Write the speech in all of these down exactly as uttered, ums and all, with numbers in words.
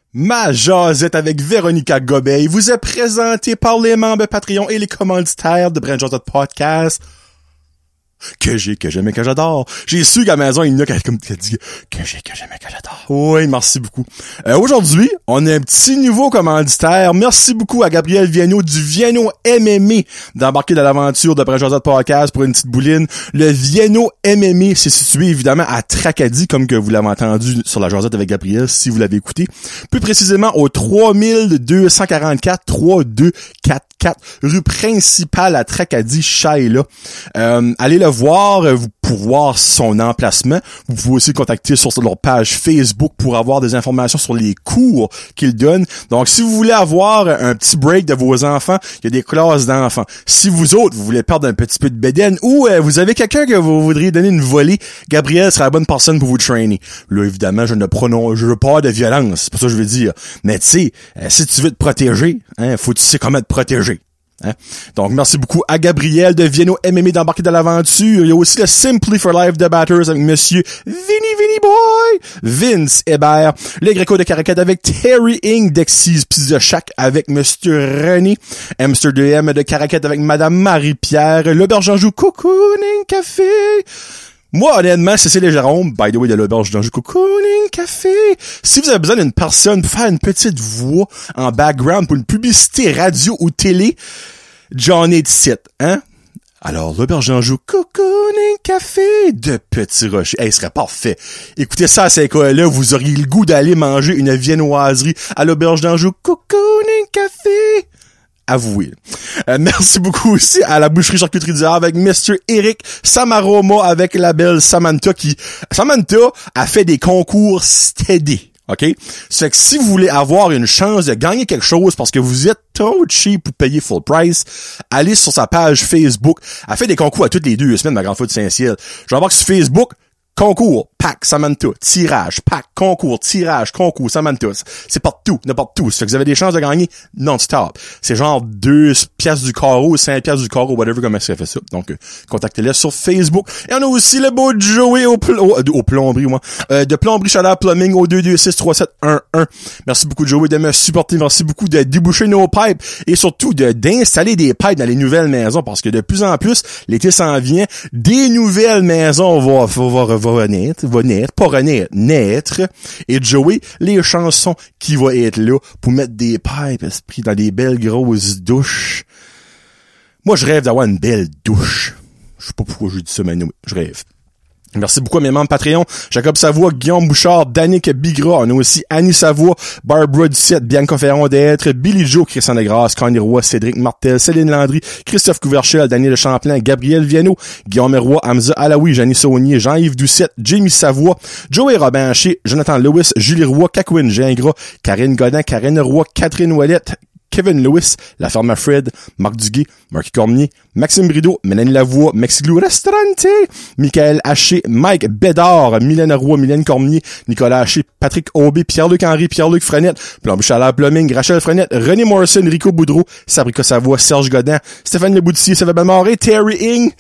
Ma jasette avec Véronica Gobeil vous est présentée par les membres Patreon et les commanditaires de Brand Jasette Podcast. Que j'ai, que j'aimais, que j'adore. J'ai su qu'à la maison, il y en a qui a comme qui a dit que j'ai, que j'aimais, que j'adore. Oui, merci beaucoup. Euh, aujourd'hui, on a un petit nouveau commanditaire. Merci beaucoup à Gabriel Viano du Viano M M A d'embarquer dans l'aventure de Brand Jasette Podcast pour une petite bouline. Le Viano M M A, c'est situé évidemment à Tracadie, comme que vous l'avez entendu sur la Jasette avec Gabriel, si vous l'avez écouté. Plus précisément au trois mille deux cent quarante-quatre trois deux quatre quatre rue principale à Tracadie, Shaila. Euh, allez le voir, vous pour voir son emplacement. Vous pouvez aussi contacter sur leur page Facebook pour avoir des informations sur les cours qu'ils donnent. Donc, si vous voulez avoir un petit break de vos enfants, il y a des classes d'enfants. Si vous autres, vous voulez perdre un petit peu de bédaine ou euh, vous avez quelqu'un que vous voudriez donner une volée, Gabriel sera la bonne personne pour vous trainer. Là, évidemment, je ne prononce, je veux pas de violence, c'est pas ça que je veux dire. Mais tu sais, euh, si tu veux te protéger, hein, faut que tu sais comment te protéger. Hein? Donc, merci beaucoup à Gabriel de Viano M M A d'embarquer dans l'aventure. Il y a aussi le Simply for Life de Batters avec Monsieur Vinny Vinny Boy, Vince Hébert, le Greco de Caracat avec Terry Ing, Dexys Pizza Shack avec Monsieur René, Hamster deux M de Caracat avec Madame Marie-Pierre, l'Auberge d'Anjou Cocooning Café. Moi, honnêtement, Cécile Jérôme, by the way, de l'Auberge d'Anjou Cocooning Café. Si vous avez besoin d'une personne pour faire une petite voix en background pour une publicité radio ou télé, John est ici, hein? Alors, l'Auberge d'Anjou Cocooning Café de Petit Rocher. Hey, ce serait parfait. Écoutez ça à ces cas-là, vous auriez le goût d'aller manger une viennoiserie à l'Auberge d'Anjou Cocooning Café. Avouez. Euh, merci beaucoup aussi à la boucherie charcuterie du Havre avec Mister Eric Samaroma avec la belle Samantha qui... Samantha a fait des concours steady. OK? Ça fait que si vous voulez avoir une chance de gagner quelque chose parce que vous êtes trop cheap pour payer full price, allez sur sa page Facebook. Elle fait des concours à toutes les deux semaines, ma grande faute de Saint-Ciel. Je vais voir que sur Facebook, concours, pack, Samantha, tirage, pack, concours, tirage, concours, Samantha. C'est partout, n'importe où. Ça fait que vous avez des chances de gagner non-stop. C'est genre deux piastres du carreau, cinq piastres du carreau, whatever, comment ça fait ça. Donc, euh, contactez-les sur Facebook. Et on a aussi le beau Joey au, pl- au, au plomberie, moi. Euh, de plomberie chaleur plumbing au deux deux six trois sept un un. Merci beaucoup, Joey, de me supporter. Merci beaucoup de déboucher nos pipes et surtout de, d'installer des pipes dans les nouvelles maisons parce que de plus en plus, l'été s'en vient, des nouvelles maisons vont, vont, vont, vont va naître, va naître, pas renaître, naître. Et Joey, les chansons qui vont être là pour mettre des pipes, esprit, dans des belles grosses douches. Moi, je rêve d'avoir une belle douche. Je sais pas pourquoi je dis ça, mais non, je rêve. Merci beaucoup à mes membres Patreon, Jacob Savoie, Guillaume Bouchard, Danick Bigra, on a aussi Annie Savoie, Barbara Ducette, Bianca Ferron d'être, Billy Joe, Christian Degrasse, Connie Roy, Cédric Martel, Céline Landry, Christophe Couverchel, Daniel Champlain, Gabriel Viano, Guillaume Roy, Hamza Alaoui, Janie Saunier, Jean-Yves Doucette, Jamie Savoie, Joey Robin Haché, Jonathan Lewis, Julie Roy, Cacouine Gingras, Karine Godin, Karine Roy, Catherine Ouellette, Kevin Lewis, La Ferme Fred, Marc Duguay, Marc Cormier, Maxime Brideau, Mélanie Lavoie, Mexiglou Restaurante, Michael Haché, Mike Bédard, Mylène Roy, Mylène Cormier, Nicolas Haché, Patrick Aubé, Pierre-Luc Henry, Pierre-Luc Frenette, Plomb Chaleur Plumbing, Rachel Frenette, René Morrison, Rico Boudreau, Sabrica Savoie, Serge Godin, Stéphane Leboutier, Sébastien Moret, Terry Ing.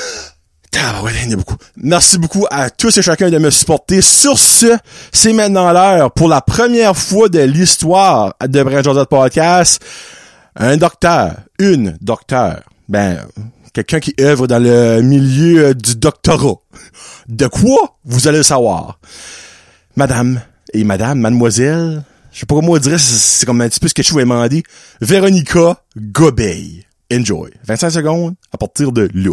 Ah ouais, il y en a beaucoup. Merci beaucoup à tous et chacun de me supporter. Sur ce, c'est maintenant l'heure pour la première fois de l'histoire de Brand Jasette Podcast. Un docteur, une docteur, ben, quelqu'un qui œuvre dans le milieu du doctorat. De quoi? Vous allez le savoir. Madame et madame, mademoiselle, je sais pas comment on dirait, c'est comme un petit peu ce que je vous ai demandé. Véronica Gobeil. Enjoy. vingt-cinq secondes à partir de là.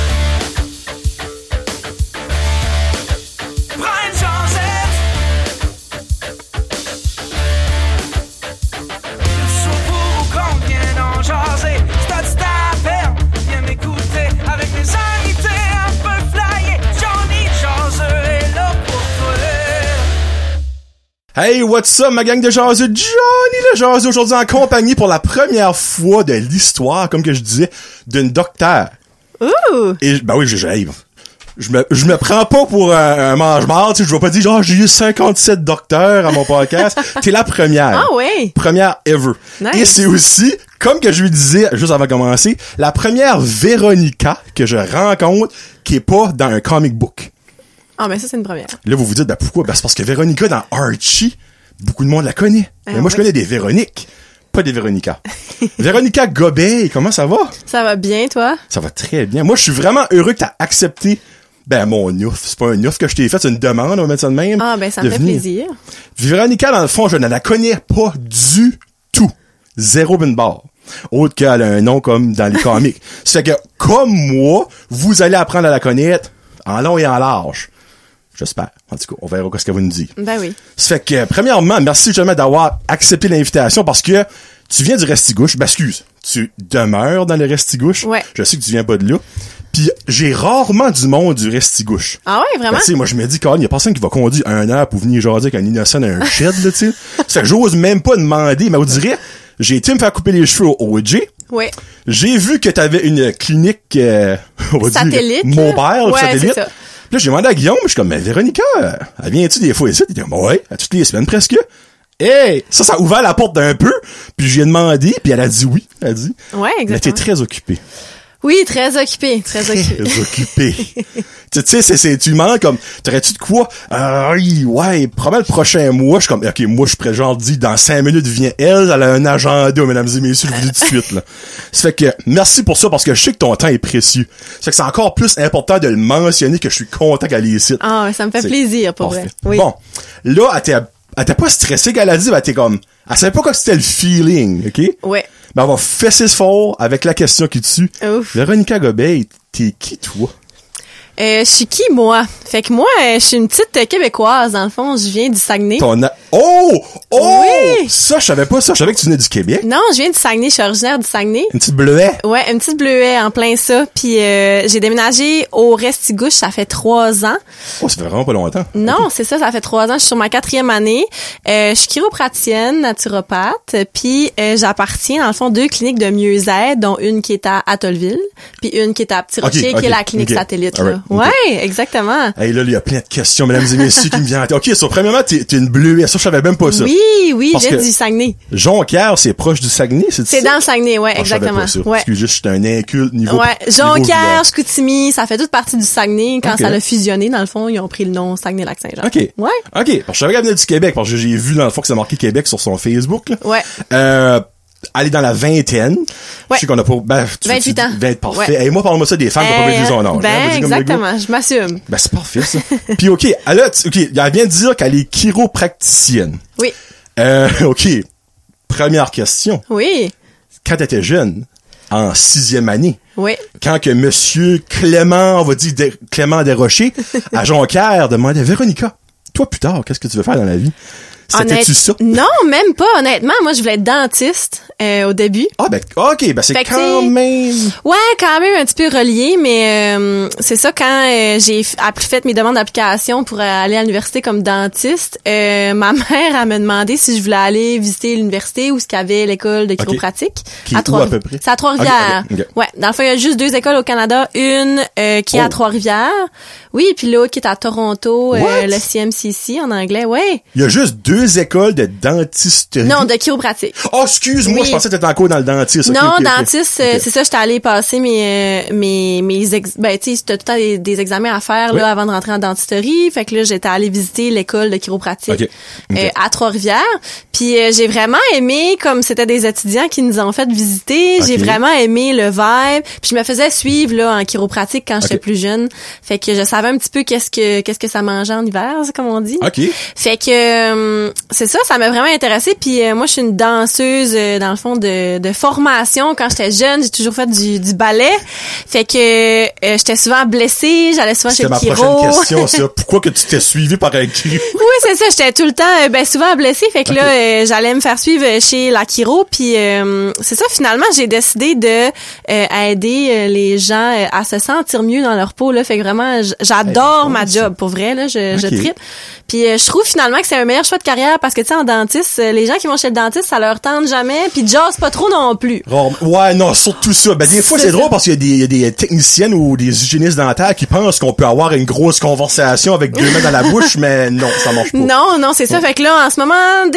Hey, what's up, ma gang de jaseux? Johnny le jaseux aujourd'hui en compagnie pour la première fois de l'histoire, comme que je disais, d'une docteure. Ouh! Et, ben oui, je, je, je me, je me prends pas pour un, un mange-marde, tu sais, je vais pas dire, genre, j'ai eu cinquante-sept docteurs à mon podcast. T'es la première. Ah oui! Première ever. Nice. Et c'est aussi, comme que je lui disais, juste avant de commencer, la première Véronica que je rencontre qui est pas dans un comic book. Ah, mais ça, c'est une première. Là, vous vous dites, ben pourquoi? Ben c'est parce que Véronica, dans Archie, beaucoup de monde la connaît. Ah, mais moi, oui. je connais des Véroniques, pas des Véronica. Véronica Gobey, comment ça va? Ça va bien, toi? Ça va très bien. Moi, je suis vraiment heureux que t'as accepté, ben, mon ouf. C'est pas un ouf que je t'ai fait, c'est une demande, on va mettre ça de même. Ah, ben, ça me fait venir. plaisir. Véronica, dans le fond, je ne la connais pas du tout. Zéro bin barre. Autre qu'elle a un nom comme dans les comics. Ça fait que, comme moi, vous allez apprendre à la connaître en long et en large. J'espère. En tout cas, on verra ce qu'elle va nous dire. Ben oui. Ça fait que, premièrement, merci jamais d'avoir accepté l'invitation parce que tu viens du Restigouche. Ben, excuse. Tu demeures dans le Restigouche. Ouais. Je sais que tu viens pas de là. Puis j'ai rarement du monde du Restigouche. Ah ouais, vraiment? Ben, tu sais, moi, je me dis, quand il y a personne qui va conduire un heure pour venir jaser avec un innocent dans un shed, là, tu sais. Ça fait que j'ose même pas demander, mais on dirait, j'ai été me faire couper les cheveux au O J. Oui. J'ai vu que t'avais une clinique, euh, on va Satellite. dire, mobile, Ouais, satellite. c'est ça. Puis là, j'ai demandé à Guillaume, je suis comme, mais Véronica, euh, elle vient-tu des fois ici? Il dit, ouais, à toutes les semaines presque. Hey! Ça, ça a ouvert la porte d'un peu, puis j'ai demandé, puis elle a dit oui, elle a dit. Ouais, Mais t'es exactement. très occupée. Oui, très occupé, très occupé. Très occupée. tu sais, c'est, c'est, tu demandes comme, t'aurais-tu de quoi? Euh, oui, ouais, probablement le prochain mois, je suis comme, ok, moi, je pourrais genre dire, dans cinq minutes vient elle, elle a un agenda, mesdames et messieurs, je vous dis tout de suite, là. Ça fait que, merci pour ça, parce que je sais que ton temps est précieux. Ça fait que c'est encore plus important de le mentionner que je suis content qu'elle ait ici. Ah, ça me fait C'est plaisir, pour parfait. vrai. Oui. Bon. Là, elle t'est, elle t'est pas stressée qu'elle a dit, elle t'est comme, elle savait pas quoi c'était le feeling, ok? Ouais. Ben, on va fesser ce fort avec la question qui tue. Ouf. Véronica Gobey, t'es qui, toi? Euh, je suis qui, moi? Fait que moi, euh, je suis une petite euh, Québécoise, dans le fond. Je viens du Saguenay. Ton a... Oh! Oh! Oui! Ça, je savais pas ça. Je savais que tu venais du Québec. Non, je viens du Saguenay. Je suis originaire du Saguenay. Une petite bleuet. Ouais, une petite bleuet en plein ça. Puis euh, j'ai déménagé au Restigouche, ça fait trois ans. Oh, ça fait vraiment pas longtemps. Non, c'est ça, ça fait trois ans. Je suis sur ma quatrième année. Euh, je suis chiropraticienne, naturopathe. Puis euh, j'appartiens, dans le fond, deux cliniques de mieux-être, dont une qui est à Atholville, puis une qui est à Petit Rocher, Ok, qui est ok, la clinique ok. satellite. Alright, Là. ok. Ouais, exactement. Hey, là, il y a plein de questions, mesdames et messieurs, qui me viennent. OK, so, premièrement, t'es, t'es une bleuet. Ça, je savais même pas ça. Oui, oui, Parce je viens que- du Saguenay. Jonquière, c'est proche du Saguenay, c'est C'est dans le Saguenay, ouais, Ah, je savais exactement. pas ça. Ouais. Excusez, je suis un inculte niveau. Ouais, niveau Jonquière, village. Chicoutimi, ça fait toute partie du Saguenay. Quand Ok. ça l'a fusionné, dans le fond, ils ont pris le nom Saguenay-Lac-Saint-Jean. OK. Ouais. OK. Parce que je savais qu'elle venait du Québec, parce que j'ai vu dans le fond que ça marqué Québec sur son Facebook, là. Ouais. Euh, elle est dans la vingtaine. Ouais. Je sais qu'on a pas, ben, tu, vingt-huit tu- ans. vingt, parfait. Ouais. Et moi, parle-moi ça des femmes qui ont pas Euh, besoin son âge. hein, ben, vas-y comme le gars. exactement, je m'assume. Ben, c'est parfait, ça. Puis, OK, elle a, OK, elle vient de dire qu'elle est chiropracticienne. Oui. Euh, OK. Première question. Oui. Quand tu étais jeune, en sixième année, Oui. quand que monsieur Clément, on va dire Des- Clément Desrochers, à Jonquière, demandait, Véronica, toi, plus tard, qu'est-ce que tu veux faire dans la vie? C'était-tu Honnête- ça? Non, même pas, honnêtement. Moi, je voulais être dentiste euh, au début. Ah, ben, OK, ben, c'est Fait que quand c'est- même... Ouais, quand même un petit peu relié, mais euh, c'est ça, quand euh, j'ai f- appli- fait mes demandes d'application pour euh, aller à l'université comme dentiste, euh, ma mère, elle m'a demandé si je voulais aller visiter l'université ou ce qu'il y avait l'école de chiropratique. Qui est où, Trois- à peu près? C'est à Trois-Rivières. Ok, ok, ok. Ouais, dans le fond, il y a juste deux écoles au Canada. Une euh, qui est Oh. à Trois-Rivières. Oui, puis l'autre qui est à Toronto, euh, What? le C M C C en anglais. Ouais. Il y a juste deux écoles de dentisterie. Non, de chiropratique. Oh, excuse-moi, Oui. je pensais que t'étais encore dans le dentiste. Ok, Non, ok, ok. dentiste, euh, Ok. c'est ça, j'étais allée passer mes euh, mes mes ex ben tu sais, t'as tout le temps des, des examens à faire Oui. là avant de rentrer en dentisterie, fait que là j'étais allée visiter l'école de chiropratique Ok. Ok. euh, à Trois-Rivières. Puis euh, j'ai vraiment aimé comme c'était des étudiants qui nous ont fait visiter, j'ai Ok. vraiment aimé le vibe. Puis je me faisais suivre là en chiropratique quand j'étais Ok. plus jeune. Fait que je savais un petit peu qu'est-ce que qu'est-ce que ça mangeait en hiver, c'est comme on dit. OK. Fait que euh, c'est ça, ça m'a vraiment intéressée. Puis euh, moi, je suis une danseuse euh, dans le fond de, de formation. Quand j'étais jeune, j'ai toujours fait du, du ballet. Fait que euh, j'étais souvent blessée, j'allais souvent chez C'était le ma chiro. prochaine question, ça. Pourquoi que tu t'es suivi par un chiro? Oui, c'est ça. J'étais tout le temps, euh, ben souvent blessée. Fait que Ok. là, euh, j'allais me faire suivre chez la chiro. Puis euh, c'est ça. Finalement, j'ai décidé de euh, aider euh, les gens euh, à se sentir mieux dans leur peau. Là, fait que vraiment, j- j'adore Hey, ma bon, job. Pour vrai, là, je, je Ok. trippe. Puis euh, je trouve finalement que c'est un meilleur choix de carrière parce que tu sais, en dentiste, euh, les gens qui vont chez le dentiste, ça leur tente jamais. Puis jase pas trop non plus. Rare- Ouais, non, surtout ça. Ben, des fois, C'est c'est ça. drôle parce qu'il y a des, il y a des techniciennes ou des hygiénistes dentaires qui pensent qu'on peut avoir une grosse conversation avec deux mains dans la bouche, mais non, ça marche pas. Non, non, c'est ça. Fait que là, en ce moment, des fois, mes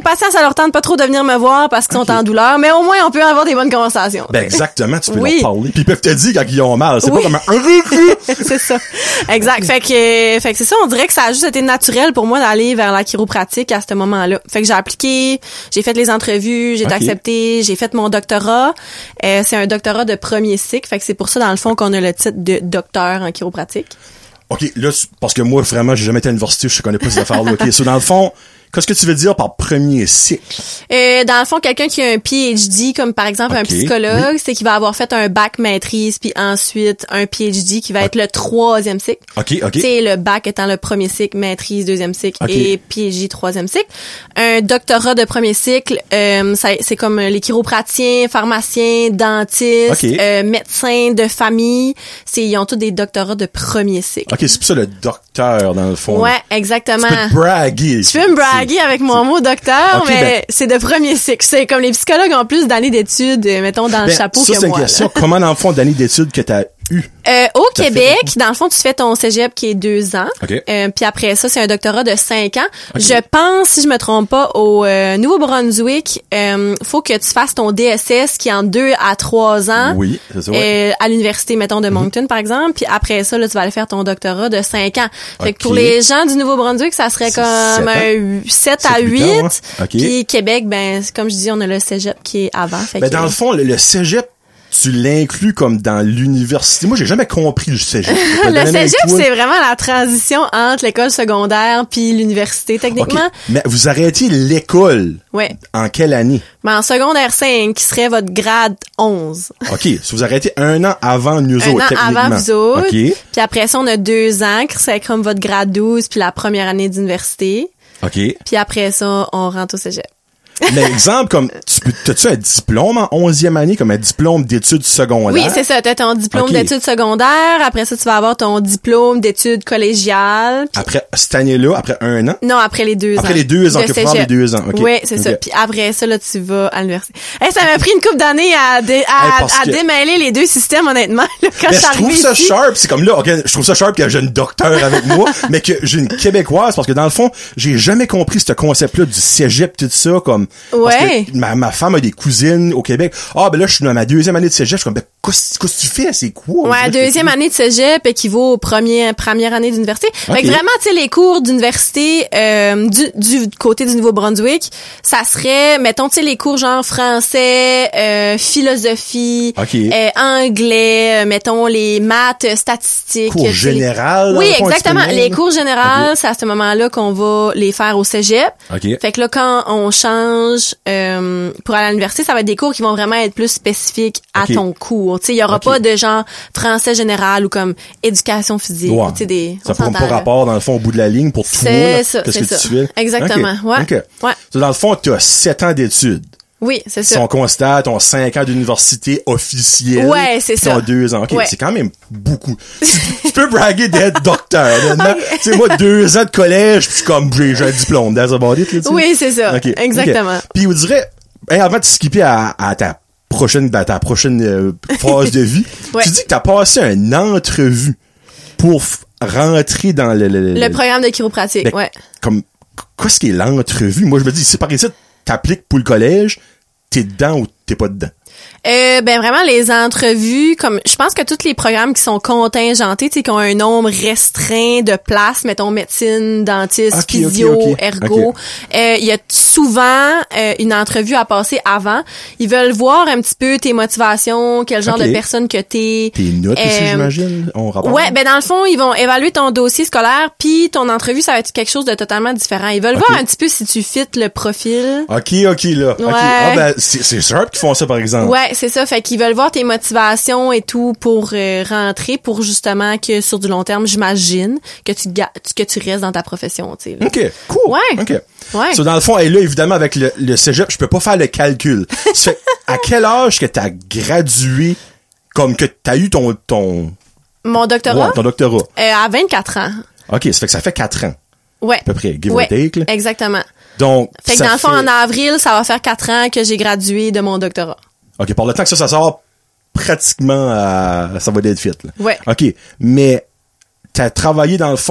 patients, ça leur tente pas trop de venir me voir parce qu'ils okay. sont en douleur, mais au moins, on peut avoir des bonnes conversations. Ben, exactement, tu peux oui. leur parler. Puis ils peuvent te dire quand ils ont mal. C'est oui. pas comme un... c'est ça. Exact. Fait que, fait que c'est ça, on dirait que ça a juste été naturel pour moi d'aller vers la chiropratique à ce moment-là. Fait que j'ai appliqué, j'ai fait les entrevues, j'ai été okay. acceptée, j'ai fait mon doctorat. Euh, c'est un doctorat de premier cycle. Fait que c'est pour ça, dans le fond, qu'on a le titre de docteur en chiropratique. OK, là, parce que moi, vraiment, j'ai jamais été à l'université, je connais pas ces affaires-là. OK, so, dans le fond, qu'est-ce que tu veux dire par premier cycle? Euh, dans le fond, quelqu'un qui a un P H D, comme par exemple okay, un psychologue, oui. c'est qu'il va avoir fait un bac maîtrise, puis ensuite un P H D qui va être okay. le troisième cycle. OK, OK. C'est le bac étant le premier cycle, maîtrise, deuxième cycle okay. et P H D, troisième cycle. Un doctorat de premier cycle, euh, ça, c'est comme les chiropraticiens, pharmaciens, dentistes, okay. euh, médecins de famille. C'est, ils ont tous des doctorats de premier cycle. OK, c'est pour ça le docteur, dans le fond. Ouais, exactement. Tu peux te braguer. Tu peux me braguer avec mon mot docteur, okay, mais ben, c'est de premier cycle. C'est comme les psychologues ont plus d'années d'études, mettons, dans ben, le chapeau ça, que c'est moi. Une question. Comment, dans le fond, d'années d'études que t'as eu? Euh, au Québec, fait... dans le fond, tu fais ton cégep qui est deux ans. Okay. Euh, puis après ça, c'est un doctorat de cinq ans. Okay. Je pense, si je me trompe pas, au euh, Nouveau-Brunswick, euh, faut que tu fasses ton D S S qui est en deux à trois ans. Oui, c'est ça. Ouais. Euh, à l'université, mettons, de Moncton, mm-hmm. par exemple. Puis après ça, là, tu vas aller faire ton doctorat de cinq ans. Fait okay. que pour les gens du Nouveau-Brunswick, ça serait comme un sept à huit. Ans, ouais. okay. Puis Québec, ben, comme je dis, on a le cégep qui est avant. Fait ben, que... dans le fond, le, le cégep, tu l'inclus comme dans l'université. Moi, j'ai jamais compris le cégep. Le cégep, c'est vraiment la transition entre l'école secondaire puis l'université, techniquement. Okay. Mais vous arrêtez l'école. Ouais. En quelle année? Ben, en secondaire cinq, qui serait votre grade onze. OK. Si vous arrêtez un an avant nous un autres, an techniquement. avant vous autres. OK. Puis après ça, on a deux ans, qui serait comme votre grade douze puis la première année d'université. OK. Puis après ça, on rentre au cégep. Mais exemple, comme, tu peux, t'as-tu un diplôme en onzième année, comme un diplôme d'études secondaires? Oui, c'est ça. T'as ton diplôme okay. d'études secondaires. Après ça, tu vas avoir ton diplôme d'études collégiales. Puis... Après cette année-là, après un an? Non, après les deux après ans. Après les deux ans, que tu les deux ans. Okay. Oui, c'est okay. ça. Puis après ça, là, tu vas à l'université. Hey, ça m'a pris une couple d'années à, dé, à, hey, à que... démêler les deux systèmes, honnêtement. Là, quand mais je trouve ça ici. Sharp. C'est comme là, okay, je trouve ça sharp que j'ai une docteur avec moi, mais que j'ai une québécoise, parce que dans le fond, j'ai jamais compris ce concept-là du cégep, tout ça, comme... Ouais. Ma, ma femme a des cousines au Québec. Ah, ben là, je suis dans ma deuxième année de cégep. Je suis comme, ben, qu'est-ce que tu fais? C'est quoi? Ouais, deuxième année de cégep équivaut aux premières, première année d'université. Okay. Fait que vraiment, tu sais, les cours d'université, euh, du, du côté du Nouveau-Brunswick, ça serait, mettons, tu sais, les cours genre français, euh, philosophie, okay. euh, anglais, euh, mettons, les maths, statistiques. Cours général. Oui, exactement. Les cours généraux, okay. c'est à ce moment-là qu'on va les faire au cégep. Okay. Fait que là, quand on change, euh, pour aller à l'université, ça va être des cours qui vont vraiment être plus spécifiques à okay. ton cours. Tu sais, il y aura okay. pas de genre français général ou comme éducation physique. Ouais. Tu sais, des. Ça prend pas rapport dans le fond au bout de la ligne pour tout. C'est ça, c'est que ça. Tu fais? Exactement. Okay. Ouais. Okay. Ouais. So, dans le fond, tu as sept ans d'études. Oui, c'est ça. Si on constate, on a cinq ans d'université officielle. Ouais, c'est ça. On a deux ans. OK, ouais. c'est quand même beaucoup. tu, tu peux braguer d'être docteur. Okay. Tu sais, moi, deux ans de collège, puis comme, j'ai, j'ai un diplôme. That's about it, là, tu sais. Oui, c'est ça. Okay. Exactement. Okay. Puis, vous dirait, hey, avant de skipper à, à ta prochaine, à ta prochaine euh, phase de vie, ouais. tu dis que t'as passé une entrevue pour f- rentrer dans le... Le, le, le programme de chiropratique, ben, ouais. Comme, qu'est-ce qui est l'entrevue? Moi, je me dis, c'est par ici, t'appliques pour le collège, t'es dedans ou t'es pas dedans? Euh, ben vraiment les entrevues, comme je pense que tous les programmes qui sont contingentés, tu sais, qui ont un nombre restreint de places, mettons médecine, dentiste, okay, physio, okay, okay. ergo, okay. Euh, il y a souvent euh, une entrevue à passer avant. Ils veulent voir un petit peu tes motivations, quel genre okay. de personne que t'es. Tes notes euh, aussi, j'imagine, on rapporte. Ouais, ben dans le fond, ils vont évaluer ton dossier scolaire, puis ton entrevue, ça va être quelque chose de totalement différent. Ils veulent okay. voir un petit peu si tu fites le profil. OK, OK, là. Ouais. Okay. Ah ben, c'est, c'est sûr qu'ils font ça, par exemple. Ouais, c'est ça. Fait qu'ils veulent voir tes motivations et tout pour euh, rentrer, pour justement que sur du long terme, j'imagine, que tu ga- que tu restes dans ta profession, tu sais. OK, cool. Ouais. OK. Ouais. So, dans le fond, et là, évidemment, avec le, le cégep, je peux pas faire le calcul. Ça fait, à quel âge que t'as gradué, comme que t'as eu ton, ton... Mon doctorat? Ouais, ton doctorat. Euh, à vingt-quatre ans. OK, ça fait que ça fait quatre ans. Ouais. À peu près, give ouais, or take, là. Exactement. Donc, fait que ça dans le fond, fait... en avril, ça va faire quatre ans que j'ai gradué de mon doctorat. OK, par le temps que ça, ça sort pratiquement à... ça va être fit, là. Ouais. OK, mais t'as travaillé, dans le fond,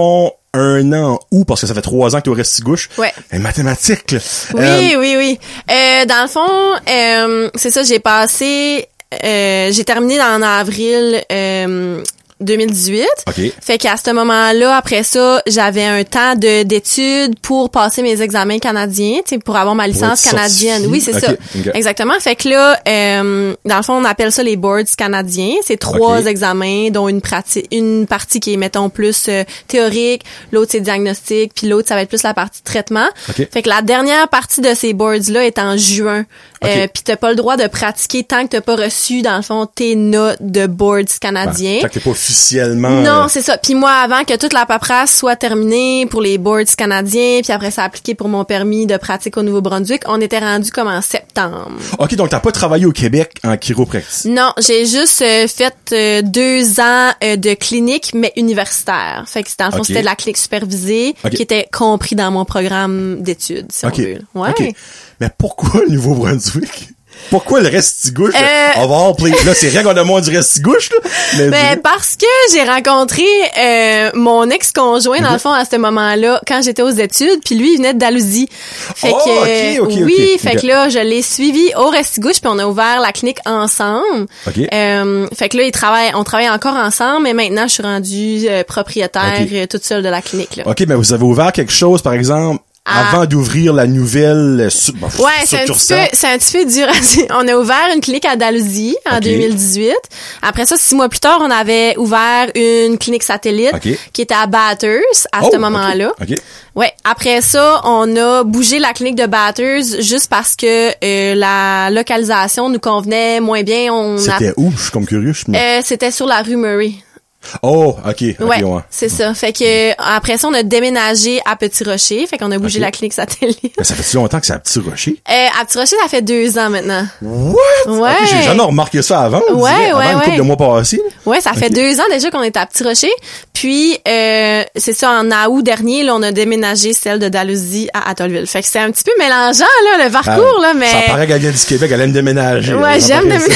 un an où? Parce que ça fait trois ans que t'es au Restigouche. Ouais. Et mathématiques, là. Oui, Euh, oui, oui. Euh, dans le fond, euh, c'est ça, j'ai passé, euh, j'ai terminé en avril euh, deux mille dix-huit. OK. Fait qu'à ce moment-là, après ça, j'avais un temps de d'études pour passer mes examens canadiens, tu sais, pour avoir ma licence être canadienne. certifié. Oui, c'est OK, ça. OK. Exactement. Fait que là, euh, dans le fond, on appelle ça les boards canadiens. C'est trois OK. examens, dont une pratique, une partie qui est, mettons, plus euh, théorique, l'autre c'est diagnostic, puis l'autre ça va être plus la partie traitement. OK. Fait que la dernière partie de ces boards-là est en juin. OK. Euh, puis t'as pas le droit de pratiquer tant que t'as pas reçu, dans le fond, tes notes de boards canadiens. Fait que t'es pas officiellement... Non, euh, c'est ça. Puis moi, avant que toute la paperasse soit terminée pour les boards canadiens, puis après ça appliqué pour mon permis de pratique au Nouveau-Brunswick, on était rendu comme en septembre. OK, donc t'as pas travaillé au Québec en chiropractie. Non, j'ai juste euh, fait euh, deux ans euh, de clinique, mais universitaire. Fait que dans le fond, OK. c'était de la clinique supervisée, OK. qui était compris dans mon programme d'études, si OK. on veut. Ouais. OK. Mais pourquoi le Nouveau-Brunswick? Pourquoi le Restigouche? Euh, On va avoir plein... Là, c'est rien qu'on a moins du Restigouche, là. Mais, Ben, parce que j'ai rencontré euh, mon ex-conjoint, dans le fond, à ce moment-là, quand j'étais aux études, puis lui, il venait de Dalhousie. Fait Oh, que, ok, ok, oui, ok. fait Ok. que là, je l'ai suivi au Restigouche, puis on a ouvert la clinique ensemble. OK. Euh, fait que là, il travaille, on travaille encore ensemble, mais maintenant, je suis rendue euh, propriétaire Ok. euh, toute seule de la clinique, là. OK, mais vous avez ouvert quelque chose, par exemple, Ah. avant d'ouvrir la nouvelle euh, su- bon, Ouais, c'est un petit peu, succursale. c'est un petit peu dur. On a ouvert une clinique à Dalhousie en Ok. deux mille dix-huit. Après ça, six mois plus tard, on avait ouvert une clinique satellite Ok. qui était à Bathurst à Oh, ce OK, moment-là. OK. Ouais. Après ça, on a bougé la clinique de Bathurst juste parce que euh, la localisation nous convenait moins bien. On a- C'était où? Je suis comme curieux. Je me... Euh, c'était sur la rue Murray. Oh, OK. OK, Ouais, ouais. c'est ça. Fait que après ça, on a déménagé à Petit Rocher. Fait qu'on a bougé Ok. la clinique satellite. Mais ça fait si longtemps que c'est à Petit Rocher? Euh, à Petit Rocher, ça fait deux ans maintenant. What? Ouais. OK, j'ai jamais remarqué ça avant. on Ouais, dirait, ouais, avant une couple ouais. de mois passés. Ouais, ça fait Ok. deux ans déjà qu'on est à Petit Rocher. Puis euh, c'est ça, en août dernier, là, on a déménagé celle de Dalhousie à Attolville. Fait que c'est un petit peu mélangeant là, le parcours là, mais Ça paraît qu'elle vient du Québec, elle aime déménager. ouais, Ça j'aime paraît déménager.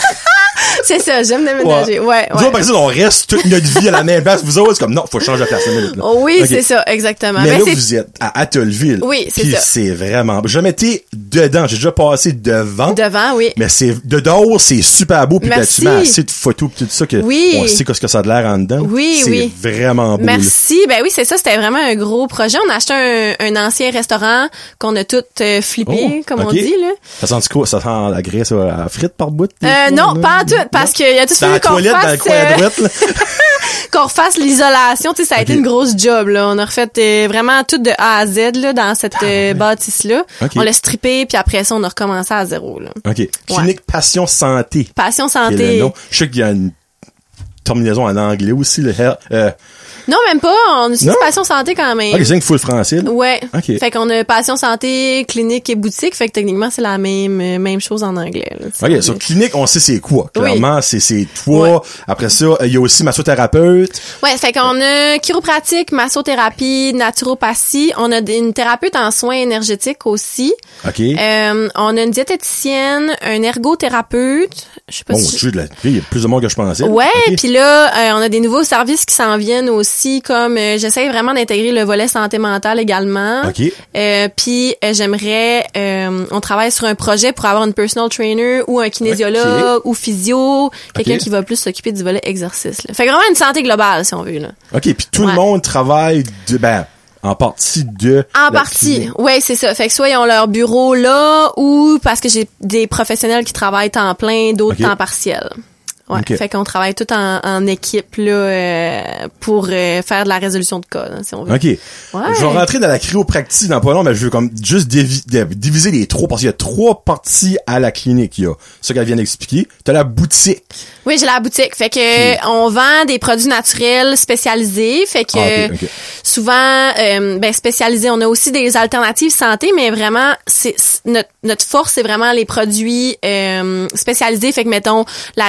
C'est ça, j'aime déménager. Ouais, Nous autres, ouais. par exemple, on reste toute notre vie à la même place. Vous autres, c'est comme, non, faut changer de place. une minute, là. Oh, oui, Ok. c'est ça, exactement. Mais Ben, là, c'est- vous êtes à Attolville. Oui, c'est Puis ça. c'est vraiment... J'ai jamais été dedans. J'ai déjà passé devant. devant, oui. Mais c'est de dehors, c'est super beau. Puis Merci. tu mets assez de photos puis tout ça que Oui. on sait ce que ça a de l'air en dedans. Oui, c'est oui. vraiment beau. là. Merci. Ben oui, c'est ça. C'était vraiment un gros projet. On a acheté un, un ancien restaurant qu'on a tout euh, flippé, Oh, comme on ok. dit là. Ça sent quoi? Ça sent la graisse à la frite par bout? des Euh, fois, non, là? pas en tout, parce qu'il y a tout Dans la fallu qu'on toilette, dans le refasse, coin à euh, droite, là. qu'on refasse l'isolation. Tu sais, ça a Ok. été une grosse job, là. On a refait euh, vraiment tout de A à Z, là, dans cette euh, bâtisse-là. Ok. On l'a strippé, puis après ça, on a recommencé à zéro, là. OK. Clinique Passion Santé. Passion qui est le santé. nom. Je sais qu'il y a une terminaison en anglais aussi, le health- euh, Non, même pas. On utilise Non? Passion santé quand même. OK, c'est une full français, là. Ouais. Ok. Fait qu'on a Passion santé, clinique et boutique. Fait que techniquement, c'est la même, euh, même chose en anglais, là, si on OK, veut. sur clinique, on sait c'est quoi. Oui. Clairement, c'est c'est toi. Ouais. Après ça, il y a aussi massothérapeute. Ouais, fait qu'on a chiropratique, massothérapie, naturopathie. On a des- une thérapeute en soins énergétiques aussi. OK. Euh, on a une diététicienne, un ergothérapeute. Je sais pas Bon, si... Dieu, de la... il y a plus de monde que je pensais. là. Ouais, OK. puis là, euh, on a des nouveaux services qui s'en viennent aussi, comme euh, j'essaie vraiment d'intégrer le volet santé mentale également. OK. Euh, puis euh, j'aimerais, euh, on travaille sur un projet pour avoir une personal trainer ou un kinésiologue ou physio, quelqu'un Ok. qui va plus s'occuper du volet exercice. Là. Fait que vraiment une santé globale, si on veut. Là. OK, puis tout le Ouais. monde travaille de, ben, en partie de... En la partie, clinique. ouais, c'est ça. Fait que soit ils ont leur bureau là, ou parce que j'ai des professionnels qui travaillent temps plein, d'autres Ok. temps partiel. Ouais, Ok. fait qu'on travaille tout en, en équipe là euh, pour euh, faire de la résolution de cas, là, si on veut. OK. Ouais. Je vais rentrer dans la cryopractie dans pas long, mais je veux comme juste dévi- dé- diviser les trois, parce qu'il y a trois parties à la clinique. Il y a ce qu'elle vient d'expliquer. T'as la boutique. Oui, j'ai la boutique. Fait que Ok. on vend des produits naturels spécialisés. Fait que Ah, ok, ok. souvent, euh, ben spécialisés. On a aussi des alternatives santé, mais vraiment, c'est c'est- notre notre force, c'est vraiment les produits euh, spécialisés. Fait que mettons la vitamine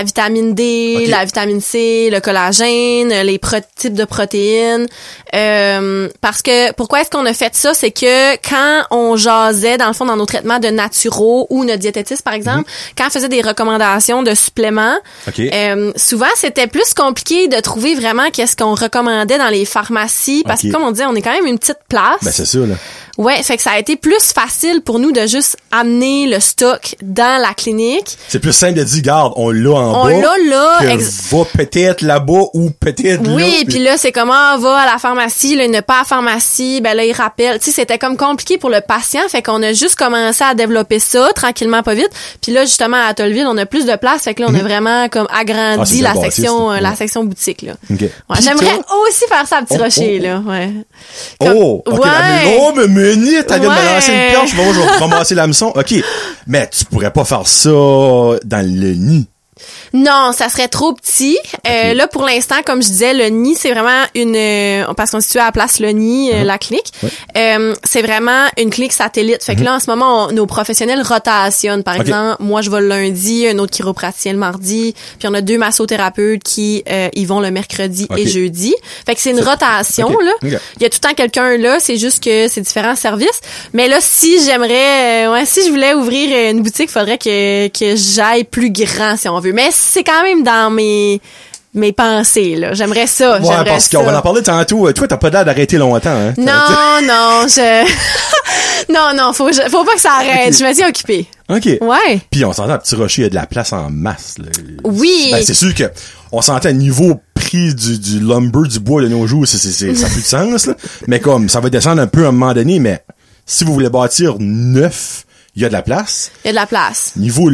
vitamine D, okay. la vitamine C, le collagène, les pro- types de protéines. Euh, parce que, pourquoi est-ce qu'on a fait ça? C'est que quand on jasait, dans le fond, dans nos traitements de naturaux ou notre diététiste, par exemple, mm-hmm. quand on faisait des recommandations de suppléments, okay. euh, souvent, c'était plus compliqué de trouver vraiment qu'est-ce qu'on recommandait dans les pharmacies. Parce okay. que, comme on disait, on est quand même une petite place. Ben, c'est sûr, là. Ouais, fait que ça a été plus facile pour nous de juste amener le stock dans la clinique. C'est plus simple de dire, garde, on l'a en on bas. On l'a là. Que Ex- va peut-être là-bas ou peut-être là. Oui, puis là, c'est comment on va à la pharmacie, là, il n'est pas à la pharmacie, ben là, il rappelle. Tu sais, c'était comme compliqué pour le patient, fait qu'on a juste commencé à développer ça, tranquillement, pas vite. Puis là, justement, à Atollville, on a plus de place, fait que là, on a vraiment comme agrandi ah, la section, euh, la section boutique, là. Okay. Ouais, j'aimerais aussi faire ça à Petit oh, Rocher, oh, là, ouais. Comme, oh, ok, ouais. mais, oh, mais minute, t'as bien de lancer une planche, bon, je vais ramasser l'hameçon. Ok, mais tu pourrais pas faire ça dans le nid. Non, ça serait trop petit. Okay. Euh, là, pour l'instant, comme je disais, le nid, c'est vraiment une... Euh, parce qu'on se situe à la place le nid, euh, uh-huh. la clinique. Ouais. Euh, c'est vraiment une clinique satellite. Fait que uh-huh. là, en ce moment, on, nos professionnels rotationnent. Par okay. exemple, moi, je vais le lundi, un autre chiropraticien le mardi, puis on a deux massothérapeutes qui euh, y vont le mercredi okay. et jeudi. Fait que c'est une c'est... rotation, okay. là. Okay. Il y a tout le temps quelqu'un là, c'est juste que c'est différents services. Mais là, si j'aimerais... Euh, ouais, si je voulais ouvrir une boutique, il faudrait que, que j'aille plus grand, si on veut. Mais c'est quand même dans mes mes pensées, là. J'aimerais ça. Ouais, j'aimerais parce ça. qu'on va en parler tantôt. Toi, t'as pas l'air d'arrêter longtemps, hein? Non, non, je... non, non, faut, faut pas que ça arrête. Okay. Je me tiens occupée. OK. Ouais. Puis on s'entend à Petit Rocher, il y a de la place en masse, là. Oui. Ben, c'est sûr que on s'entend niveau prix du, du lumber, du bois de nos jours, c'est, c'est, c'est, ça n'a plus de sens, là. Mais comme, ça va descendre un peu à un moment donné, mais si vous voulez bâtir neuf, il y a de la place. Il y a de la place. Niveau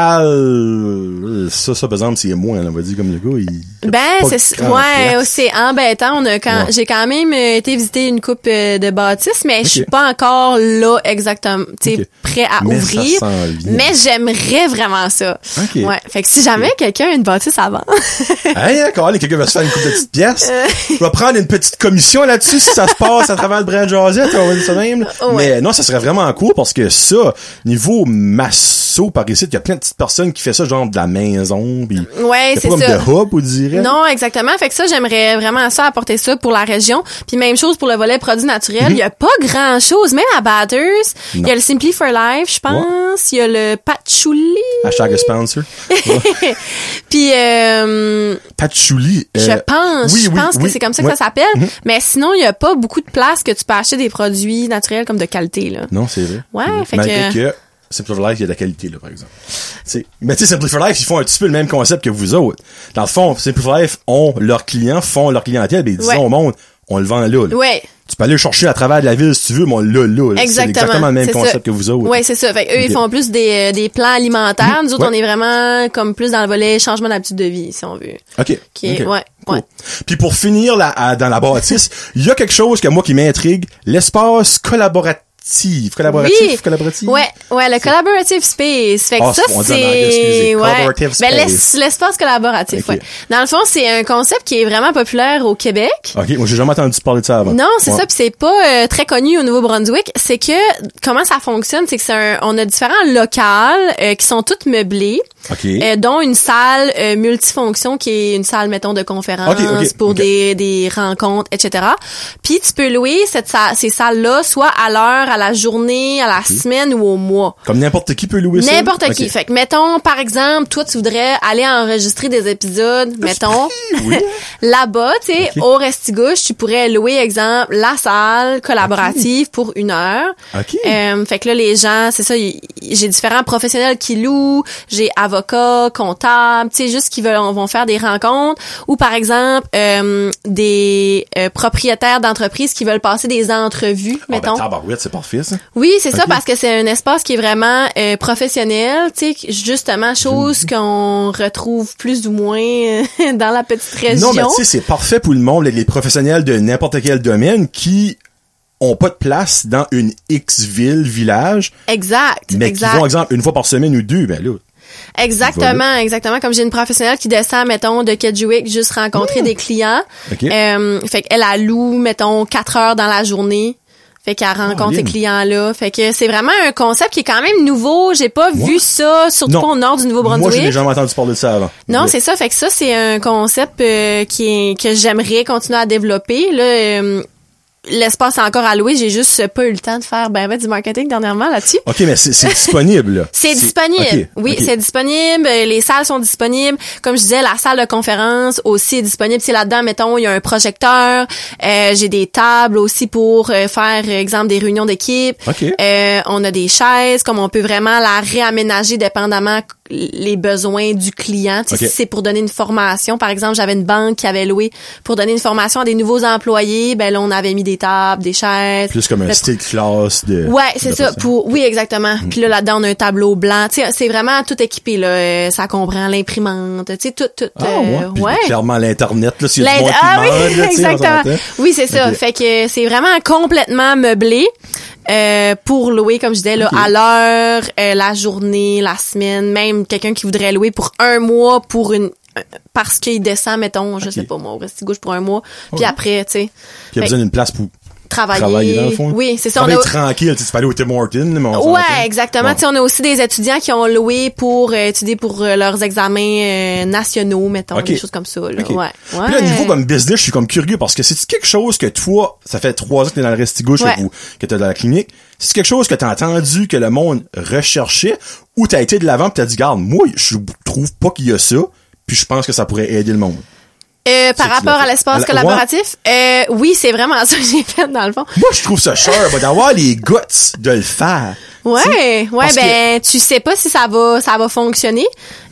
local, ça, ça, par exemple, c'est moins, on va dire, comme le gars, il... Ben, c'est, ouais, c'est embêtant. On a quand, ouais. J'ai quand même été visiter une coupe de bâtisses, mais okay. je suis pas encore là exactement, tu sais, okay. prêt à mais ouvrir. Mais j'aimerais vraiment ça. Okay. Ouais. Fait que si jamais okay. quelqu'un a une bâtisse avant. Hey, d'accord, quelqu'un va se faire une coupe de petites pièces. Euh... Je vais prendre une petite commission là-dessus si ça se passe à travers le brin de Josette, on va dire ça même. Ouais. Mais non, ça serait vraiment cool parce que ça, niveau masso par ici, il y a plein de petites personnes qui font ça genre de la maison, pis ouais, c'est pas ça. Comme de hub, on dirait. Non, exactement. Fait que ça, j'aimerais vraiment ça apporter ça pour la région. Puis même chose pour le volet produits naturels. Il mm-hmm. y a pas grand chose, même à Batters. Il y a le Simply for Life, je pense. Il ouais. y a le patchouli. Hashtag sponsor. Puis euh, patchouli. Euh, je pense, oui, je oui, pense oui, que c'est comme ça oui. que ça s'appelle. Mm-hmm. Mais sinon, il y a pas beaucoup de place que tu peux acheter des produits naturels comme de qualité là. Non, c'est vrai. Ouais, mm-hmm. fait Malgré que, que Simply for Life, il y a de la qualité, là, par exemple. T'sais, mais tu sais, Simply for Life, ils font un petit peu le même concept que vous autres. Dans le fond, Simply for Life ont leurs clients, font leur clientèle, et disons ouais. au monde, on le vend là. là. Ouais. Tu peux aller le chercher à travers de la ville si tu veux, mais on l'a là. là. Exactement. C'est exactement le même c'est concept ça. que vous autres. Oui, c'est ça. Fait eux, okay. ils font plus des, des plans alimentaires. Mmh. Nous autres, ouais. on est vraiment comme plus dans le volet changement d'habitude de vie, si on veut. OK. Qui est, okay. ouais, cool. ouais. Puis pour finir là, à, dans la bâtisse, il y a quelque chose que moi qui m'intrigue, l'espace collaboratif. Collaboratif, oui. collaboratif. Ouais, ouais, le collaborative space. Fait que oh, ça, on c'est, dit en anglais, excusez. ouais. Collaborative space. Ben, l'espace collaboratif, okay. ouais. Dans le fond, c'est un concept qui est vraiment populaire au Québec. OK, moi, j'ai jamais entendu parler de ça avant. Non, c'est ouais. ça, pis c'est pas euh, très connu au Nouveau-Brunswick. C'est que, comment ça fonctionne, c'est que c'est un, on a différents locales euh, qui sont toutes meublés. Okay. Euh, dont une salle euh, multifonction qui est une salle, mettons, de conférence okay, okay, pour okay. des des rencontres, et cetera. Puis tu peux louer cette salle, ces salles-là soit à l'heure, à la journée, à la okay. semaine ou au mois. Comme n'importe qui peut louer ça? N'importe qui. Okay. Fait que, mettons, par exemple, toi, tu voudrais aller enregistrer des épisodes, mettons, oui. là-bas, tu sais, okay. au Restigouche, tu pourrais louer, exemple, la salle collaborative okay. pour une heure. OK. Euh, fait que là, les gens, c'est ça, y, j'ai différents professionnels qui louent, j'ai avocats, comptables, tu sais, juste qui veulent, vont faire des rencontres, ou par exemple, euh, des euh, propriétaires d'entreprises qui veulent passer des entrevues, oh, mettons. Ben, tabarouette, c'est parfait, ça. Oui, c'est okay. ça, parce que c'est un espace qui est vraiment euh, professionnel, tu sais, justement, chose mmh. qu'on retrouve plus ou moins euh, dans la petite région. Non, mais tu sais, c'est parfait pour le monde, les professionnels de n'importe quel domaine qui ont pas de place dans une X ville, village. Exact, mais exact. qui vont, exemple, une fois par semaine ou deux, ben là. Exactement, exactement. Comme j'ai une professionnelle qui descend, mettons, de Kedgewick, juste rencontrer mmh. des clients. Okay. Euh, fait qu'elle a loue, mettons, quatre heures dans la journée. Fait qu'elle rencontre Oh, ces clients-là. Fait que c'est vraiment un concept qui est quand même nouveau. J'ai pas Moi? vu ça, surtout Non. pas au nord du Nouveau-Brunswick. Moi, j'ai jamais entendu parler de ça avant. Non, Mais- c'est ça. Fait que ça, c'est un concept euh, qui est, que j'aimerais continuer à développer. Là, euh, l'espace est encore alloué. J'ai juste pas eu le temps de faire ben, ben du marketing dernièrement là-dessus. OK, mais c'est, c'est disponible, là. C'est disponible. OK, Oui, OK. c'est disponible. Les salles sont disponibles. Comme je disais, la salle de conférence aussi est disponible. C'est là-dedans, mettons, il y a un projecteur. Euh, j'ai des tables aussi pour euh, faire, exemple, des réunions d'équipe. OK. Euh, on a des chaises, comme on peut vraiment la réaménager dépendamment les besoins du client. Tu sais, OK. Si c'est pour donner une formation, par exemple, j'avais une banque qui avait loué pour donner une formation à des nouveaux employés, ben là, on avait mis des tables, des chaises. Plus comme un Le- style classe de... Ouais, c'est de ça. personne. Pour oui, exactement. Puis là, là-dedans, on a un tableau blanc. Tu sais, c'est vraiment tout équipé là. Euh, Ça comprend l'imprimante. Tu sais, tout, tout. Ah, euh, ouais. Puis ouais. clairement, l'Internet, là, s'il y a du L'aide- monde qui ah oui, demande, là, tu sais, on exactement. s'entend. Oui, c'est ça. Ok. Fait que c'est vraiment complètement meublé euh, pour louer, comme je disais, là, Ok. à l'heure, euh, la journée, la semaine, même quelqu'un qui voudrait louer pour un mois pour une euh, parce qu'il descend, mettons, je Ok. sais pas moi, au Restigouche pour un mois, puis Ouais. après, tu sais, Puis il y a Fait- besoin d'une place pour travailler. travailler, dans le fond. Oui, c'est ça. On Travailler a, tranquille, tu sais, tu peux aller au Tim Hortons, mais on Ouais, s'entend. exactement. Ouais. Tu sais, on a aussi des étudiants qui ont loué pour euh, étudier pour euh, leurs examens euh, nationaux, mettons, Ok. des choses comme ça. Là. Ok. Ouais. ouais. Puis là, niveau comme business, je suis comme curieux parce que c'est quelque chose que toi, ça fait trois ans que t'es dans le Restigouche Ouais. ou que t'es dans la clinique, c'est quelque chose que t'as entendu que le monde recherchait ou t'as été de l'avant pis t'as dit, garde, moi, je trouve pas qu'il y a ça, puis je pense que ça pourrait aider le monde. Euh, par Ça, tu rapport l'as à fait. l'espace À la- collaboratif, euh, oui, c'est vraiment ça que j'ai fait dans le fond. Moi, je trouve ça cher, bah, d'avoir les guts de le faire. Ouais, ouais, parce ben tu sais pas si ça va ça va fonctionner.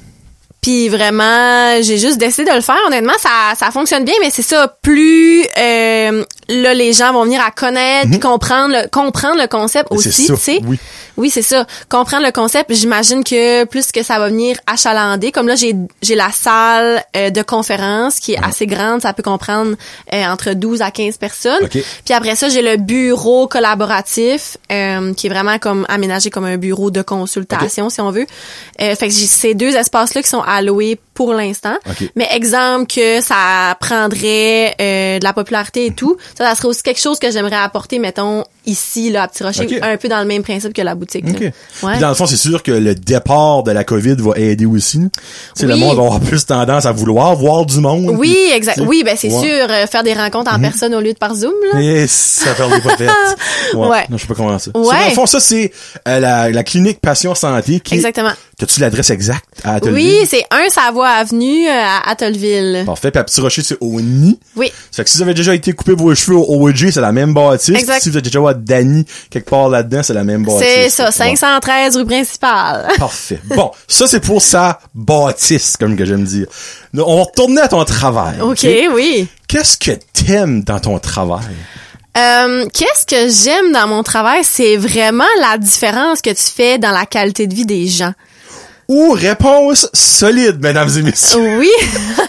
Puis vraiment, j'ai juste décidé de le faire. Honnêtement, ça ça fonctionne bien, mais c'est ça. Plus euh, là, les gens vont venir à connaître, puis comprendre le comprendre le concept Mais c'est aussi, ça, tu sais. oui. Oui, c'est ça. Comprendre le concept, j'imagine que plus que ça va venir achalander. Comme là, j'ai j'ai la salle euh, de conférence qui est assez grande, ça peut comprendre euh, entre douze à quinze personnes. OK. Puis après ça, j'ai le bureau collaboratif euh, qui est vraiment comme aménagé comme un bureau de consultation, si on veut. Euh, fait que j'ai ces deux espaces-là qui sont alloués pour l'instant. OK. Mais exemple que ça prendrait euh, de la popularité et tout, ça, ça serait aussi quelque chose que j'aimerais apporter, mettons, ici, là, à Petit Rocher, OK. un peu dans le même principe que la boutique. là. OK. Ouais. Puis dans le fond, c'est sûr que le départ de la COVID va aider aussi. Tu sais, le Oui. monde va avoir plus tendance à vouloir voir du monde. Oui, exact. tu sais. Oui, ben c'est Ouais. sûr, euh, faire des rencontres en personne au lieu de par Zoom, là. Et ça fait des popettes. Ouais. Ouais. Non, je sais pas comment ça. Ouais. Ça, dans le fond, ça, c'est euh, la, la clinique Passion Santé qui... Exactement. T'as-tu l'adresse exacte à Atelier? Oui, c'est un Savoie Avenue euh, à Atholville. Parfait. Puis à Petit Rocher, c'est au Nid. Oui. Ça fait que si vous avez déjà été coupé vos cheveux au O J, c'est la même bâtisse. Exact. Si vous avez déjà voir Danny quelque part là-dedans, c'est la même bâtisse. C'est ça, Ouais. cinq cent treize rue principale. Parfait. Bon, ça, c'est pour sa bâtisse, comme que j'aime dire. Là, on va retourner à ton travail. OK, oui. Qu'est-ce que t'aimes dans ton travail? Euh, qu'est-ce que j'aime dans mon travail, c'est vraiment la différence que tu fais dans la qualité de vie des gens. Ou réponse solide, mesdames et messieurs. Oui.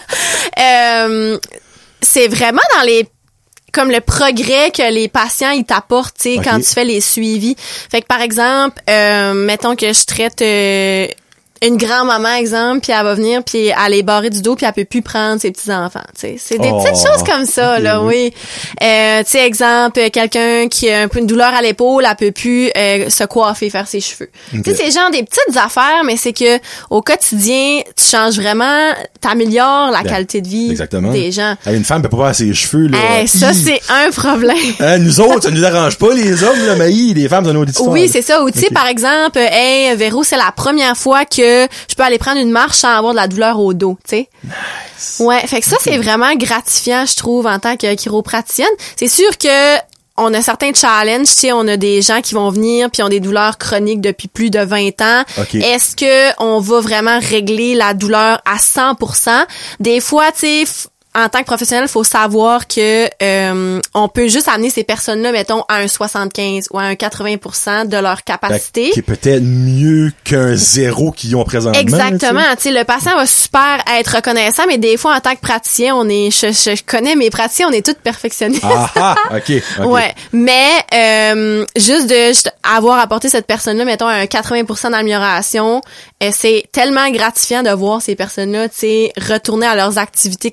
euh, c'est vraiment dans les comme le progrès que les patients ils t'apportent, tu sais, Ok. quand tu fais les suivis. Fait que par exemple, euh, mettons que je traite euh, une grand-maman, exemple, puis elle va venir, puis elle est barrée du dos, puis elle peut plus prendre ses petits-enfants, tu sais. C'est des Oh. petites choses comme ça, Ok, là, oui. Euh, tu sais, exemple, quelqu'un qui a un peu une douleur à l'épaule, elle peut plus euh, se coiffer, faire ses cheveux. Ok. Tu sais, c'est genre des petites affaires, mais c'est que au quotidien, tu changes vraiment, t'améliores la Ben, qualité de vie Exactement. des gens. Hey, une femme peut pas avoir ses cheveux, là. Hey, ça, Hi. c'est un problème. Hein, nous autres, ça nous dérange pas, les hommes, là, mais hi, les femmes, ça nous dit Oui, c'est ça. Ou tu sais, Ok. par exemple, euh, hey, Véro, c'est la première fois que je peux aller prendre une marche sans avoir de la douleur au dos, tu sais. Nice. Ouais, fait que ça, c'est vraiment gratifiant, je trouve, en tant que chiropraticienne. C'est sûr que on a certains challenges, tu sais, on a des gens qui vont venir puis ont des douleurs chroniques depuis plus de vingt ans. Ok. Est-ce que on va vraiment régler la douleur à cent pour cent? Des fois, tu sais, f- en tant que professionnel, faut savoir que euh, on peut juste amener ces personnes-là, mettons, à un soixante-quinze ou à un quatre-vingts pour cent de leur capacité. Qui est peut-être mieux qu'un zéro qu'ils ont présentement. Exactement. Tu sais, le patient va super être reconnaissant, mais des fois, en tant que praticien, on est, je, je, je connais mes praticiens, on est tous perfectionnistes. Ah ah, ok, ok. Ouais, mais euh, juste de juste avoir apporté cette personne-là, mettons un quatre-vingts pour cent d'amélioration, euh, c'est tellement gratifiant de voir ces personnes-là, tu sais, retourner à leurs activités quotidiennes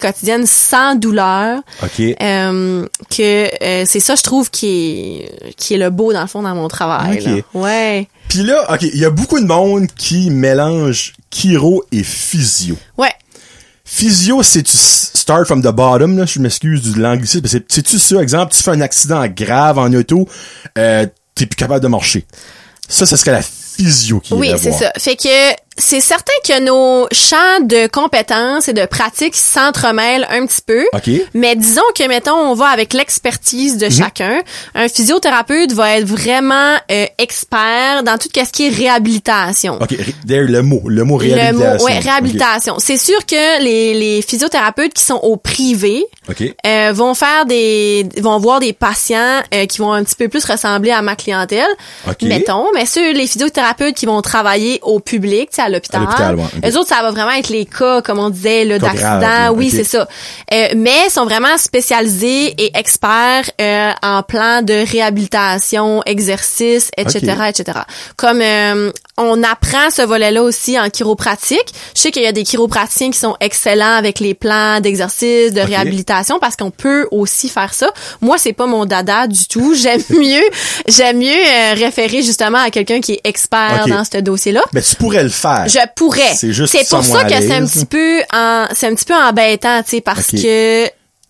sans douleur. OK. Euh, que euh, c'est ça, je trouve, qui est, qui est le beau, dans le fond, dans mon travail. OK. Là. Ouais. Puis là, OK, il y a beaucoup de monde qui mélange chiro et physio. Ouais. Physio, c'est tu start from the bottom, là, je m'excuse du l'anglicisme, mais c'est, c'est-tu ça, exemple, tu fais un accident grave en auto, euh, t'es plus capable de marcher. Ça, ce serait la physio qui Oui, irait c'est voir. ça. Fait que c'est certain que nos champs de compétences et de pratiques s'entremêlent un petit peu. OK. Mais disons que, mettons, on va avec l'expertise de Mm-hmm. chacun. Un physiothérapeute va être vraiment euh, expert dans tout ce qui est réhabilitation. OK, ré- there, le mot, le mot Le réhabilitation. mot, ouais, réhabilitation. C'est sûr que les, les physiothérapeutes qui sont au privé OK. OK. euh, vont faire des, vont voir des patients euh, qui vont un petit peu plus ressembler à ma clientèle, OK. mettons. Mais ceux, les physiothérapeutes qui vont travailler au public, tu sais, à l'hôpital, À l'hôpital, ouais, ok. eux autres, ça va vraiment être les cas, comme on disait, là, Cas d'accident. graves, Oui, ok. c'est ça. Euh, mais ils sont vraiment spécialisés et experts euh, en plan de réhabilitation, exercice, et cetera, et cetera. Comme euh, on apprend ce volet-là aussi en chiropratique. Je sais qu'il y a des chiropraticiens qui sont excellents avec les plans d'exercice, de Ok. réhabilitation, parce qu'on peut aussi faire ça. Moi, c'est pas mon dada du tout. J'aime mieux, j'aime mieux euh, référer justement à quelqu'un qui est expert Ok. dans ce dossier-là. Mais tu pourrais le faire. Je pourrais. C'est juste C'est pour ça que c'est un somewhere petit peu en, c'est un petit peu embêtant, tu sais, parce Ok. que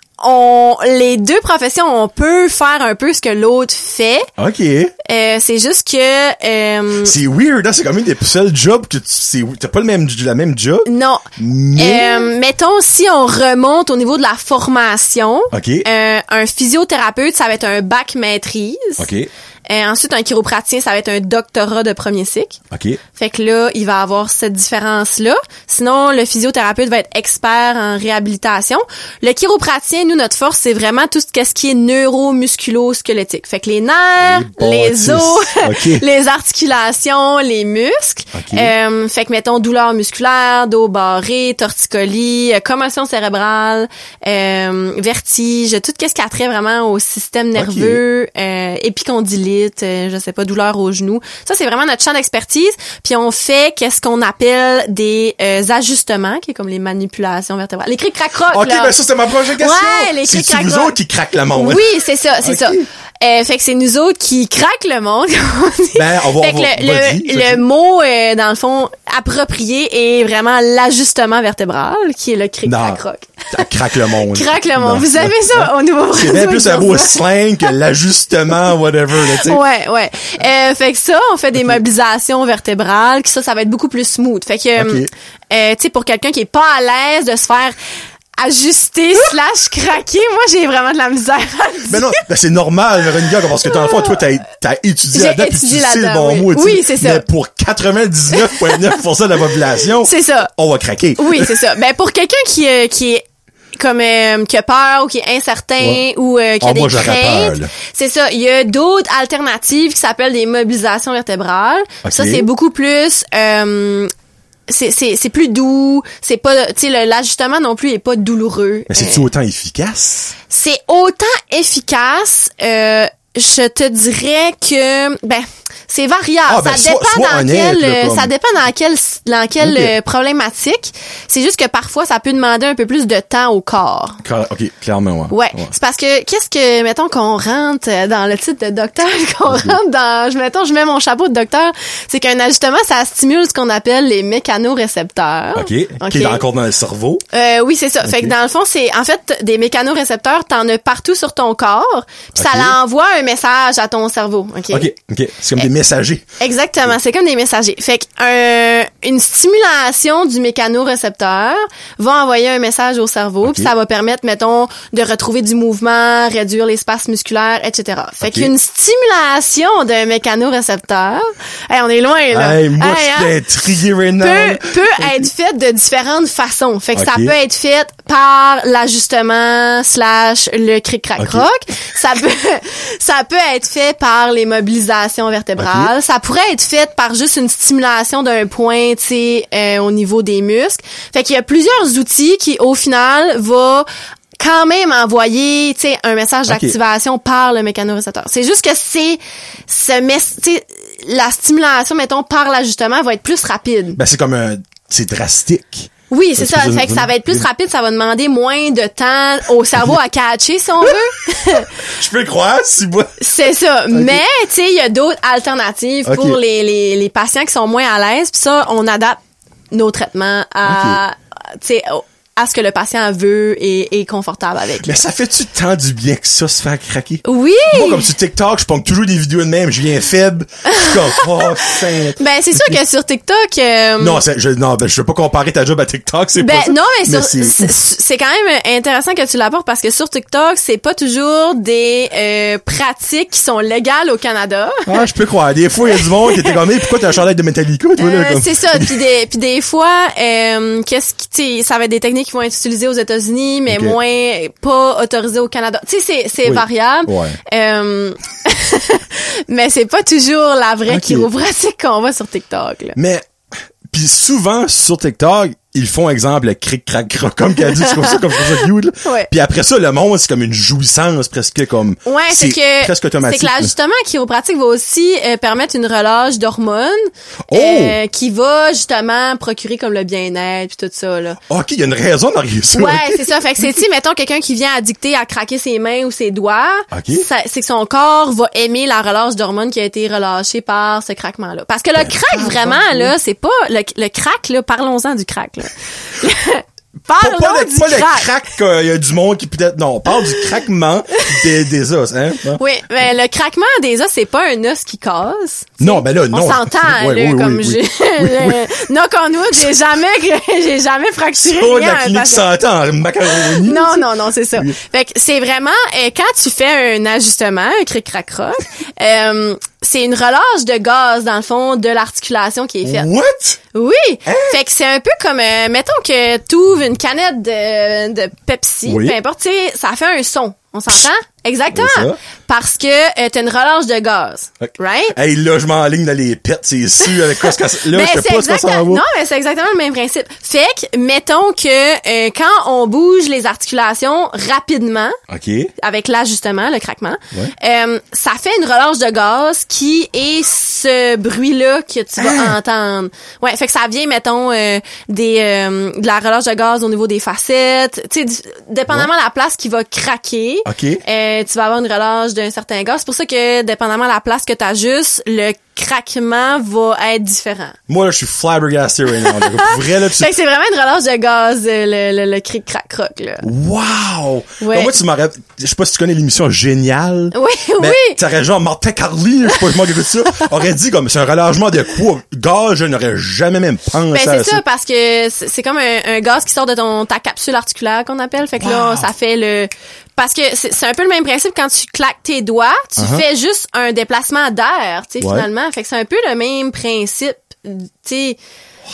on, les deux professions, on peut faire un peu ce que l'autre fait. OK. Euh, c'est juste que, euh, C'est weird, hein? C'est comme une des seuls jobs que tu, c'est, t'as pas le même, la même job. non. Mais... Euh, mettons, si on remonte au niveau de la formation, OK. euh, un physiothérapeute, ça va être un bac maîtrise. OK. Euh, ensuite, un chiropraticien, ça va être un doctorat de premier cycle. OK. Fait que là, il va avoir cette différence-là. Sinon, le physiothérapeute va être expert en réhabilitation. Le chiropraticien, nous, notre force, c'est vraiment tout ce qui est neuro-musculo-squelettique. Fait que les nerfs, Les les, bâtisses. os, OK. les articulations, les muscles. OK. Euh, fait que, mettons, douleur musculaire, dos barré, torticolis, euh, commotion cérébrale, euh, vertige, tout ce qui a trait vraiment au système nerveux, euh, épicondylite, euh, je sais pas, douleur au genou. Ça, c'est vraiment notre champ d'expertise. Puis on fait qu'est-ce qu'on appelle des euh, ajustements, qui est comme les manipulations vertébrales. Les cric-crac-croc, OK, là. ben ça, c'est ma prochaine question. Ouais, les C'est cric-crac-croc. vous autres qui craquent le monde. Oui, c'est ça, c'est Ok. ça. Euh, fait que c'est nous autres qui craquent le monde. comme on dit. Ben, on va- fait on que va- le, vas-y, le, vas-y. le mot, euh, dans le fond, approprié est vraiment l'ajustement vertébral, qui est le cric-crac-croc. Ça craque le monde. Craque le monde. Non. Vous avez ça au nouveau C'est bien plus un beau slang que l'ajustement, whatever, là, tu sais. Ouais, ouais. Euh, fait que ça, on fait des mobilisations vertébrales, que ça, ça va être beaucoup plus smooth. Fait que, Ok. euh, euh, tu sais, pour quelqu'un qui est pas à l'aise de se faire ajuster slash craquer, moi, j'ai vraiment de la misère à le dire. Ben non, ben c'est normal, Véronica, parce que dans le fond, toi, t'as, t'as étudié J'ai là-dedans, puis tu étudié sais le là-dedans, bon oui. mot, tu sais. Oui, c'est ça. Mais pour quatre-vingt-dix-neuf virgule neuf pour cent de la population, C'est ça. on va craquer. Oui, c'est ça. Ben, pour quelqu'un qui, euh, qui est comme euh, qui a peur ou qui est incertain Ouais. ou euh, qui Ah, a des moi, j'aurais craintes, peur, là. c'est ça. Il y a d'autres alternatives qui s'appellent des mobilisations vertébrales. Ok. Ça, c'est beaucoup plus... Euh, c'est c'est c'est plus doux, c'est pas, tu sais, le- l'ajustement non plus est pas douloureux. Mais c'est-tu Euh, autant efficace? c'est autant efficace, euh, je te dirais que ben c'est variable, Ah, ben, ça sois- dépend sois dans honnête, quelle là, euh, comme- ça dépend dans quelle dans quelle Ok. euh, problématique. C'est juste que parfois ça peut demander un peu plus de temps au corps. Cla- OK, clairement, ouais. Ouais, c'est parce que qu'est-ce que mettons qu'on rentre euh, dans le titre de docteur, qu'on rentre dans je mettons je mets mon chapeau de docteur, c'est qu'un ajustement ça stimule ce qu'on appelle les mécanorécepteurs. OK, Ok. qui est encore dans le cerveau. Euh, oui, c'est ça. Fait Ok. que dans le fond, c'est en fait des mécanorécepteurs, t'en as partout sur ton corps, puis ça Ok. l'envoie un message à ton cerveau. OK. OK, OK. C'est comme des messagers. Exactement, c'est comme des messagers. Fait que un- une stimulation du mécanorécepteur va envoyer un message au cerveau, Ok. puis ça va permettre, mettons, de retrouver du mouvement, réduire l'espace musculaire, et cetera. Fait Ok. qu'une stimulation d'un mécanorécepteur, hey, on est loin là. Hey, moi, Hey, je hein? suis intrigué right now. peut, peut être faite de différentes façons. Fait que ça Ok. peut être fait par l'ajustement slash le cric-crac-croc. Ça peut, ça peut être fait par les mobilisations vertébrales. Ok. Ça pourrait être fait par juste une stimulation d'un point, tu sais, euh, au niveau des muscles. Fait qu'il y a plusieurs outils qui, au final, vont quand même envoyer, tu sais, un message Ok. d'activation par le mécanorécepteur. C'est juste que c'est, ce mess- tu sais, la stimulation, mettons, par l'ajustement va être plus rapide. Ben, c'est comme un... C'est drastique. Oui, c'est ça. Fait que ça va être plus rapide, ça va demander moins de temps au cerveau à catcher, si on veut. Je peux le croire, si moi. C'est ça. Okay. Mais, tu sais, il y a d'autres alternatives okay. pour les, les, les patients qui sont moins à l'aise. Puis ça, on adapte nos traitements à, okay. tu sais, à ce que le patient veut et est confortable avec. Mais là. Ça fait-tu tant du bien que ça se faire craquer? Oui! Moi, comme sur TikTok, je pogne toujours des vidéos de même, je viens faible. Je suis comme, oh, sainte. Ben, c'est sûr que sur TikTok, euh... Non, c'est, je, non, ben, je veux pas comparer ta job à TikTok, c'est ben, pas ça. non, mais, mais sur, c'est... c'est quand même intéressant que tu l'apportes parce que sur TikTok, c'est pas toujours des, euh, pratiques qui sont légales au Canada. Ah, je peux croire. Des fois, il y a du monde qui était comme, hey, pourquoi t'as un chandail de Metallica, toi, là? Euh, Comme... c'est ça. Puis des, puis des fois, euh, qu'est-ce qui, tu sais, ça va être des techniques qui vont être utilisées aux États-Unis, mais okay. moins pas autorisées au Canada. Tu sais, c'est, c'est oui. variable. Ouais. Euh, mais c'est pas toujours la vraie okay. chiropratique qu'on voit sur TikTok, là. Mais, puis souvent, sur TikTok, ils font exemple le cric crac croc comme qu'elle dit, c'est comme ça comme ça cute là. Ouais. Puis après ça le monde c'est comme une jouissance presque comme ouais, c'est, c'est que presque automatique. C'est que l'ajustement chiropratique va aussi euh, permettre une relâche d'hormones oh! euh, qui va justement procurer comme le bien-être puis tout ça là. OK, il y a une raison d'arriver ça. Ouais, okay. c'est ça. Fait que c'est si mettons quelqu'un qui vient addicté à craquer ses mains ou ses doigts, okay. ça, c'est que son corps va aimer la relâche d'hormones qui a été relâchée par ce craquement là. Parce que le ben, crack vraiment oui. là, c'est pas le, le crack là, parlons-en du crack là. Parlons pas, pas, du le, pas crack. le crack qu'il euh, y a du monde qui peut-être non on parle du craquement des, des os hein oui mais le craquement des os c'est pas un os qui casse non ben là non on s'entend ouais, là, oui, comme oui, j'ai oui, oui. non qu'on nous j'ai jamais j'ai jamais fracturé c'est rien la clinique s'entend en macaroni non non non c'est ça oui. Fait que c'est vraiment euh, quand tu fais un ajustement un cric crac croc euh, c'est une relâche de gaz dans le fond de l'articulation qui est faite. What? Oui. Hein? Fait que c'est un peu comme euh, mettons que tu ouvres une canette de, de Pepsi, oui. peu importe, tu sais, ça fait un son. On s'entend? Exactement. Ça. Parce que euh, t'as une relâche de gaz. Okay. Right? Hey, là, je m'enligne dans les pets, c'est sûr, avec quoi ce que là, je sais pas ce que ça va. Non, mais c'est exactement le même principe. Fait que, mettons que euh, quand on bouge les articulations rapidement, okay. avec l'ajustement, le craquement, ouais. euh, ça fait une relâche de gaz qui est ce bruit-là que tu vas ah. entendre. Ouais, fait que ça vient, mettons, euh, des euh, de la relâche de gaz au niveau des facettes. Tu sais, dépendamment ouais. de la place qui va craquer, okay. euh, tu vas avoir une relâche d'un certain gaz. C'est pour ça que, dépendamment de la place que t'ajustes, le craquement va être différent. Moi, là, je suis flabbergasté right now. Pour vrai, là, tu... Fait que c'est vraiment une relâche de gaz, le, le, le cric crac croc, là. Wow! Ouais. Comme moi, tu m'aurais, je sais pas si tu connais l'émission Génial. Oui, mais oui. T'aurais genre Martin Carly, je sais pas comment écoute ça, aurait dit comme, c'est un relâchement de quoi? Gaz, je n'aurais jamais même pensé ben, c'est à ça, ça. parce que c'est comme un, un gaz qui sort de ton, ta capsule articulaire qu'on appelle. Fait que wow. là, ça fait le, parce que c'est, c'est un peu le même principe quand tu claques tes doigts, tu uh-huh. fais juste un déplacement d'air, tu sais, ouais. finalement. Fait que c'est un peu le même principe, tu sais. Wow.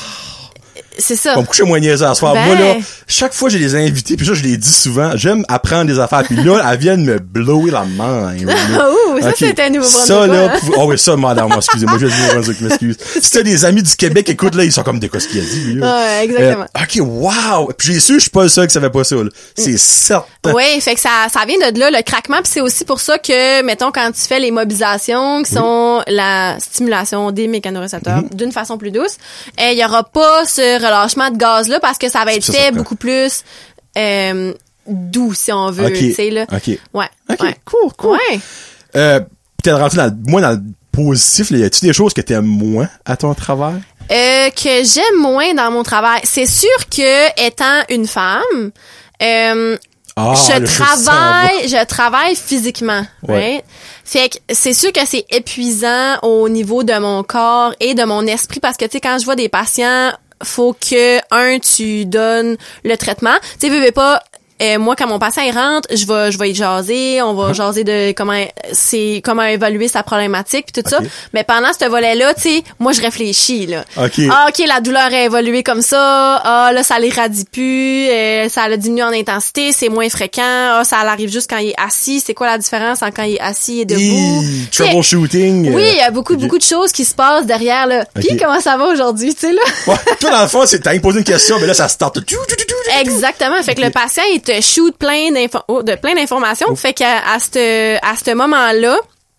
C'est ça. On me coucher moins niaiseux à soir. Ben... Moi, là, chaque fois, j'ai des invités, puis ça, je l'ai dit souvent, j'aime apprendre des affaires, puis là, elles viennent me blower la main. Oh, ça, okay. C'était un nouveau Ça, là, hein? pour... oh oui, ça, madame, excusez-moi, je vais dire Nouveau-Brunswick, m'excuse. Si t'as des amis du Québec, écoute, là, ils sont comme des ce qu'il a dit, là. Ouais, exactement. Euh, OK, wow! Puis j'ai su, je suis pas le seul qui savait pas ça, là. C'est certain. Oui, fait que ça, ça vient de là, le craquement, puis c'est aussi pour ça que, mettons, quand tu fais les mobilisations, qui sont oui. la stimulation des mécanorécepteurs mm-hmm. d'une façon plus douce, il y aura pas ce relâchement de gaz là parce que ça va être ça, fait ça beaucoup plus euh, doux si on veut, okay. tu sais là. OK. Ouais. OK, ouais. cool, cool. Ouais. Euh, t'es rentré dans le, moi dans le positif, là, y a-tu des choses que t'aimes moins à ton travail? Euh, que j'aime moins dans mon travail, c'est sûr que étant une femme, euh, ah, je travaille, je travaille physiquement, ouais. right? Fait que c'est sûr que c'est épuisant au niveau de mon corps et de mon esprit parce que tu sais quand je vois des patients faut que, un, tu donnes le traitement. Tu sais, veux, veux pas, euh, moi, quand mon patient, il rentre, je vais, je vais y jaser, on va uh-huh. jaser de comment, c'est, comment évaluer sa problématique pis tout okay. ça. Mais pendant ce volet-là, tu sais, moi, je réfléchis, là. OK. Ah, OK, la douleur a évolué comme ça. Ah, là, ça l'irradie plus. Euh, ça a diminué en intensité. C'est moins fréquent. Ah, ça arrive juste quand il est assis. C'est quoi la différence entre quand il est assis et debout? Troubleshooting. Oui, il y a beaucoup, okay. beaucoup de choses qui se passent derrière, là. Puis, okay. comment ça va aujourd'hui, tu sais, là? Ouais, toi, dans le fond, c'est, t'as imposé une question, mais là, ça start. Exactement. Fait que okay. le patient, il te shoot plein d'infos, de plein d'informations. Oh. Fait qu'à à ce à ce moment-là,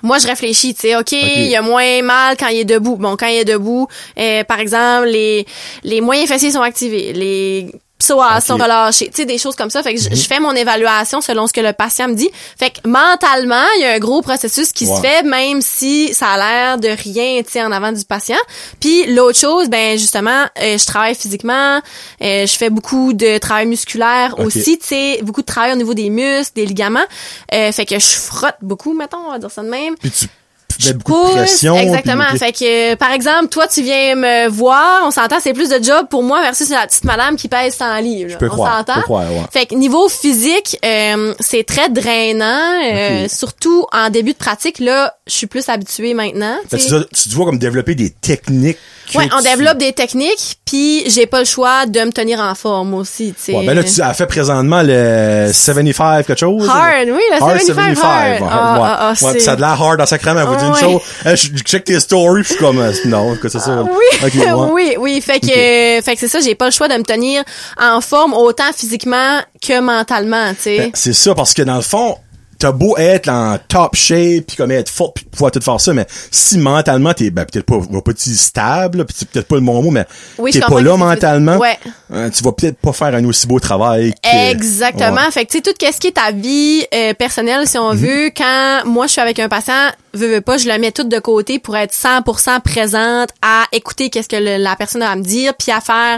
moi, je réfléchis, tu sais, OK, okay, il y a moins mal quand il est debout. Bon, quand il est debout, euh, par exemple, les les moyens fessiers sont activés, les psoas okay. sont relâchés, tu sais, des choses comme ça. Fait que mm-hmm. je fais mon évaluation selon ce que le patient me dit. Fait que mentalement, il y a un gros processus qui wow. se fait, même si ça a l'air de rien, tu sais, en avant du patient. Puis l'autre chose, ben justement, euh, je travaille physiquement, euh, je fais beaucoup de travail musculaire okay. aussi, tu sais, beaucoup de travail au niveau des muscles, des ligaments. Euh, fait que je frotte beaucoup, mettons, on va dire ça de même. Puis tu Je beaucoup pousse, de pression. Exactement. Puis... Fait que, par exemple, toi, tu viens me voir, on s'entend, c'est plus de job pour moi versus la petite madame qui pèse cent livres. Je peux on croire, s'entend. Je peux croire, ouais. Fait que niveau physique, euh, c'est très drainant, euh, okay. surtout en début de pratique. Là, je suis plus habituée maintenant. Tu, dois, tu dois comme développer des techniques. Ouais, on tu... développe des techniques, puis j'ai pas le choix de me tenir en forme aussi, tu sais. Ouais, ben là, tu as fait présentement le soixante-quinze quelque chose. Hard, oui, le hard soixante-quinze hard. Ouais, ah, ouais. Ah, ah, ouais, ça a de l'air hard dans sacrément, vous ah, dire une ouais. chose. Euh, je, je check tes stories, puis je suis comme, euh, non, que c'est ça. Ah, oui, okay, ouais. oui, oui. Fait que, okay. euh, fait que c'est ça, j'ai pas le choix de me tenir en forme autant physiquement que mentalement, tu sais. Ben, c'est ça, parce que dans le fond, t'as beau être en top shape pis comme être fort pis pouvoir tout faire ça, mais si mentalement t'es ben peut-être pas pas petit stable, pis c'est peut-être pas le bon mot, mais oui, t'es pas là mentalement, ouais. euh, tu vas peut-être pas faire un aussi beau travail. Que, exactement. Ouais. Fait que tu sais tout qu'est-ce qui est ta vie euh, personnelle si on mm-hmm. veut. Quand moi je suis avec un patient, veux veux pas, je le mets tout de côté pour être cent pour cent présente à écouter qu'est-ce que le, la personne a à me dire puis à faire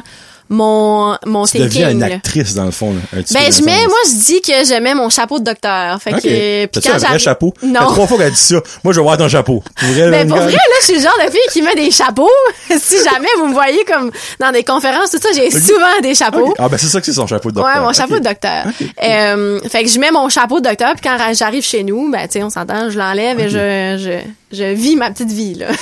mon mon tu thinking. deviens une actrice dans le fond. Là, un ben je mets, moi je dis que je mets mon chapeau de docteur. Fait okay. que puis quand un vrai chapeau. Non. Ça fait trois fois qu'elle dit ça. Moi je veux voir ton chapeau. Pour vrai, ben pour vrai là, je suis le genre de fille qui met des chapeaux. Si jamais vous me voyez comme dans des conférences tout ça, j'ai okay. souvent des chapeaux. Okay. Ah ben c'est ça que c'est son chapeau de docteur. Ouais, mon chapeau okay. de docteur. Okay. Euh, fait que je mets mon chapeau de docteur puis quand j'arrive chez nous, ben tu sais on s'entend, je l'enlève okay. et je je je vis ma petite vie là.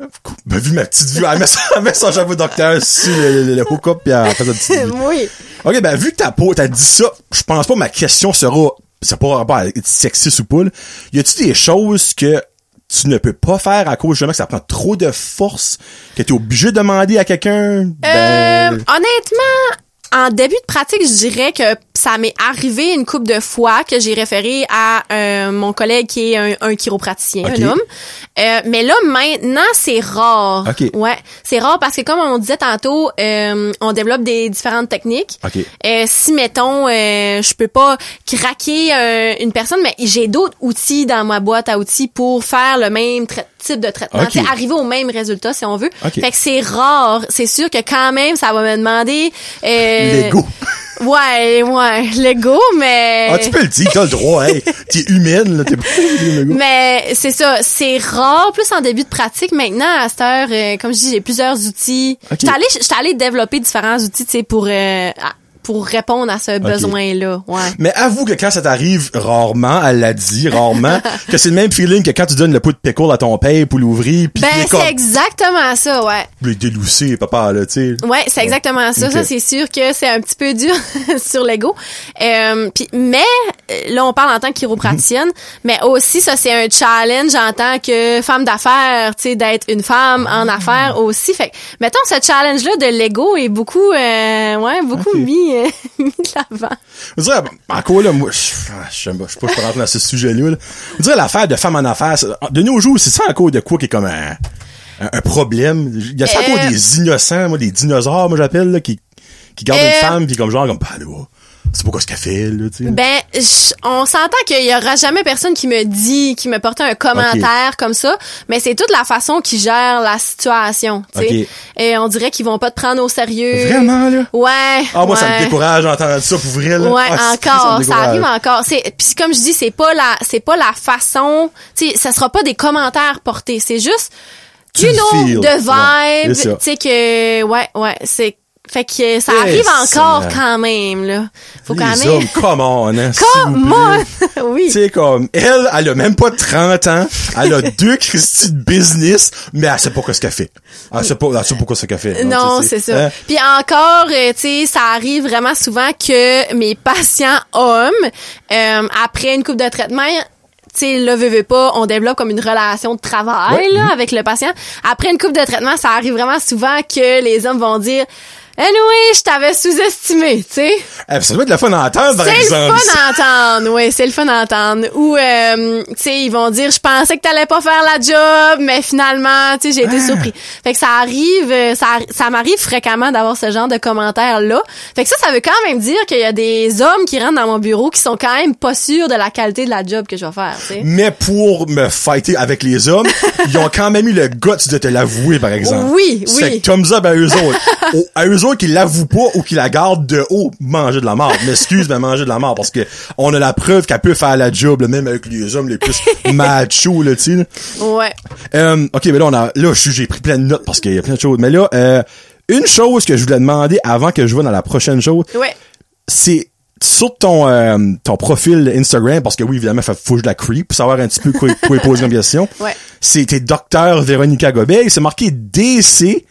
Ben vis ma petite vie, elle met son, elle met son chapeau de docteur sur le, le, le hook-up puis elle fait sa petite vie. Oui. OK, ben vu que ta peau, t'as dit ça, je pense pas que ma question sera, ça pourra pas être sexiste ou pas, là. Y a-tu des choses que tu ne peux pas faire à cause justement que ça prend trop de force, que t'es obligé de demander à quelqu'un? Ben... Euh, honnêtement, en début de pratique, je dirais que ça m'est arrivé une couple de fois que j'ai référé à euh, mon collègue qui est un, un chiropraticien, okay. un homme. Euh, mais là, maintenant, c'est rare. Okay. Ouais, c'est rare parce que comme on disait tantôt, euh, on développe des différentes techniques. Okay. Euh, si, mettons, euh, je peux pas craquer euh, une personne, mais j'ai d'autres outils dans ma boîte à outils pour faire le même tra- type de traitement. Okay. C'est arriver au même résultat, si on veut. Okay. Fait que c'est rare. C'est sûr que quand même, ça va me demander... Euh, L'ego. Ouais, ouais, l'ego, mais... Ah, tu peux le dire, t'as le droit, hey, t'es humaine, là, t'es pas l'ego. Mais c'est ça, c'est rare, plus en début de pratique. Maintenant, à cette heure, euh, comme je dis, j'ai plusieurs outils. Okay. J'étais allée, j'étais allée développer différents outils, tu sais, pour... Euh, pour répondre à ce okay. besoin-là, ouais. Mais avoue que quand ça t'arrive rarement, elle l'a dit, rarement, que c'est le même feeling que quand tu donnes le pot de pickle à ton père pour l'ouvrir, pis ben, c'est comme... exactement ça, ouais. Le déloussé, papa, là, tu sais. Ouais, c'est exactement ça. Okay. Ça, c'est sûr que c'est un petit peu dur sur l'ego. Euh, pis, mais, là, on parle en tant que chiropraticienne, mm-hmm. mais aussi, ça, c'est un challenge en tant que femme d'affaires, tu sais, d'être une femme en mm-hmm. affaires aussi. Fait que, mettons, ce challenge-là de l'ego est beaucoup, euh, ouais, beaucoup okay. mis mis de l'avant. Je dirais, encore là, moi, je sais pas, je sais pas, je peux rentrer dans ce sujet-là, là. Je dirais l'affaire de femme en affaires, de nos jours, c'est ça encore de quoi qui est comme un, un, un problème. Il y a ça euh... encore des innocents, moi, des dinosaures, moi, j'appelle, là, qui, qui gardent euh... une femme, pis comme genre, comme, bah, là, c'est pas quoi ce qu'elle fait, là, tu sais. Ben, on s'entend qu'il y aura jamais personne qui me dit, qui me porte un commentaire okay. comme ça, mais c'est toute la façon qu'ils gèrent la situation, tu sais. Okay. Et on dirait qu'ils vont pas te prendre au sérieux. Vraiment, là? Ouais. Ah, moi, ouais. ça me décourage d'entendre ça pour vrai, là. Ouais, ah, encore. Ça, ça arrive encore. C'est, pis comme je dis, c'est pas la, c'est pas la façon, tu sais, ça sera pas des commentaires portés. C'est juste, tu you know, de vibe, ouais, tu sais que, ouais, ouais, c'est, fait que ça arrive yes, encore euh, quand même, là. Faut les quand même... hommes, come on, hein, come on! Oui. Tu sais, comme, elle, elle a même pas trente ans, elle a deux Christy de business, mais elle sait pas ce qu'elle fait. Elle sait pas, elle sait pas quoi ce qu'elle fait. Non, non c'est ça. Hein? Puis encore, euh, tu sais, ça arrive vraiment souvent que mes patients hommes, euh, après une coupe de traitement, tu sais, là, veux, veux pas, on développe comme une relation de travail, ouais. là, avec le patient. Après une coupe de traitement, ça arrive vraiment souvent que les hommes vont dire... Anyway, je t'avais sous-estimé, tu sais. Eh, ça doit être le fun à entendre, par c'est exemple. C'est le fun à entendre, oui, c'est le fun à entendre. Ou, euh, tu sais, ils vont dire, je pensais que t'allais pas faire la job, mais finalement, tu sais, j'ai été Ah. surpris. Fait que ça arrive, euh, ça, ça m'arrive fréquemment d'avoir ce genre de commentaires-là. Fait que ça, ça veut quand même dire qu'il y a des hommes qui rentrent dans mon bureau qui sont quand même pas sûrs de la qualité de la job que je vais faire, tu sais. Mais pour me fighter avec les hommes, ils ont quand même eu le guts de te l'avouer, par exemple. Oui, C'est oui. thumbs up à eux autres. Au- à eux autres qui l'avouent pas ou qui la gardent de haut, manger de la marde. M'excuse, mais manger de la marde parce que on a la preuve qu'elle peut faire la job, là, même avec les hommes les plus machos, là, tu sais. Ouais. Euh, ok, mais là, on a, là, j'ai pris plein de notes parce qu'il y a plein de choses. Mais là, euh, une chose que je voulais demander avant que je vois dans la prochaine chose, Ouais. c'est sur ton euh, ton profil Instagram, parce que oui, évidemment, faut faut que je la creep pour savoir un petit peu quoi, quoi poser comme question. Ouais. C'était docteur Véronica Gobey, c'est marqué D C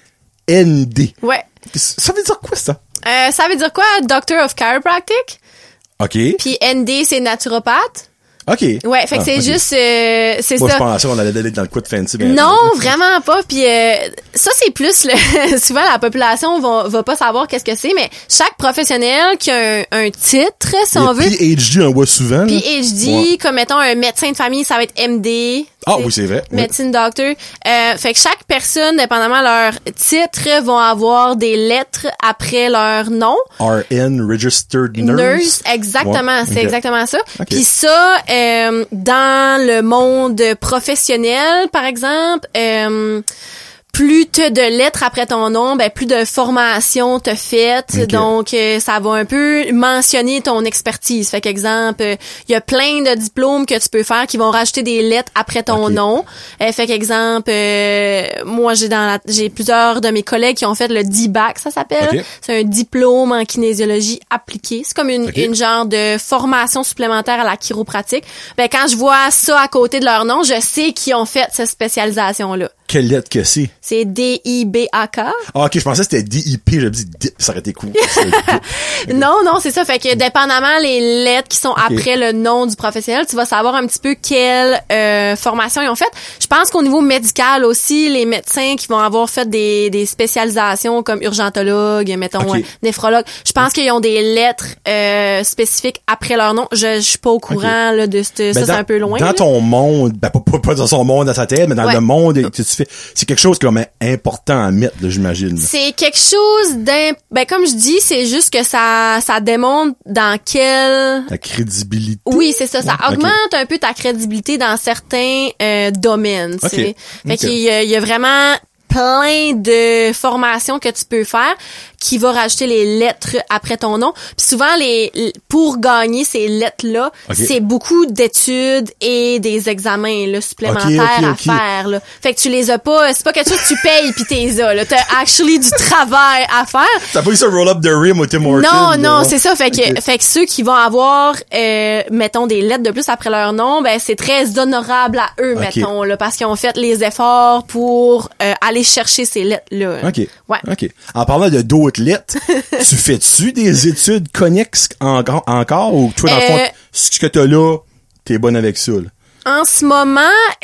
N D. Ouais. Ça veut dire quoi, ça? Euh, ça veut dire quoi? Doctor of Chiropractic. OK. Puis N D, c'est naturopathe. OK. Ouais, fait que Ah, c'est ok. juste, euh, c'est Moi, ça. je pensais qu'on allait aller dans le coup de fancy. Ben, Non, vraiment pas. Puis euh, ça, c'est plus le souvent la population va, va pas savoir qu'est-ce que c'est, mais chaque professionnel qui a un, un titre, si on veut, P H D, on voit souvent. là. P H D, Ouais. comme mettons un médecin de famille, ça va être M D. Ah t'sais, oui, c'est vrai. Oui. Médecine doctor. Euh, fait que chaque personne, dépendamment de leur titre, vont avoir des lettres après leur nom. R N, Registered Nurse. Nurse, exactement, Ouais, c'est ok. exactement ça. Ok. Puis ça, euh, dans le monde professionnel, par exemple, euh, plus t'as de lettres après ton nom, ben plus de formation t'as faite. Ok. Donc, euh, ça va un peu mentionner ton expertise. Fait qu'exemple, il y a plein de diplômes que tu peux faire qui vont rajouter des lettres après ton Ok. nom. Euh, fait qu'exemple, euh, moi j'ai dans la, j'ai plusieurs de mes collègues qui ont fait le D B A C, ça s'appelle. Ok. C'est un diplôme en kinésiologie appliquée. C'est comme une, Ok. une genre de formation supplémentaire à la chiropratique. Ben quand je vois ça à côté de leur nom, je sais qu'ils ont fait cette spécialisation-là. Quelle lettre que c'est? C'est D I B A K. Ah, ok, je pensais que c'était D I P, j'avais dit dip, ça aurait été cool. C'est dip. Non, non, c'est ça. Fait que dépendamment les lettres qui sont après le nom du professionnel, tu vas savoir un petit peu quelle euh, formation ils ont fait. Je pense qu'au niveau médical aussi, les médecins qui vont avoir fait des, des spécialisations comme urgentologue, mettons, Ok. euh, néphrologue, je pense qu'ils ont des lettres euh, spécifiques après leur nom. Je, je suis pas au courant là, de ce, Ben, ça, dans, c'est un peu loin. Dans là. ton monde, ben, pas, pas, pas dans son monde, dans sa tête, mais dans Ouais. le monde que tu fais, c'est quelque chose comme important à mettre, là, j'imagine. C'est quelque chose d'im... Ben, comme je dis, c'est juste que ça, ça démontre dans quel... La crédibilité. Oui, c'est ça. Ça Ouais, augmente ok. un peu ta crédibilité dans certains euh, domaines, tu Ok. sais. Fait Ok. qu'il y a, il y a vraiment plein de formations que tu peux faire qui va rajouter les lettres après ton nom. Puis souvent, les pour gagner ces lettres-là, Ok. c'est beaucoup d'études et des examens là, supplémentaires Ok, ok, à ok. faire. Là. Fait que tu les as pas... C'est pas quelque chose que tu payes puis t'es là. là. T'as actually du travail à faire. T'as pas eu ça roll up the rim au Tim Hortons? Non, là, non, ouais? c'est ça. Fait que, Ok. fait que ceux qui vont avoir, euh, mettons, des lettres de plus après leur nom, ben c'est très honorable à eux, Ok. mettons, là, parce qu'ils ont fait les efforts pour euh, aller chercher ces lettres-là. OK. Ouais. OK. En parlant de d'autres lettres, tu fais-tu des études connexes encore, encore ou toi, dans le fond, Euh, ce que t'as là, t'es bonne avec ça, là? En ce moment,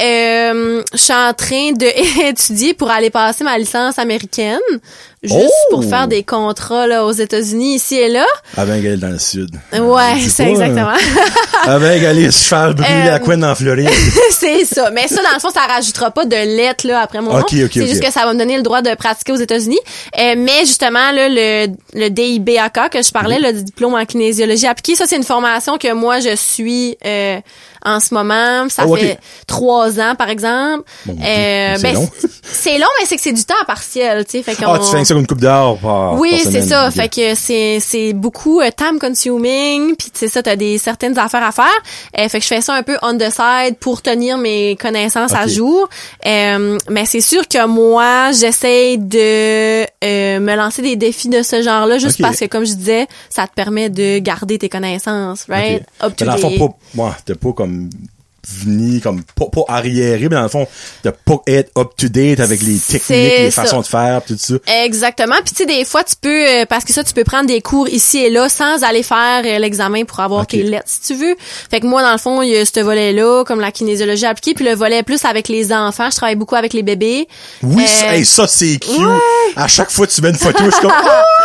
euh, je suis en train d'étudier pour aller passer ma licence américaine, juste Oh! pour faire des contrats là aux États-Unis ici et là. Avant qu'elle est dans le sud. Ouais, Je sais c'est pas, exactement. Avant qu'elle se faire brûler Euh, à Quinn en Floride. C'est ça. Mais ça, dans le fond, ça rajoutera pas de lettres là après mon nom. Ok, ok, c'est ok. juste que ça va me donner le droit de pratiquer aux États-Unis. Euh, mais justement, là, le, le D I B A K que je parlais, le diplôme en kinésiologie appliquée, ça, c'est une formation que moi, je suis euh, en ce moment. Ça Oh, ok. fait trois ans, par exemple. Bon, Euh, c'est ben, long. c'est- C'est long, mais c'est que c'est du temps partiel, tu sais. Fait qu'on... Ah, tu fais ça comme une coupe d'or par, Oui, par c'est semaine. ça. Ok. Fait que c'est c'est beaucoup euh, time consuming, puis c'est ça, t'as des certaines affaires à faire. Euh, fait que je fais ça un peu on the side pour tenir mes connaissances à Ok. jour. Euh, mais c'est sûr que moi, j'essaie de euh, me lancer des défis de ce genre-là, juste Ok. parce que comme je disais, ça te permet de garder tes connaissances, right? Ok. Up to Mais dans le fond, date. pas, ouais, t'es pas comme venu, comme, pas, pas arriéré, mais dans le fond, de pas être up to date avec les techniques, C'est les ça. façons de faire, pis tout ça. Exactement. Puis tu sais, des fois, tu peux, euh, parce que ça, tu peux prendre des cours ici et là sans aller faire euh, l'examen pour avoir Ok. tes lettres, si tu veux. Fait que moi, dans le fond, il y a ce volet-là, comme la kinésiologie appliquée, puis le volet plus avec les enfants. Je travaille beaucoup avec les bébés. Oui, Euh, ça, hey, ça c'est cute. ouais. À chaque fois que tu mets une photo, je suis comme, ah!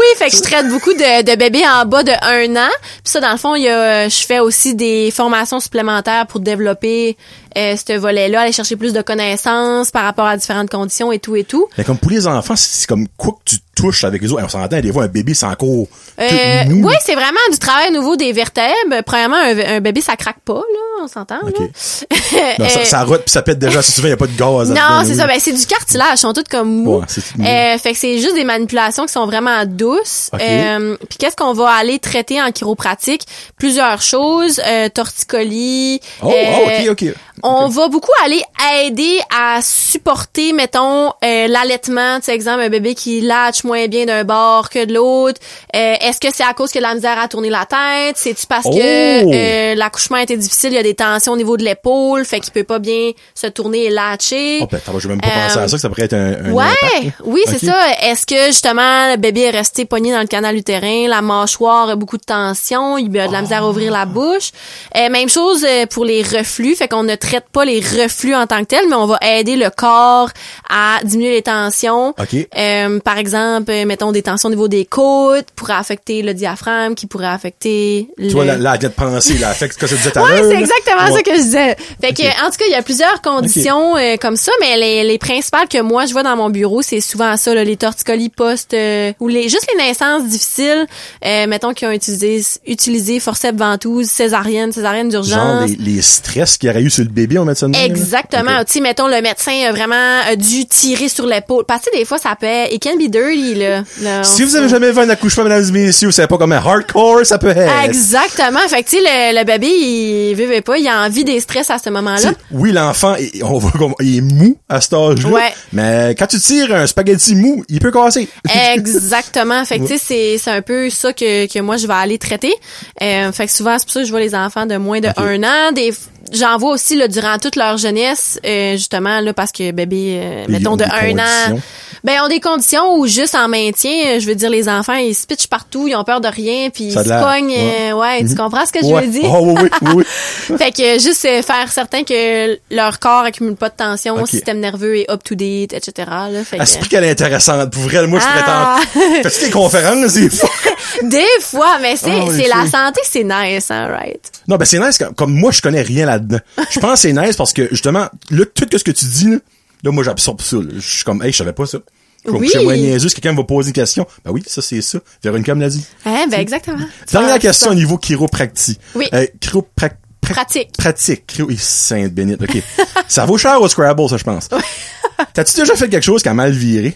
oui, fait que je traite beaucoup de, de bébés en bas de un an. Puis ça, dans le fond, il y a, je fais aussi des formations supplémentaires pour développer euh, ce volet-là, aller chercher plus de connaissances par rapport à différentes conditions et tout et tout. Mais comme pour les enfants, c'est comme quoi que tu touches avec les autres. On s'entend, des fois, un bébé, c'est encore euh, mou. Oui, c'est vraiment du travail au niveau des vertèbres. Premièrement, un, un bébé, ça craque pas, là, on s'entend. Okay. Là. Non, ça, ça rote puis ça pète déjà. Si tu veux, il n'y a pas de gaz. Non, c'est ça. Ben, c'est du cartilage. Ils sont tous comme mous. Ouais, c'est mou. Euh, fait que c'est juste des manipulations qui sont vraiment douces. Okay. Euh, puis qu'est-ce qu'on va aller traiter en chiropratique? Plusieurs choses. Euh, torticolis. Oh, euh, oh, ok, ok. On okay. va beaucoup aller aider à supporter, mettons, euh, l'allaitement. Tu sais, exemple, un bébé qui latche moins bien d'un bord que de l'autre. Euh, est-ce que c'est à cause qu'il a de la misère à tourner la tête? C'est-tu parce oh. que euh, l'accouchement était difficile, il y a des tensions au niveau de l'épaule, fait qu'il peut pas bien se tourner et latcher? Oh, ben, je vais même pas euh, penser à ça, que ça pourrait être un, un ouais, impact, oui, okay. c'est ça. Est-ce que, justement, le bébé est resté pogné dans le canal utérin, la mâchoire a beaucoup de tension, il a de la oh. misère à ouvrir la bouche? Euh, même chose pour les reflux, fait qu'on ne traite pas les reflux en tant que tel, mais on va aider le corps à diminuer les tensions. Okay. Euh, par exemple, mettons des tensions au niveau des côtes, pourrait affecter le diaphragme, qui pourrait affecter le... Tu vois, là, là, de penser, là, affecte ce que je disais tout à ouais, l'heure. c'est exactement ouais. ça que je disais. Fait okay. que, en tout cas, il y a plusieurs conditions okay. euh, comme ça, mais les, les principales que moi, je vois dans mon bureau, c'est souvent ça, là, les torticolis post, euh, ou les, juste les naissances difficiles, euh, mettons, qui ont utilisé, utilisé forceps ventouse, césarienne, césarienne d'urgence. Genre, les, les stress qu'il y aurait eu sur le bébé, on met ça de même. Exactement. Okay. Tu sais, mettons, le médecin a vraiment a dû tirer sur l'épaule. Parce que des fois, ça peut, it can be dirty, là. là si vous avez jamais vu un accouchement, mesdames et messieurs, vous savez pas comment hardcore ça peut être. Exactement. Fait que, tu sais, le, le bébé, il vivait pas, il a envie des stress à ce moment-là. T'sais, oui, l'enfant, il, on voit comme, il est mou à cet âge-là. Ouais. Mais quand tu tires un spaghetti mou, il peut casser. Exactement. Fait que, tu sais, c'est, c'est un peu ça que, que moi, je vais aller traiter. Euh, fait que souvent, c'est pour ça que je vois les enfants de moins de okay. un an. Des, j'en vois aussi, là, durant toute leur jeunesse, euh, justement, là, parce que bébé, euh, mettons, de un an, ben, ils ont des conditions où juste en maintien, je veux dire, les enfants, ils se pitchent partout, ils ont peur de rien, puis ils se cognent. Ouais, euh, ouais mm-hmm. Tu comprends ce que ouais. je veux dire? Oh, oui, oui, oui, oui. Fait que juste euh, faire certain que leur corps accumule pas de tension, okay. système nerveux est up-to-date, et cetera. Là, fait Esprit que... qu'elle est intéressante. Pour vrai, moi, je ah. prétends... Fais-tu des conférences, des fois? Des fois, mais c'est, oh, c'est la santé, c'est nice, hein, right? Non, ben, c'est nice, comme, comme moi, je connais rien là-dedans. Je pense que c'est nice parce que, justement, là, tout ce que tu dis, là, là moi, j'absorbe ça, là. Je suis comme, hey, je savais pas ça. Je oui. suis moins niaiseux, si quelqu'un me va poser une question. Ben oui, ça, c'est ça. Véronica me l'a dit. Eh, ben, exactement. Dernière question ça. Au niveau chiropractie. Oui. Euh, chiroprac... Pra... Pratique. Pratique. Chiro... Sainte bénite. OK. Ça vaut cher au Scrabble, ça, je pense. T'as-tu déjà fait quelque chose qui a mal viré?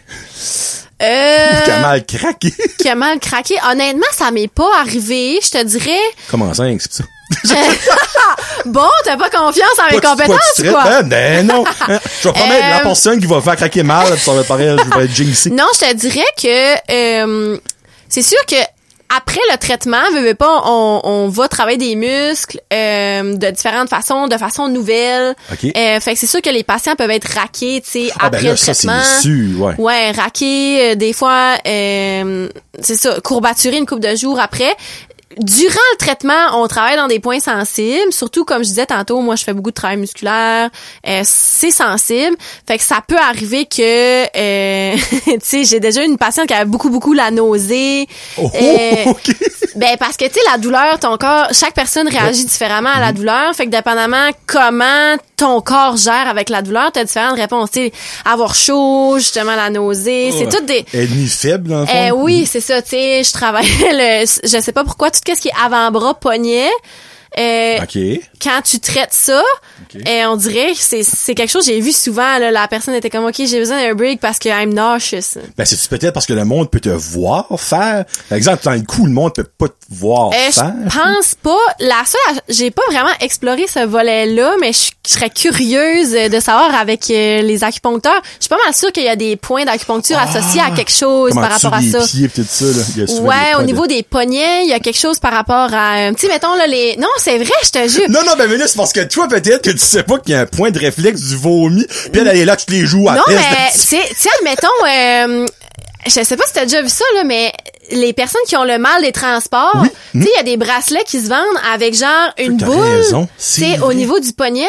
Euh... Qui a mal craqué? Qui a mal craqué. Honnêtement, ça m'est pas arrivé. Je te dirais... Comment ça, c'est ça? Bon, t'as pas confiance en mes pas compétences, pas quoi? Hein? Ben non. Hein? Je vais promettre euh... la personne qui va faire craquer mal, ça va être pareil, je vais être jinxé. Non, je te dirais que euh, c'est sûr que après le traitement, veux, veux pas, on, on va travailler des muscles euh, de différentes façons, de façon nouvelle. Okay. Euh, fait que c'est sûr que les patients peuvent être raqués, tu sais, ah, après ben là, le ça, traitement. C'est sûr, ouais. Ouais, raqués, euh, des fois, euh, c'est ça, courbaturés une couple de jours après. Durant le traitement, on travaille dans des points sensibles, surtout comme je disais tantôt, moi je fais beaucoup de travail musculaire, euh, c'est sensible, fait que ça peut arriver que, euh, tu sais, j'ai déjà eu une patiente qui avait beaucoup beaucoup la nausée. Oh, euh, okay. Ben parce que tu sais la douleur, ton corps, chaque personne réagit ouais. différemment à la douleur, fait que dépendamment comment ton corps gère avec la douleur, t'as différentes réponses, tu sais, avoir chaud, justement la nausée, oh. c'est toutes des ennemi faible en fait. Euh, oui, c'est ça, tu sais, je travaille le je sais pas pourquoi tout ce qui est avant-bras, poignet, euh, okay. quand tu traites ça, okay. euh, on dirait que c'est, c'est quelque chose que j'ai vu souvent, là, la personne était comme, OK, j'ai besoin d'un break parce que I'm nauseous. Ben, c'est peut-être parce que le monde peut te voir faire. Par exemple, dans le coup, le monde peut pas te voir euh, faire. Je pense pas. La seule, j'ai pas vraiment exploré ce volet-là, mais je, je serais curieuse de savoir avec euh, les acupuncteurs. Je suis pas mal sûre qu'il y a des points d'acupuncture ah, associés à quelque chose par rapport à ça. Pieds, tout ça là. Il y a ouais, au niveau de... des poignets, il y a quelque chose par rapport à, tu sais, mettons là les. Non, c'est vrai, je te jure. Non, non, ben mais là, c'est parce que toi, peut-être que tu sais pas qu'il y a un point de réflexe du vomi, puis elle, elle est là, tu les joues à non, mais, tu sais, admettons, euh, je sais pas si t'as déjà vu ça, là, mais les personnes qui ont le mal des transports, oui. tu sais, il y a des bracelets qui se vendent avec genre une t'as boule, raison. tu sais, au niveau du poignet.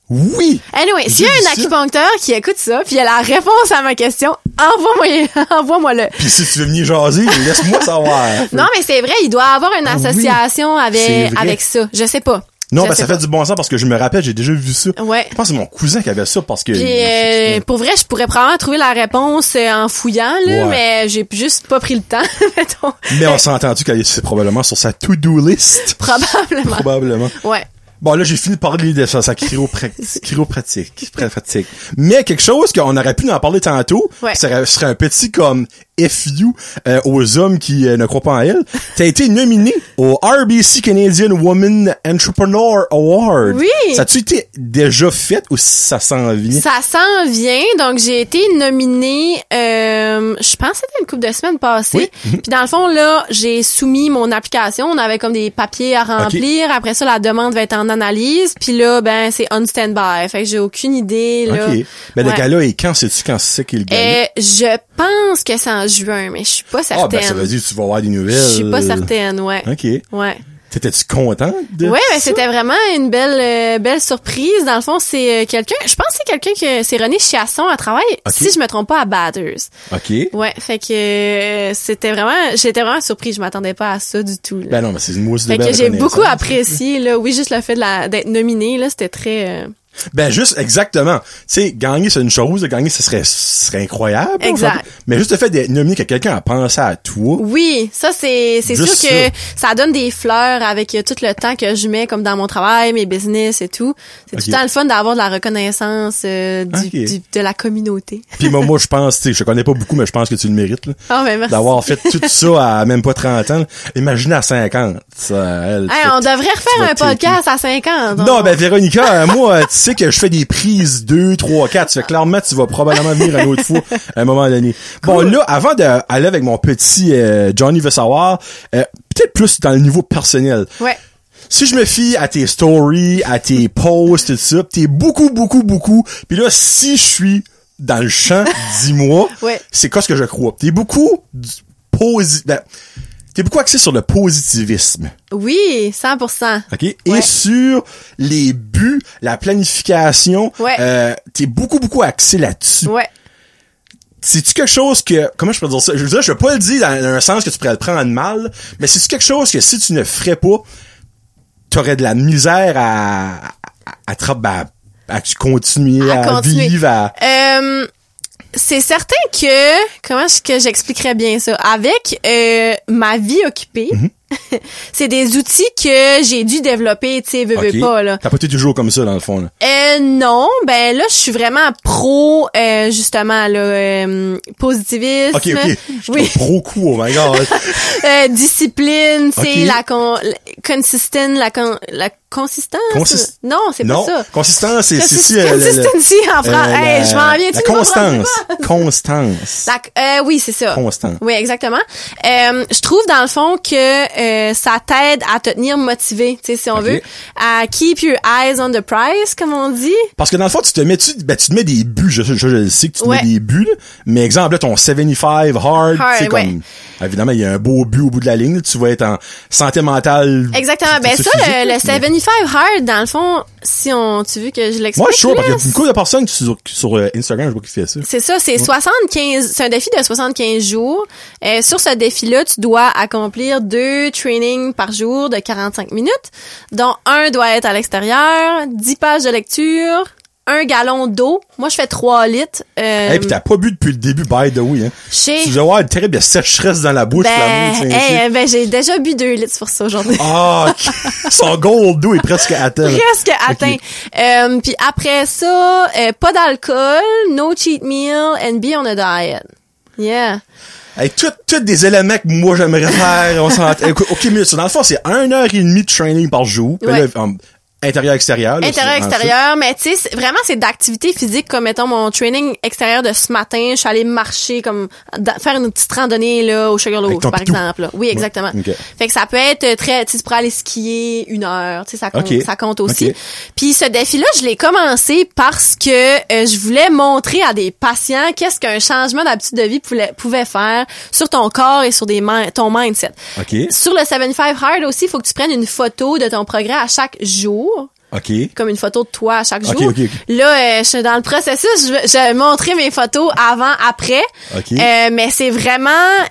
Oui! Anyway, s'il y a J'ai un dit ça. acupuncteur qui écoute ça, puis il a la réponse à ma question, envoie-moi, envoie-moi-le. Puis si tu veux venir jaser, laisse-moi savoir. Non, mais c'est vrai, il doit avoir une Ah oui, association c'est avec, vrai. avec ça. Je sais pas. Non, Je ben sais ça pas. fait du bon sens parce que je me rappelle, j'ai déjà vu ça. Ouais. Je pense que c'est mon cousin qui avait ça parce que... Puis, euh, pour vrai, je pourrais probablement trouver la réponse euh, en fouillant, là, Ouais. mais j'ai juste pas pris le temps, mettons. Mais on s'est entendu qu'elle est probablement sur sa to-do list. Probablement. Probablement. Ouais. Bon, là, j'ai fini de parler de sa, sa chiropra- chiropratique. pratique. Mais quelque chose qu'on aurait pu en parler tantôt, Ouais. serait, serait un petit comme F U euh, aux hommes qui euh, ne croient pas en elle. T'as été nominé au R B C Canadian Woman Entrepreneur Award. Oui. Ça a-tu été déjà fait ou ça s'en vient? Ça s'en vient, donc j'ai été nominée, euh, je pense que c'était une couple de semaines passées. Oui. Puis dans le fond, là, j'ai soumis mon application. On avait comme des papiers à remplir. Après ça, la demande va être en analyse. Puis là, ben, c'est on stand-by. Fait que j'ai aucune idée, là. OK. Ben, le Ouais. gala est quand? Sais-tu quand c'est qu'il gagne? Euh, je pense que c'est en juin, mais je suis pas certaine. Ah, ben, ça veut dire que tu vas avoir des nouvelles. Je suis pas certaine, ouais. OK. Ouais. T'étais-tu contente de Ouais, mais ça? c'était vraiment une belle euh, belle surprise. Dans le fond, c'est euh, quelqu'un, je pense que c'est quelqu'un que c'est René Chiasson à travail, Ok. si je me trompe pas, à Batters. OK. Ouais, fait que euh, c'était vraiment, j'étais vraiment surprise, je m'attendais pas à ça du tout. Là. Ben non, mais c'est une mousse de Fait belle que j'ai beaucoup reconnaissance. apprécié là, oui, juste le fait de la d'être nominé là, c'était très euh, Ben juste exactement. Tu sais, gagner c'est une chose, gagner ce serait ce serait incroyable. Exact. on s'entend. Mais juste le fait d'être nominé que quelqu'un a pensé à toi. oui, ça c'est c'est sûr Juste que ça. donne des fleurs avec euh, tout le temps que je mets comme dans mon travail, mes business et tout. C'est Ok. tout le temps le fun d'avoir de la reconnaissance euh, du, Ok. du- de la communauté. Puis moi, moi je pense, tu sais, je connais pas beaucoup, mais je pense que tu le mérites là. Ah ben merci. D'avoir fait tout ça à même pas trente ans. Imaginez à cinquante. Ça, elle, Hey, fait- on devrait tu refaire vas un taker. podcast à cinquante. Non, on- ben Véronica, euh, moi, tu sais que je fais des prises deux, trois, quatre. Fait que clairement, tu vas probablement venir une autre fois à un moment donné. Bon, là, avant d'aller avec mon petit euh, Johnny veut savoir, euh, peut-être plus dans le niveau personnel. Ouais. Si je me fie à tes stories, à tes posts, tout ça, t'es beaucoup, beaucoup, beaucoup. Puis là, si je suis dans le champ, dis-moi, Ouais. c'est quoi ce que je crois? T'es beaucoup du posi- ben, t'es beaucoup axé sur le positivisme. Oui, cent pour cent. OK? Et Ouais. sur les buts, la planification, Ouais. euh, t'es beaucoup, beaucoup axé là-dessus. Ouais. C'est-tu quelque chose que, comment je peux dire ça? Je veux dire, je veux pas le dire dans, dans un sens que tu pourrais le prendre mal, mais c'est-tu quelque chose que si tu ne ferais pas, t'aurais de la misère à, à, à, te- ben, à, à continuer à, À continuer. vivre, à... Euh, c'est certain que, comment est-ce que j'expliquerais bien ça? Avec euh, ma vie occupée, Mhm. c'est des outils que j'ai dû développer, tu sais, veux, veux OK. pas, là. T'as pas été toujours comme ça, dans le fond, là. Euh, non, ben là, je suis vraiment pro, euh, justement, là, euh, positivisme. OK, OK. Je Oui. suis pro coup, oh my God. Euh, discipline, c'est Ok. la con, la consistent, la con, la consistance. Consist- Non, c'est Non, pas ça. consistance, c'est... c'est- c'est, Consist- euh, le- le- Consistency en français. euh, Hey, la- je m'en viens. La tu m'en prends constance. pas. Constance. La- euh, oui, c'est ça. Constance. Oui, exactement. Euh, je trouve dans le fond que euh, ça t'aide à te tenir motivé, tu sais, si on Ok. veut, à keep your eyes on the prize, comme on dit. Parce que dans le fond, tu te mets, tu, ben, tu te mets des buts, je, je, je le sais que tu te Ouais. mets des buts, là. Mais exemple, là, ton soixante-quinze hard, Hard, tu sais, ouais. comme, évidemment, il y a un beau but au bout de la ligne, là. Tu vas être en santé mentale. Exactement. Ben ça, physique, le, le là, mais- soixante-quinze hard, dans le fond, si on, tu veux que je l'explique. Moi, je suis sûr, parce là, qu'il y a une couple de personnes qui, sur, sur euh, Instagram, je vois qui fait ça. c'est ça, c'est soixante-quinze, c'est un défi de soixante-quinze jours. Euh, sur ce défi-là, tu dois accomplir deux trainings par jour de quarante-cinq minutes, dont un doit être à l'extérieur, dix pages de lecture, un gallon d'eau. Moi, je fais trois litres. Euh, Et puis t'as pas bu depuis le début, by the way, hein. chez... Tu dois avoir une terrible sécheresse dans la bouche, la Ben, mousse, ainsi. hey, ben, j'ai déjà bu deux litres pour ça aujourd'hui. Ah, ok. Son goal d'eau est presque atteint. Presque atteint. Euh, puis après ça, euh, pas d'alcool, no cheat meal, and be on a diet. Yeah. Hey, tout, tout des éléments que moi j'aimerais faire, on s'entend. Écoute, ok, mais ça, dans le fond, c'est une heure et demie de training par jour. Puis Ouais. là, en- intérieur, extérieur. là, Intérieur, c'est en extérieur, mais tu sais, c'est- vraiment, c'est d'activité physique, comme, mettons, mon training extérieur de ce matin, je suis allée marcher, comme, da- faire une petite randonnée, là, au Sugarloaf, Avec ton par pitou. exemple, là. Oui, exactement. Ok. Fait que ça peut être très, tu sais, tu pourrais aller skier une heure, tu sais, ça compte, Ok. ça compte aussi. Ok. Puis ce défi-là, je l'ai commencé parce que euh, je voulais montrer à des patients qu'est-ce qu'un changement d'habitude de vie pouvait, pouvait faire sur ton corps et sur des mi- ton mindset. OK. Sur le soixante-quinze Hard aussi, il faut que tu prennes une photo de ton progrès à chaque jour. OK. Comme une photo de toi à chaque jour. OK, OK, OK. Là, euh, je suis dans le processus, je, je vais montrer mes photos avant, après. OK. Euh, mais c'est vraiment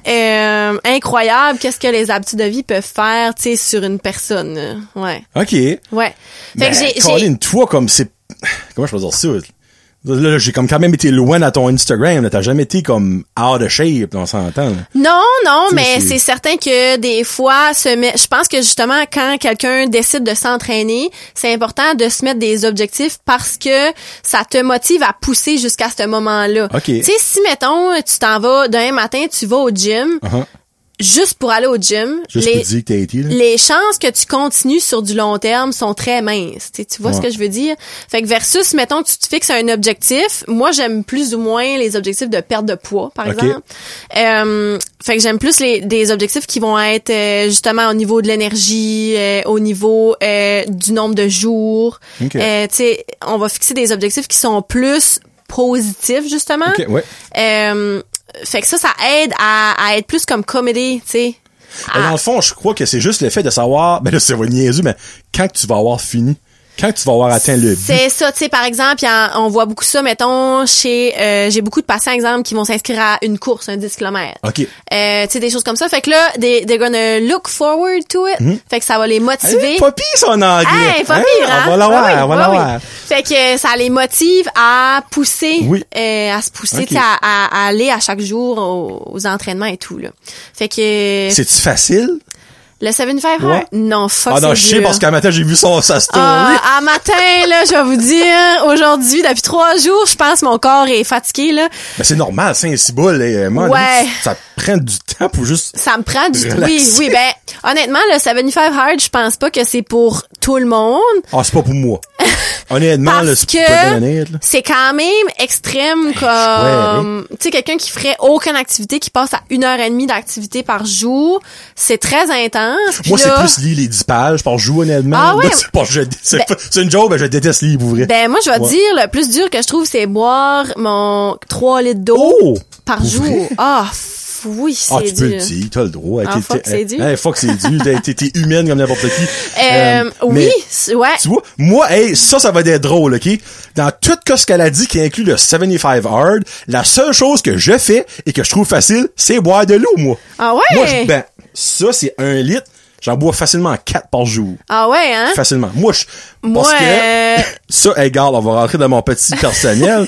euh, incroyable qu'est-ce que les habitudes de vie peuvent faire, tu sais, sur une personne. Ouais. OK. Ouais. Fait Mais, que j'ai... j'ai... Colin, toi, comme c'est... Comment je peux dire ça? Là, là, j'ai comme quand même été loin dans ton Instagram. Là. T'as jamais été comme out of shape, on s'entend. Là. Non, non, T'sais, mais c'est... c'est certain que des fois, se met... je pense que justement, quand quelqu'un décide de s'entraîner, c'est important de se mettre des objectifs parce que ça te motive à pousser jusqu'à ce moment-là. OK. Tu sais, si, mettons, tu t'en vas d'un matin, tu vas au gym, Uh-huh. juste pour aller au gym, Juste les, pour dire que t'as été, là. les chances que tu continues sur du long terme sont très minces. Tu sais, tu vois Ouais. ce que je veux dire? Fait que versus, mettons, tu te fixes un objectif. Moi, j'aime plus ou moins les objectifs de perte de poids, par Okay. exemple. Euh, fait que j'aime plus les, des objectifs qui vont être euh, justement au niveau de l'énergie, euh, au niveau euh, du nombre de jours. Okay. Euh, tu sais, on va fixer des objectifs qui sont plus positifs, justement. OK, ouais. Euh, fait que ça, ça aide à, à être plus comme comédie, tu sais. Mais À- dans le fond, je crois que c'est juste le fait de savoir, ben là, ça va niaiser, mais quand que tu vas avoir fini, quand que tu vas avoir atteint le but. C'est ça, tu sais, par exemple, y a- on voit beaucoup ça, mettons, chez, euh, j'ai beaucoup de patients, exemple, qui vont s'inscrire à une course, un dix kilomètres. OK. Euh, tu sais, des choses comme ça. Fait que là, they, they're gonna look forward to it. Fait que ça va les motiver. Hey, pas pire son anglais. Hey, pas Hein? pire, hein? On va l'avoir, Ouais, oui, on va ouais, l'avoir. oui. Fait que ça les motive à pousser, Oui. euh, à se pousser, Ok. tu sais, à, à- à aller à chaque jour aux, aux entraînements et tout, là. Fait que C'est-tu facile? le soixante-quinze Ouais. Hard, non, fuck, Ah non, c'est je sais dur. parce qu'à matin, j'ai vu son, sa story. Ah, à matin, là, je vais vous dire, aujourd'hui, depuis trois jours, je pense que mon corps est fatigué, là. Ben, c'est normal, c'est un cibole, là. Man, Ouais. Ça prend du temps pour juste... Ça me prend du temps. Relaxer. Oui, oui, ben, honnêtement, le soixante-quinze Hard, je pense pas que c'est pour tout le monde. Ah, c'est pas pour moi. Honnêtement, Parce là, c'est que pas bien honnête, là. c'est quand même extrême comme, tu sais, quelqu'un qui ferait aucune activité, qui passe à une heure et demie d'activité par jour, c'est très intense. Puis Moi, c'est là, plus lire les dix pages par jour, honnêtement. Ah ouais? Là, c'est pas, je, c'est, Ben- pas- c'est une joke, ben, je déteste lire, pour vrai. ben, moi, je vais te Ouais. dire, le plus dur que je trouve, c'est boire mon trois litres d'eau Oh! par Pour jour. vrai? Ah, f- oui, c'est Ah, tu peux dur. le dire, t'as le droit. Ah, T'es- fuck, t'es- c'est dur. Hey, fuck, c'est dur. T'es, t'es, t'es humaine comme n'importe qui. Euh, Euh, oui, mais- c'est- ouais. Tu vois, moi, hey, ça, ça va être drôle, OK? Dans tout ce qu'elle a dit qui inclut le soixante-quinze Hard, la seule chose que je fais et que je trouve facile, c'est boire de l'eau, moi. Ah ouais? Moi, je- ben, ça, c'est un litre. J'en bois facilement quatre par jour. Ah ouais, hein? Facilement. Moi, je, Moi, parce que, euh, ça, hey, regarde, on va rentrer dans mon petit personnel.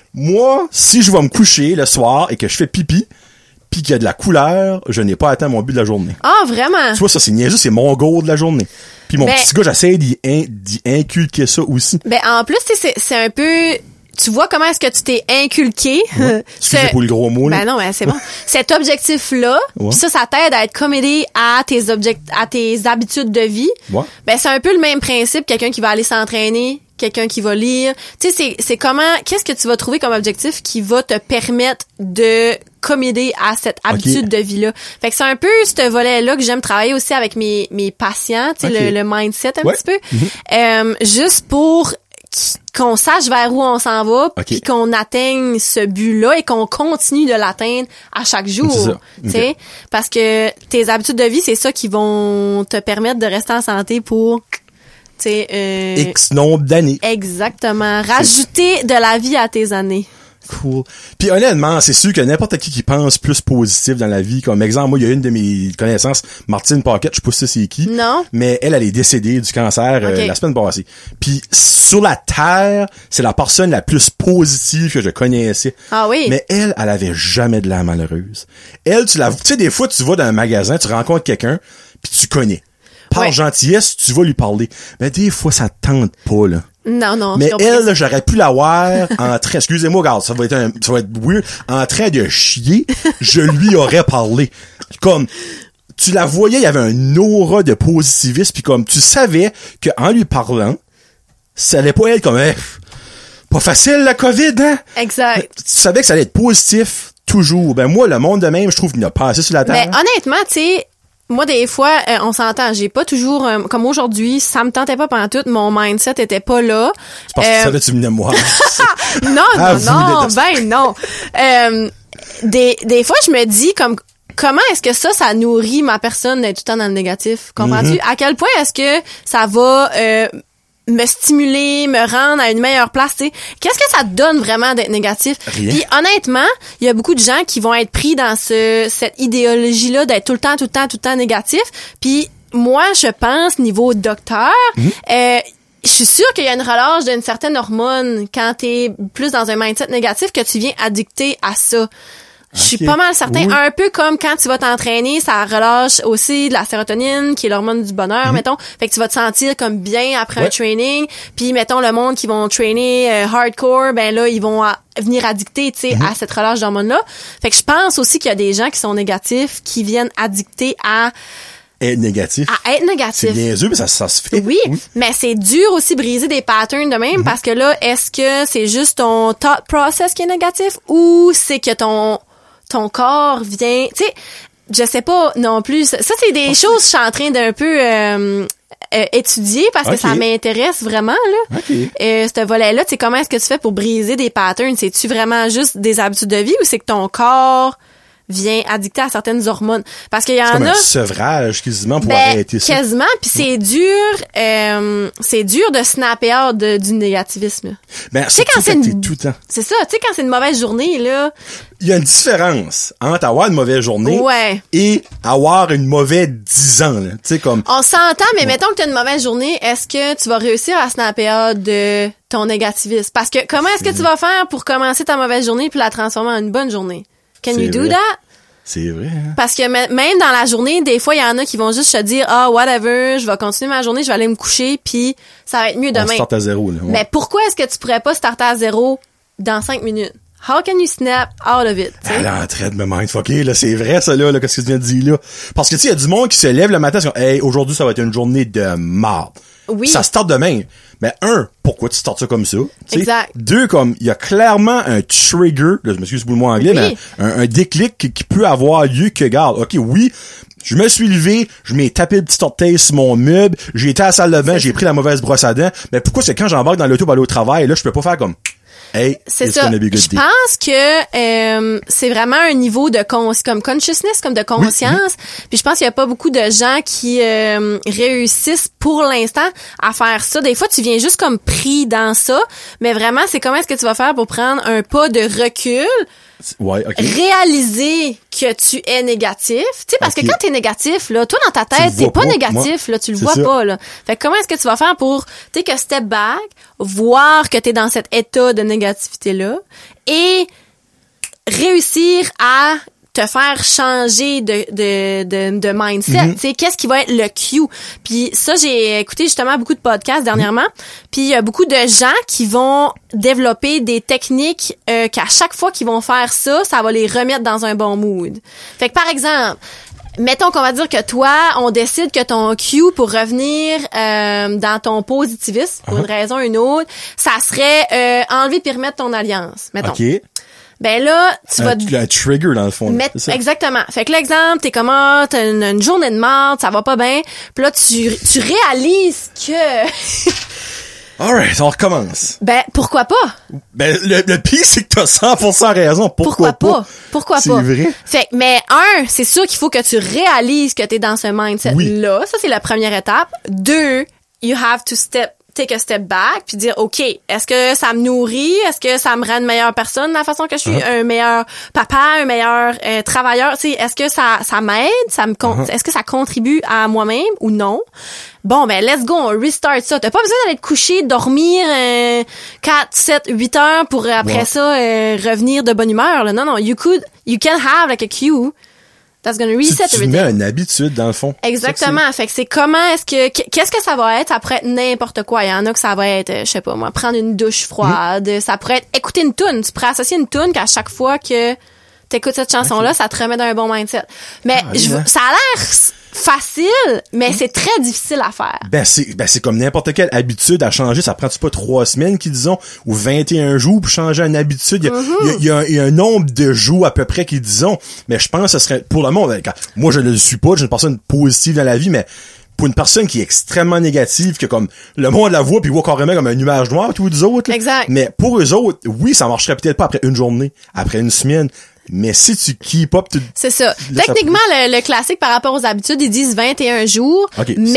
Moi, si je vais me coucher le soir et que je fais pipi, pis qu'il y a de la couleur, je n'ai pas atteint mon but de la journée. Ah, vraiment? Tu vois, ça, c'est niaiseux, c'est mon goal de la journée. Puis mon Ben- petit gars, j'essaie d'y, in- d'y inculquer ça aussi. Ben, en plus, tu sais, c'est, c'est un peu, tu vois comment est-ce que tu t'es inculqué. Excusez Ce- pour le gros mot, là. Ben non, ben c'est bon. Cet objectif-là, Ouais. pis ça, ça t'aide à être commédé à tes object, à tes habitudes de vie. Ouais. Ben, c'est un peu le même principe, quelqu'un qui va aller s'entraîner, quelqu'un qui va lire. Tu sais, c'est, c'est comment, qu'est-ce que tu vas trouver comme objectif qui va te permettre de comméder à cette habitude de vie-là. Fait que c'est un peu ce volet-là que j'aime travailler aussi avec mes, mes patients, tu sais, Ok. le, le mindset un Ouais. petit peu. Euh, juste pour qu'on sache vers où on s'en va, Ok. puis qu'on atteigne ce but-là et qu'on continue de l'atteindre à chaque jour. C'est ça. Tu sais, Ok. parce que tes habitudes de vie, c'est ça qui vont te permettre de rester en santé pour, tu sais, euh, X nombre d'années. exactement, rajouter de la vie à tes années. Cool. Puis honnêtement, c'est sûr que n'importe qui qui pense plus positif dans la vie, comme exemple, moi, il y a une de mes connaissances, Martine Paquette, je sais pas si c'est qui. Non. Mais elle, elle est décédée du cancer euh, Ok. la semaine passée. Puis sur la Terre, c'est la personne la plus positive que je connaissais. Ah oui. Mais elle, elle avait jamais de l'air malheureuse. Elle, tu la, tu sais, des fois, tu vas dans un magasin, tu rencontres quelqu'un, puis tu connais. Par Ouais. gentillesse, tu vas lui parler. Mais des fois, ça te tente pas, là. Non, non. Mais je comprends. elle, là, j'aurais pu la voir en train, excusez-moi, regarde, ça va être un, ça va être weird, en train de chier, je lui aurais parlé. Comme, tu la voyais, il y avait un aura de positivisme, puis comme, tu savais que en lui parlant, ça allait pas être comme, hey, pas facile la COVID, hein? Exact. Tu savais que ça allait être positif, toujours. Ben, moi, le monde de même, je trouve qu'il n'y a pas assez sur la Ben, terre. honnêtement, tu sais, moi, des fois, euh, on s'entend, j'ai pas toujours, euh, comme aujourd'hui, ça me tentait pas pendant tout, mon mindset était pas là. C'est parce que Euh, tu savais que tu venais me voir. Non, non, Avoue, non, les- ben non. Euh, des, des fois, je me dis comme comment est-ce que ça, ça nourrit ma personne d'être tout le temps dans le négatif? Comprends-tu? Mm-hmm. À quel point est-ce que ça va euh, me stimuler, me rendre à une meilleure place, tu sais. Qu'est-ce que ça te donne vraiment d'être négatif? Rien. Puis honnêtement, il y a beaucoup de gens qui vont être pris dans ce cette idéologie-là d'être tout le temps, tout le temps, tout le temps négatif. Puis moi, je pense, niveau docteur, mm-hmm. euh, je suis sûre qu'il y a une relâche d'une certaine hormone quand t'es plus dans un mindset négatif que tu viens addicter à ça. Je suis okay. pas mal certain. Oui. Un peu comme quand tu vas t'entraîner, ça relâche aussi de la sérotonine, qui est l'hormone du bonheur, mm-hmm. mettons. Fait que tu vas te sentir comme bien après ouais. un training. Puis, mettons, le monde qui vont traîner euh, hardcore, ben là, ils vont à, venir addicter, tu sais, mm-hmm. à cette relâche d'hormones-là. Fait que je pense aussi qu'il y a des gens qui sont négatifs, qui viennent addicter à... Être négatif. À être négatif. C'est bien sûr, mais ça, ça se fait. Oui, oui. Mais c'est dur aussi briser des patterns de même, mm-hmm. parce que là, est-ce que c'est juste ton thought process qui est négatif ou c'est que ton... ton corps vient, tu sais, je sais pas non plus. Ça, c'est des okay. choses que je suis en train d'un peu euh, euh, étudier parce okay. que ça m'intéresse vraiment, là. Okay. Euh, ce volet-là, tu sais, comment est-ce que tu fais pour briser des patterns? C'est-tu vraiment juste des habitudes de vie ou c'est que ton corps vient addicter à certaines hormones? Parce qu'il y en c'est comme a... un sevrage, quasiment, pour ben, arrêter ça. Quasiment, puis c'est ouais. dur, euh, c'est dur de snapper out de, du négativisme. Ben, c'est quand c'est une... tout le temps. C'est ça, tu sais, quand c'est une mauvaise journée, là... Il y a une différence entre avoir une mauvaise journée ouais. et avoir une mauvaise dix ans, là. Tu sais, comme... On s'entend, mais ouais. mettons que tu as une mauvaise journée, est-ce que tu vas réussir à snapper out de ton négativisme? Parce que comment est-ce que tu vas faire pour commencer ta mauvaise journée puis la transformer en une bonne journée? Can c'est you do vrai. that? C'est vrai, hein? Parce que m- même dans la journée, des fois, il y en a qui vont juste se dire « Ah, whatever, je vais continuer ma journée, je vais aller me coucher, puis ça va être mieux demain. » On start à zéro, là. Ouais. Mais pourquoi est-ce que tu pourrais pas starter à zéro dans cinq minutes? How can you snap out of it? À l'entrée de me mindfucker, là, c'est vrai, ça, là, là, qu'est-ce que tu viens de dire, là? Parce que, tu sais, il y a du monde qui se lève le matin, c'est comme « Hey, aujourd'hui, ça va être une journée de marde. » Oui. Ça start demain. Mais un, pourquoi tu startes ça comme ça? T'sais? Exact. Deux, comme, il y a clairement un trigger, là, je m'excuse pour le mot anglais, oui. mais un, un déclic qui, qui peut avoir lieu que, garde, ok, oui, je me suis levé, je m'ai tapé le petit orteil sur mon meuble, j'ai été à la salle de bain, c'est j'ai ça. pris la mauvaise brosse à dents, mais pourquoi c'est quand j'embarque dans l'auto pour aller au travail, là, je peux pas faire comme... Hey, c'est ça. Je pense que euh, c'est vraiment un niveau de cons comme consciousness, comme de conscience. Oui. Puis je pense qu'il y a pas beaucoup de gens qui euh, réussissent pour l'instant à faire ça. Des fois, tu viens juste comme pris dans ça, mais vraiment, c'est comment est-ce que tu vas faire pour prendre un pas de recul. Ouais, okay. Réaliser que tu es négatif, tu sais, parce okay. que quand t'es négatif, là, toi dans ta tête, t'es pas, pas négatif, moi. là, tu le c'est vois ça. pas, là. Fait que comment est-ce que tu vas faire pour take a step back, voir que t'es dans cet état de négativité-là et réussir à te faire changer de de de, de mindset, mm-hmm. tu sais, qu'est-ce qui va être le cue. Puis ça, j'ai écouté justement beaucoup de podcasts dernièrement, mm-hmm. puis il y a beaucoup de gens qui vont développer des techniques euh, qu'à chaque fois qu'ils vont faire ça, ça va les remettre dans un bon mood. Fait que par exemple, mettons qu'on va dire que toi, on décide que ton cue pour revenir euh, dans ton positivisme, pour uh-huh. une raison ou une autre, ça serait euh, enlever puis remettre ton alliance, mettons. OK. Ben là, tu vas... Un, un trigger, dans le fond. Mettre, c'est ça. Exactement. Fait que l'exemple, t'es comme, ah, t'as une, une journée de marde, ça va pas bien. Puis là, tu, tu réalises que... Alright, on recommence. Ben, pourquoi pas? Ben, le, le pire, c'est que t'as cent pour cent raison. Pourquoi, pourquoi pas? pas? Pourquoi c'est pas? C'est vrai. Fait que, mais un, c'est sûr qu'il faut que tu réalises que t'es dans ce mindset-là. Oui. Ça, c'est la première étape. Deux, you have to step take a step back puis dire OK, est-ce que ça me nourrit, est-ce que ça me rend une meilleure personne de la façon que je suis, uh-huh. un meilleur papa, un meilleur euh, travailleur, tu sais, est-ce que ça ça m'aide, ça me con- uh-huh. est-ce que ça contribue à moi-même ou non? Bon, ben let's go, on restart ça. T'as pas besoin d'aller te coucher, dormir euh, quatre, sept, huit heures pour après ouais. ça euh, revenir de bonne humeur là. Non non, you could you can have like a cue. That's gonna reset tu, tu everything. mets une habitude, dans le fond. Exactement. C'est fait que c'est comment est-ce que, qu'est-ce que ça va être? Ça pourrait être n'importe quoi. Il y en a que ça va être, je sais pas moi, prendre une douche froide. Mm. Ça pourrait être écouter une toune. Tu pourrais associer une toune qu'à chaque fois que t'écoutes cette chanson-là, okay. ça te remet dans un bon mindset. Mais ah, je, ça a l'air facile, mais mm. c'est très difficile à faire. Ben, c'est, ben, c'est comme n'importe quelle habitude à changer. Ça prend-tu pas trois semaines, qui disons, ou vingt et un jours pour changer une habitude? Il y a, mm-hmm. il y a, il y a, un, il y a un nombre de jours à peu près qui disons, mais je pense que ce serait, pour le monde, moi je ne le suis pas, je suis une personne positive dans la vie, mais pour une personne qui est extrêmement négative, que comme le monde la voit puis voit carrément comme un nuage noir tous les autres. Là. Exact. Mais pour eux autres, oui, ça marcherait peut-être pas après une journée, après une semaine. Mais si tu keep up... Tu... C'est ça. Techniquement, ça... le, le classique par rapport aux habitudes, ils disent vingt et un jours. Okay. Mais pour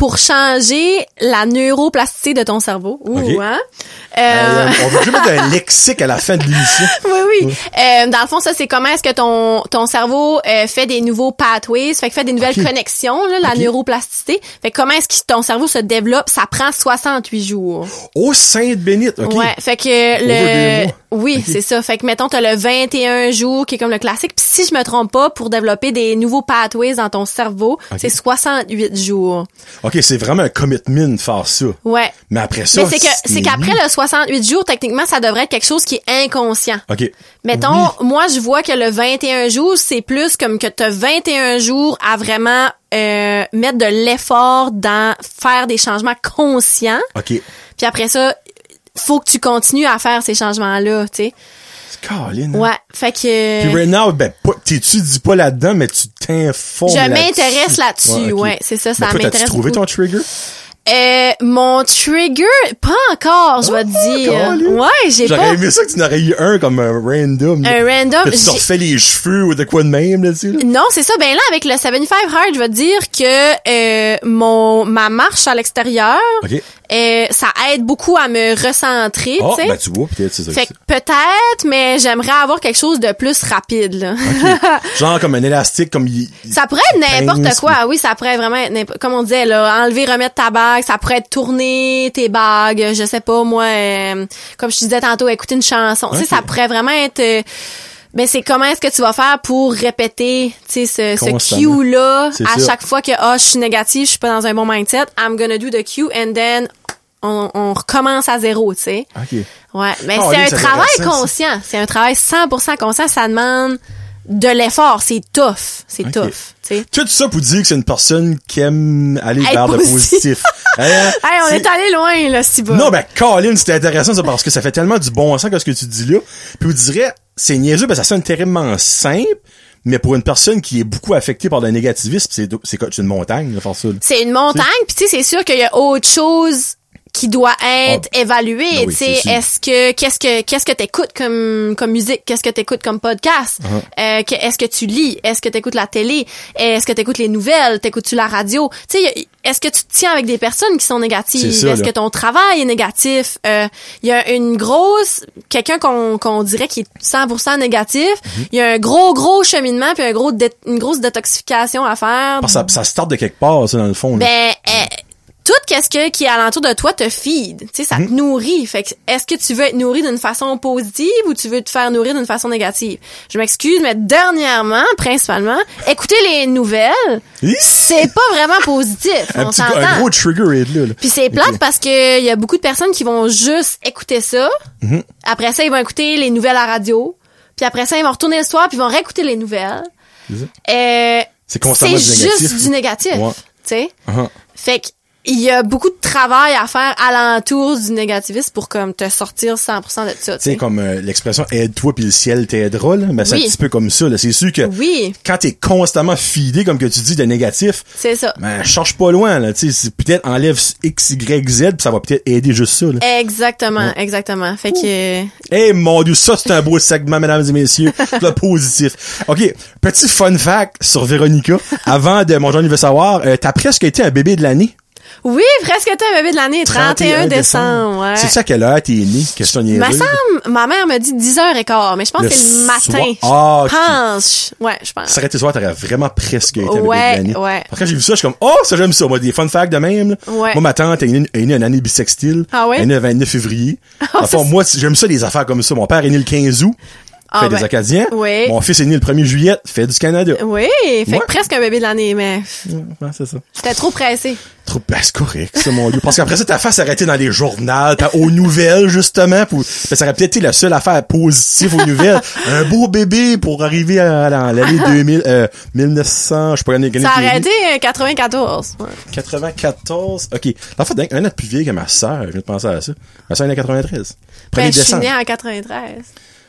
pour changer la neuroplasticité de ton cerveau. Ouh, Okay. hein? Euh, Euh, on va juste mettre un lexique à la fin de l'émission. oui, oui. Euh, dans le fond, ça, c'est comment est-ce que ton ton cerveau euh, fait des nouveaux pathways, fait que fait des nouvelles Okay. connexions, là, la Okay. neuroplasticité. Fait que comment est-ce que ton cerveau se développe? Ça prend soixante-huit jours. Oh, Sainte Bénite, OK. Ouais, fait que Over le deux mois. oui, Okay. c'est ça. Fait que mettons t'as le vingt et un jours qui est comme le classique. Puis si je me trompe pas, pour développer des nouveaux pathways dans ton cerveau, Okay. c'est soixante-huit jours. OK, c'est vraiment un commitment de faire ça. Ouais. Mais après ça, Mais c'est que c'est qu'après le soixante-huit jours, techniquement, ça devrait être quelque chose qui est inconscient. OK. Mettons, moi, je vois que le vingt et un jours, c'est plus comme que t'as vingt et un jours à vraiment euh, mettre de l'effort dans faire des changements conscients. OK. Puis après ça, faut que tu continues à faire ces changements-là, tu sais. C'est Caroline. Ouais, fait que Puis right now, ben, pas, t'étudies pas là-dedans, mais tu t'informes je là-dessus. m'intéresse là-dessus. ok. Ouais, c'est ça, Mais ça toi, m'intéresse t'as-tu trouvé beaucoup. ton trigger? Euh, mon trigger, pas encore, je vais te dire. Caroline. Ouais, j'ai J'aurais pas aimé ça que tu n'aurais eu un comme un random. là. un random. Que tu te j'ai- refais les cheveux ou de quoi de même, là-dessus. Là. Non, c'est ça. Ben là, avec le soixante-quinze Hard, je vais te dire que euh, mon ma marche à l'extérieur, OK. euh, ça aide beaucoup à me recentrer, Ah, tu sais. ben tu vois, peut-être c'est ça. Fait que que peut-être, mais j'aimerais avoir quelque chose de plus rapide, là. c'est. Genre comme un élastique, comme il... Ça pourrait être n'importe pince, quoi, oui, ça pourrait vraiment être n'importe, comme on disait, là, enlever, remettre ta bague, ça pourrait être tourner tes bagues, je sais pas, moi, euh, comme je te disais tantôt, écouter une chanson, tu sais, Ok. ça pourrait vraiment être, euh, ben c'est comment est-ce que tu vas faire pour répéter, tu sais, ce, ce Constamment. cue-là, C'est à ça. chaque fois que, ah, je suis négative, je suis pas dans un bon mindset, I'm gonna do the cue, and then, on, on recommence à zéro, tu sais. OK. Ouais, mais Ah, c'est oui, un c'est travail intéressant, ça. conscient, c'est un travail cent pour cent conscient, ça demande de l'effort, c'est tough, c'est Ok. tough, tu sais. Tout ça pour dire que c'est une personne qui aime aller Hey, vers le positif. positif. Hein? Hey, on C'est- est allé loin, là, si bas. Non, ben, Colin, c'était intéressant, ça, parce que ça fait tellement du bon sens que ce que tu dis là. Puis, vous dirais, c'est niaiseux, parce que ça sonne terriblement simple, mais pour une personne qui est beaucoup affectée par le négativisme, c'est, c'est, c'est une montagne, de faire ça, là. C'est une montagne, puis tu sais, c'est sûr qu'il y a autre chose qui doit être Ah, évalué, ben oui, tu sais, c'est sûr. est-ce que qu'est-ce que qu'est-ce que t'écoutes comme comme musique, qu'est-ce que t'écoutes comme podcast, Uh-huh. euh, que- est-ce que tu lis, est-ce que t'écoutes la télé, est-ce que t'écoutes les nouvelles, t'écoutes-tu la radio, tu sais, y a- est-ce que tu te tiens avec des personnes qui sont négatives, C'est ça, est-ce là. que ton travail est négatif, euh, il y a une grosse quelqu'un qu'on qu'on dirait qui est cent pour cent négatif, Mm-hmm. il y a un gros gros cheminement puis un gros dé- une grosse détoxification à faire. Parce que ça, ça starte de quelque part, ça, dans le fond, là. Ben, euh, tout qu'est-ce que qui est alentour de toi te feed, tu sais, ça Mhm. te nourrit. Fait que est-ce que tu veux être nourri d'une façon positive ou tu veux te faire nourrir d'une façon négative? Je m'excuse, mais dernièrement, principalement, écouter les nouvelles, Hi! c'est pas vraiment positif. un On petit, un s'entend. gros trigger est là, là. Puis c'est plate Ok. parce que il y a beaucoup de personnes qui vont juste écouter ça. Mhm. Après ça, ils vont écouter les nouvelles à la radio. Puis après ça, ils vont retourner le soir puis ils vont réécouter les nouvelles. C'est ça. Euh, C'est constamment c'est du négatif. juste du négatif, Ouais. tu sais. Uh-huh. Fait que il y a beaucoup de travail à faire alentour du négativisme pour comme te sortir cent pour cent de ça, tu Tu sais, sais. comme euh, l'expression aide-toi puis le ciel t'aidera, là. Ben, c'est Oui. un petit peu comme ça, là. C'est sûr que Oui, quand t'es constamment feedé, comme que tu dis, de négatif, c'est ça. ben, cherche pas loin, là. Tu sais, c'est peut-être enlève X, Y, Z, puis ça va peut-être aider juste ça, là. Exactement, exactement. Fait que Eh mon Dieu, ça c'est un beau segment, mesdames et messieurs, le positif. Ok, petit fun fact sur Véronica. Avant de mon genre, il veut savoir, euh, t'as presque été un bébé de l'année. oui, presque t'es un bébé de l'année, trente et un décembre, ouais. C'est ça à quelle heure t'es né? Question Me niaiseuse. semble, ma mère me dit dix heures quinze, mais je pense Le que c'est le matin. soir. Ah, ok. Je pense. Ouais, je pense. Ça aurait été soir, t'aurais vraiment presque été un bébé Ouais, de l'année. ouais. Parce que j'ai vu ça, je suis comme, oh, ça j'aime ça. Moi, des fun facts de même, là. Ouais. Moi, ma tante est née, est née une année bissextile. Ah ouais? Elle est née le vingt-neuf février. Ah, Enfin, ça, moi, j'aime ça, les affaires comme ça. Mon père est né le quinze août. Ah, Fait ben, des Acadiens. oui. Mon fils est né le premier juillet. Fait du Canada. Oui, fait Ouais. que presque un bébé de l'année, mais Ouais, c'est ça. j'étais trop pressée. Trop, ben, c'est correct, ça, mon Dieu. Parce qu'après ça, ta face aurait été dans les journaux, pis aux nouvelles, justement, pour, ben, ça aurait peut-être été la seule affaire positive aux nouvelles. Un beau bébé pour arriver à, à l'année deux mille, euh, mille neuf cents, je sais pas, l'année Ça aurait été euh, quatre-vingt-quatorze. Ouais. quatre-vingt-quatorze. Ok. En fait, un an de plus vieille que ma sœur, je viens de penser à ça. Ma sœur est née en quatre-vingt-treize. premier Ben, je suis décembre. née en quatre-vingt-treize.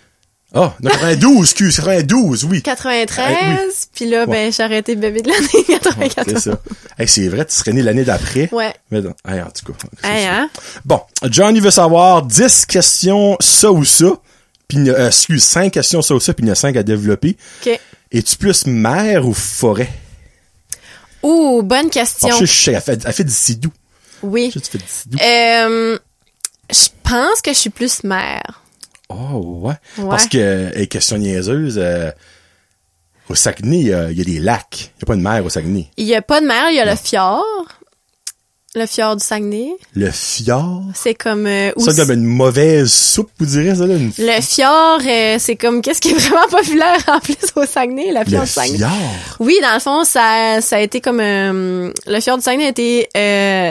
Ah, non, quatre-vingt-douze, excuse, quatre-vingt-douze, oui. quatre-vingt-treize, Euh, puis là, Ouais. ben, j'ai arrêté bébé de l'année quatre-vingt-quatorze. C'est ça. Hey, c'est vrai, tu serais né l'année d'après. Ouais. Mais non. Hey, en tout cas. c'est Hey, ça. hein? Bon, Johnny veut savoir dix questions ça ou ça, puis il y a- euh, excuse, cinq questions ça ou ça, puis il y en a cinq à développer. OK. Es-tu plus mer ou forêt? Ouh, bonne question. Alors, je sais, elle fait, elle fait du sidou. Oui. Je sais, tu fais du sidou. Euh, je pense que je suis plus mère. Oh, ouais. Ouais. Parce que, et question niaiseuse, euh, au Saguenay, il y, a, il y a des lacs. Il n'y a pas de mer au Saguenay. Il y a pas de mer, il y a Non. le fjord. Le fjord du Saguenay. Le fjord. C'est comme... Euh, Ça, où comme une mauvaise soupe, vous direz, ça, là? Une... Le fjord, euh, c'est comme qu'est-ce qui est vraiment populaire en plus au Saguenay, le fjord Le du Saguenay. fjord. Oui, dans le fond, ça, ça a été comme euh, le fjord du Saguenay a été euh,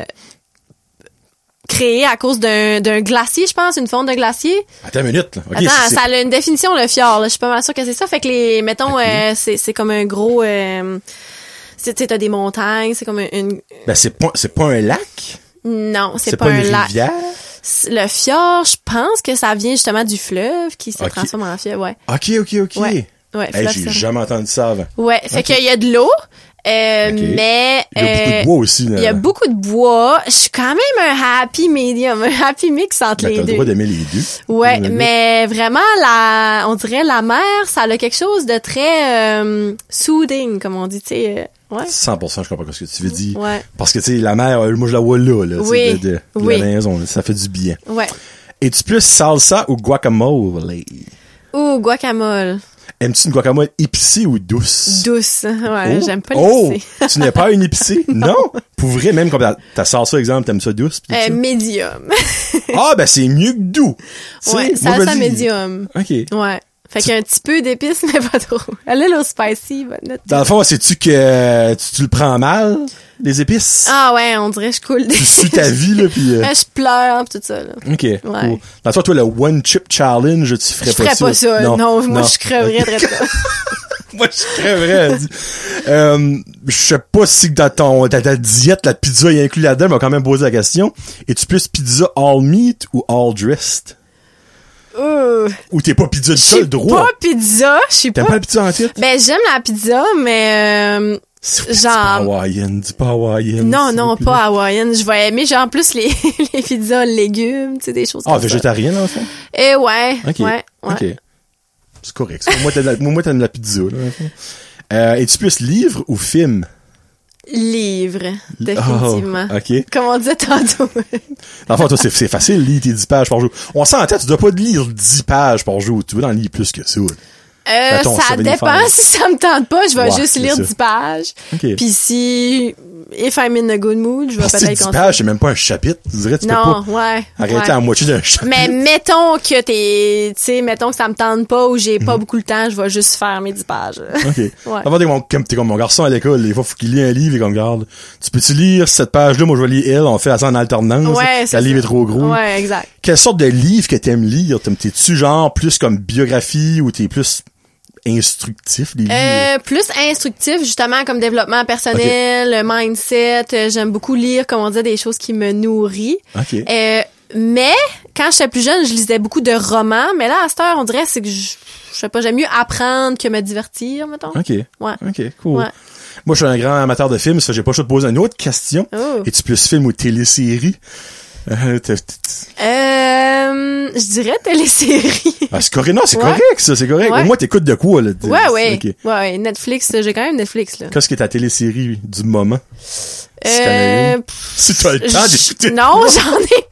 créé à cause d'un, d'un glacier, je pense, une fonte de glacier. Attends une minute, là. OK, Attends, c'est, ça a une définition le fjord. Là. Je suis pas mal sûre que c'est ça. Fait que les, mettons, Ok. euh, c'est, c'est comme un gros. Euh, tu sais, t'as des montagnes, c'est comme une. une- ben, c'est pas, c'est pas un lac. non, c'est, C'est pas, pas, un une lac. rivière. Le fjord, je pense que ça vient justement du fleuve qui se Ok. transforme en fjord. Ouais. OK, OK, OK. Ouais. Ouais. Hey, fleuve, j'ai ça. jamais entendu ça avant. Ouais. Fait Ok. qu'il y a de l'eau, euh, Ok. mais Il y a beaucoup euh, de bois aussi, là. il y a beaucoup de bois. Je suis quand même un happy medium, un happy mix entre Ben, les t'as le deux. droit d'aimer les deux. Ouais, Le gars. mais vraiment la, on dirait la mer, ça a quelque chose de très euh, soothing, comme on dit, tu sais. euh, ouais. cent pour cent, je comprends pas ce que tu veux dire. Ouais. Parce que, tu sais, la mer, euh, moi, je la vois là, là. tu sais, Oui. De, de, de Oui. la maison, là. Ça fait du bien. Ouais. Es-tu plus salsa ou guacamole? Ou guacamole. Aimes-tu une guacamole épicée ou douce? Douce. Ouais, Oh. j'aime pas Oh! l'épicé. Tu n'es pas une épicée? Non? Pour vrai, même comme ta, ta salsa, exemple, t'aimes ça douce? pis tout Euh, ça? médium. Ah, ben, c'est mieux que doux. Tu sais, Ouais, moi, salsa vas-y. médium. OK. Ouais. Fait qu'il y a un petit peu d'épices, mais pas trop. A little spicy, but not Dans le fond, sais-tu que tu, tu le prends mal, les épices? Ah ouais, on dirait que je coule des... Tu suis ta vie, là, pis... euh, Ouais, je pleure pis tout ça, là. OK, cool. Dans le fond, toi, le One Chip Challenge, tu ferais Je pas ferais ça? pas ça. Non, moi, je crèverais Ok. de ça. Moi, je crèverais, elle dit. Euh, je sais pas si dans ton, dans ta diète, la pizza est inclus là-dedans, mais on va quand même poser la question. Es-tu plus pizza all meat ou all dressed? Euh, Ou t'es pas pizza Je du suis sol droit? pas pizza, je suis T'aimes pas... pas la pizza en tête? Ben, j'aime la pizza, mais... Euh, C'est genre- pas hawaïenne, dis pas hawaïenne. non, s'il non, vous plaît. pas hawaïenne. Je vais aimer, genre, plus les, les pizzas légumes, tu sais, des choses Ah, comme ça. végétarienne, en fait? Eh ouais, OK. ouais, ouais. OK. C'est correct. ça. Moi, t'aimes la, moi, t'aimes la pizza, là. en fait. Euh, es-tu plus livre ou film? Livre, définitivement. Oh, OK. Comme on disait tantôt. Enfin, toi, c'est, c'est facile, lire tes dix pages par jour. On s'entend, tu dois pas lire dix pages par jour. Tu veux en lire plus que ça. Euh, Mettons, ça seventy-five. dépend. Si ça me tente pas, je vais Ouais, juste c'est lire ça. dix pages. OK. Puis si, if I'm in a good mood, je vais Parce que peut-être dix continuer. pages, c'est même pas un chapitre. Tu dirais, tu Non, peux pas ouais. arrêter ouais. à moitié d'un chapitre. Mais mettons que t'es, tu sais, mettons que ça me tente pas ou j'ai Mhm. pas beaucoup le temps, je vais juste faire mes dix pages. OK. Ouais. Avant, t'es, mon- comme, t'es comme mon garçon à l'école. Des fois, faut qu'il lit un livre et qu'on regarde. Tu peux-tu lire cette page-là? Moi, je vais lire elle. On fait ça en alternance. Ouais, Quand c'est le livre ça. est trop gros. Ouais, exact. Quelle sorte de livre que t'aimes lire? T'aimes- T'es-tu genre plus comme biographie ou t'es plus instructif, les livres? Euh, plus instructif, justement, comme développement personnel, le mindset. Euh, J'aime beaucoup lire, comme on dit, des choses qui me nourrissent. OK. Euh, mais, quand j'étais plus jeune, je lisais beaucoup de romans. Mais là, à cette heure, on dirait, c'est que je, je sais pas, j'aime mieux apprendre que me divertir, mettons. OK. Ouais. OK, cool. Ouais. Moi, je suis un grand amateur de films, ça, j'ai pas le choix de poser une autre question. Oh. Es-tu plus film ou télésérie? Euh, t'as- t'as- Euh, je dirais télésérie. ah, c'est correct. Non, c'est Ouais. correct, ça, c'est correct. Ouais. Au moins, t'écoutes de quoi, là? T'es- Ouais, ouais. OK. Ouais, Netflix, j'ai quand même Netflix, là. Qu'est-ce qui est ta télésérie du moment? Si t'en as Euh, une. Si t'as le temps j- d'écouter. Non, j'en ai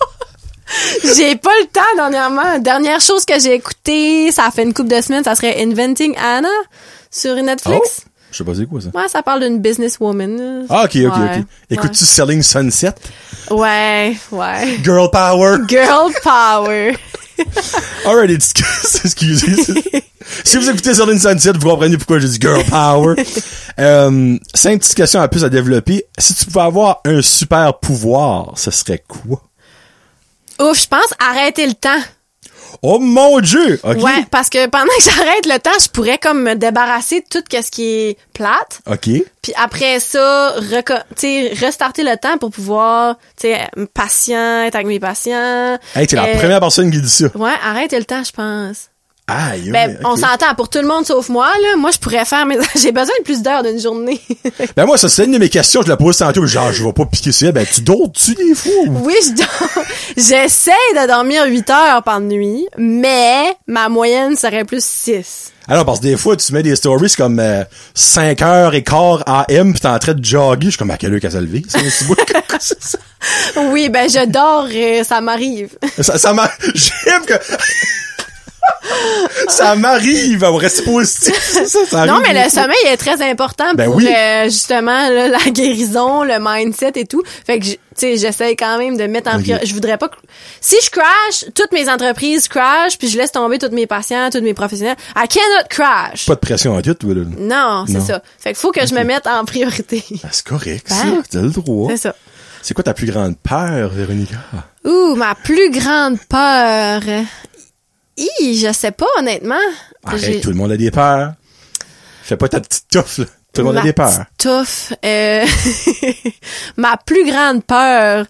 pas. J'ai pas le temps dernièrement. Dernière chose que j'ai écoutée, ça a fait une couple de semaines, ça serait Inventing Anna sur Netflix. Oh, je sais pas c'est quoi, ça. Ouais, ça parle d'une businesswoman. Ah, OK, OK, Ouais, OK. Écoutes-tu Selling Sunset? Ouais, ouais. Girl Power! Girl power. Alright, excuse- excusez. Si vous écoutez Selling Sunset, vous comprenez pourquoi j'ai dit Girl Power. euh, cinq petites questions à plus à développer. Si tu pouvais avoir un super pouvoir, ce serait quoi? Ouf, je pense arrêter le temps. Oh mon Dieu! OK. Ouais, parce que pendant que j'arrête le temps, je pourrais comme me débarrasser de tout ce qui est plate. OK. Puis après ça, reco- tu sais, restarter le temps pour pouvoir, tu sais, être patient, être avec mes patients. Hey, t'es la Euh, première personne qui dit ça. Ouais, arrêter le temps, je pense. Aïe, Ben, ouais, on ok. s'entend pour tout le monde sauf moi, là. Moi, je pourrais faire mes, j'ai besoin de plus d'heures d'une journée. Ben moi, ça c'est une de mes questions, je la pose tantôt, genre, je vais pas piquer sur elle. Ben, tu dors-tu des fois? ou- Oui, je dors. J'essaie de dormir huit heures par nuit, mais ma moyenne serait plus six. Alors, parce que des fois, tu mets des stories comme euh, cinq heures quinze A M pis t'es en train de jogger. Je suis comme, à quelle heure qu'elle s'est levée? C'est un petit bout de- c'est ça. Oui, ben, je dors, euh, ça m'arrive. Ça, ça m'a... J'aime que... ça m'arrive à rester positif. Ça, ça arrive Non, mais le beaucoup. sommeil est très important Ben pour oui. euh, justement là, la guérison, le mindset et tout. Fait que, je- tu sais, j'essaie quand même de mettre en Ok. priorité. Je voudrais pas... que- Si je crash, toutes mes entreprises crash, puis je laisse tomber tous mes patients, tous mes professionnels. I cannot crash. Pas de pression en tout, toi, là. Non, c'est Non. ça. Fait qu'il faut que je me mette en priorité. Ben, c'est correct, ça. Ben, T'as le droit. C'est ça. C'est quoi ta plus grande peur, Véronica? Ouh, ma plus grande peur. Hi, je sais pas, honnêtement. Arrête, J'ai- tout le monde a des peurs. Fais pas ta petite touffe, là. Tout le monde a Ma des peurs. petite touffe. Euh, ma plus grande peur.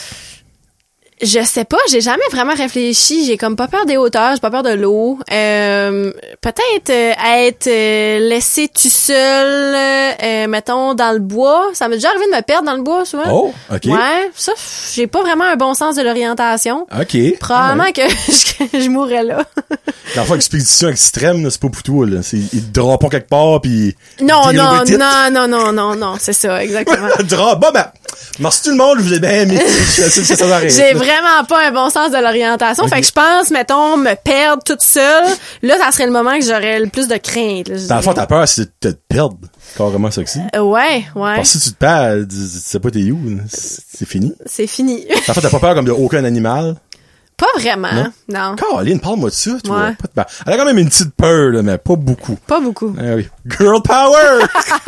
Je sais pas, j'ai jamais vraiment réfléchi. J'ai comme pas peur des hauteurs, j'ai pas peur de l'eau. Euh, peut-être euh, être euh, laissé tout seul, euh, mettons, dans le bois. Ça m'est déjà arrivé de me perdre dans le bois, souvent. Oh, OK. Ouais, ça, j'ai pas vraiment un bon sens de l'orientation. OK. Probablement Ouais. que, je, que je mourrais là. Dans le fond, expédition extrême, là, c'est pas pour toi, là. C'est, ils te drapent quelque part, pis... Non, deal non, with it. non, non, non, non, non, c'est ça, exactement. Drap. Bon, ben, merci tout le monde, je vous ai bien aimé. Je sais que ça s'arrête. J'ai vraiment pas un bon sens de l'orientation. Ok. Fait que je pense, mettons, me perdre toute seule. Là, ça serait le moment que j'aurais le plus de crainte. Là, je Dans le fond, dirais. ta peur, c'est de te perdre. Carrément sexy. Euh, ouais, ouais. Parce que si tu te perds, tu, tu sais pas t'es où, là. c'est c'est fini. C'est fini. En fait, t'as pas peur comme de aucun animal. Pas vraiment, Non? non. Caroline, parle-moi de ça, toi. Ouais. Pas de peur. Elle a quand même une petite peur, là, mais pas beaucoup. Pas beaucoup. Ah oui. Girl power!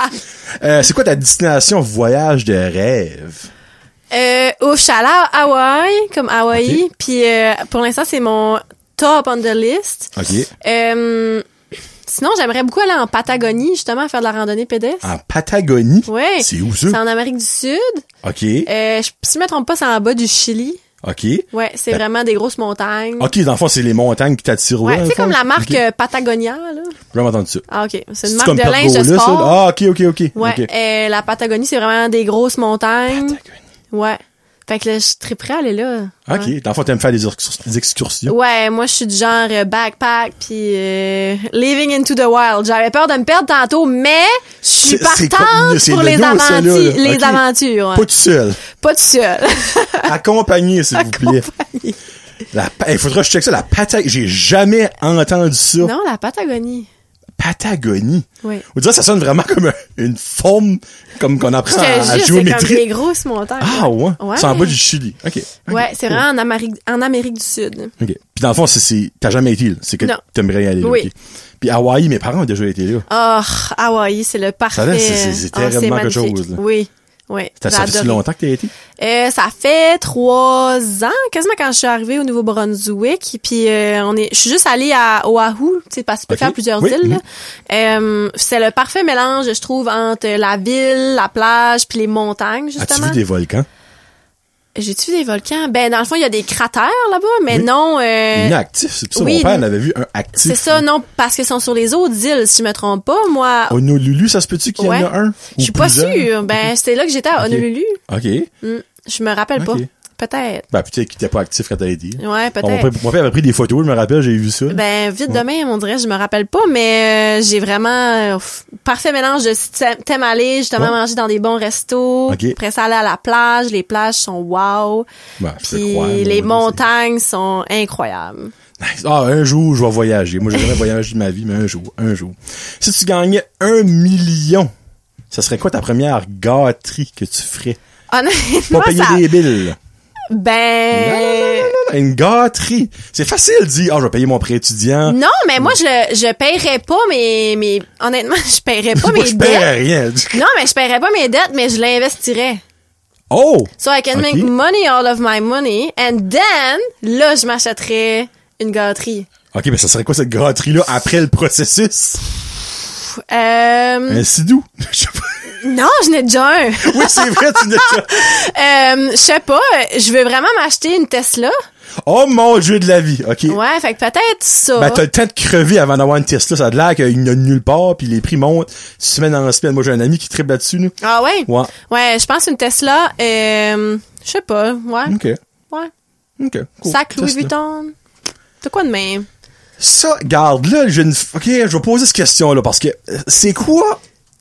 euh, c'est quoi ta destination voyage de rêve? Euh, ouf, je suis allée à Hawaï, comme Hawaï. Ok. Puis euh, pour l'instant, c'est mon top on the list. OK. Euh, sinon, j'aimerais beaucoup aller en Patagonie, justement, faire de la randonnée pédestre. En Patagonie? Ouais. C'est où ça? C'est en Amérique du Sud. OK. Euh, je- si je me trompe pas, c'est en bas du Chili. OK. Ouais, c'est Ben- vraiment des grosses montagnes. OK, dans le fond, c'est les montagnes qui t'attirent Ouais, là, tu sais, dans le comme fond? la marque OK. euh, Patagonia, là. J'ai jamais entendu ça. Ah, OK. C'est une C'est marque comme de linge de Pergola, ça, sport. là? Ah, OK, OK, OK. Ouais, OK. euh, la Patagonie, c'est vraiment des grosses montagnes. Patagonie. Ouais. Fait que là, je suis très prêt à aller là. OK. Ouais. Dans le fond, t'aimes faire des, excurs- des excursions. Ouais, moi, je suis du genre euh, backpack puis euh, living into the wild. J'avais peur de me perdre tantôt, mais je suis C'est- c'est partante comme- c'est pour le les dos, aventures. ça, là, là. Les OK. aventures, ouais. Pas tout seul. Pas tout seul. Accompagné, s'il vous plaît. Accompagné. La, pa- il faudra que je check ça. La Patagonie. J'ai jamais entendu ça. Non, la Patagonie. Patagonie. Oui. On dirait que ça sonne vraiment comme un- une forme, comme qu'on Je apprend te à, à jure, c'est comme géométrie. des grosses montagnes. Ah ouais? Ouais. C'est en bas du Chili. OK. OK. Ouais, c'est Cool. vraiment en Amérique, en Amérique du Sud. OK. Puis dans le fond, c'est, c'est, t'as jamais été là. C'est que Non. t'aimerais y aller là. Oui. OK. Puis Hawaï, mes parents ont déjà été là. Oh, Hawaï, c'est le parfait. Ça a l'air, c'est- c'est- c'est Ah, terriblement quelque magnifique. chose, là. Oui, oui. T'as, j'ai ça fait si adoré. longtemps que t'as été? Euh, ça fait trois ans, quasiment quand je suis arrivée au Nouveau-Brunswick. Puis euh, on est, je suis juste allée à Oahu, tu sais, parce que tu peux Ok. faire plusieurs Oui, îles. là. mhm. Euh, c'est le parfait mélange, je trouve, entre la ville, la plage, puis les montagnes, As-tu justement. vu des volcans? J'ai-tu vu des volcans? Ben, dans le fond, il y a des cratères là-bas, mais Oui. non... euh, Inactifs, c'est pour ça. oui, Mon père en avait vu un actif. c'est ça, non, parce qu'ils sont sur les autres îles, si je me trompe pas. Moi, Honolulu, ça se peut-tu qu'il y Ouais. en a un? je suis pas sûre. Ben, c'était là que j'étais à Ok. Honolulu. OK. Hmm, je me rappelle pas. Ok. Peut-être. Ben, peut-être qu'il était pas actif quand t'as été. Ouais, Bon, mon, peut-être. père, mon père avait pris des photos, je me rappelle, j'ai vu ça. Ben, vite demain, on dirait, je me rappelle pas, mais euh, j'ai vraiment euh, pff, parfait mélange de si t'a- t'aimes aller, justement, Ouais. manger dans des bons restos. Ok. Après ça, aller à la plage. Les plages sont wow. Ben, je peux Puis croire, moi, les c'est- montagnes sont incroyables. Nice. Ah, un jour, je vais voyager. Moi, j'ai jamais voyagé de ma vie, mais un jour, un jour. Si tu gagnais un million, ça serait quoi ta première gâterie que tu ferais? Honnêtement, Pas payer ça... des billes. Ben... Une gâterie. C'est facile de dire, ah, je vais payer mon prêt étudiant. Non, mais moi, je le, je paierais pas mes, mes, honnêtement, je paierais pas Moi, mes je dettes. paierais rien. Non, mais je paierais pas mes dettes, mais je l'investirais. Oh! So I can Ok. make money out of my money, and then, là, je m'achèterais une gâterie. OK, mais ça serait quoi cette gâterie-là après le processus? Euh, Un sidou? Je sais pas. Non, je n'ai déjà un. Oui, c'est vrai, tu n'es déjà. euh, je sais pas, je veux vraiment m'acheter une Tesla. Oh mon Dieu de la vie, OK. Ouais, fait que peut-être ça. Ben, t'as le temps de crever avant d'avoir une Tesla. Ça a l'air qu'il n'y a nulle part, puis les prix montent semaine en semaine. Moi, j'ai un ami qui triple là-dessus, nous. Ah ouais? Ouais. Ouais, je pense une Tesla, euh, je sais pas, ouais. OK. Ouais. OK, cool. Sac Louis Tesla. Vuitton. T'as quoi de même? Ça, garde, là, j'ai une... OK, je vais poser cette question-là, parce que euh, c'est quoi...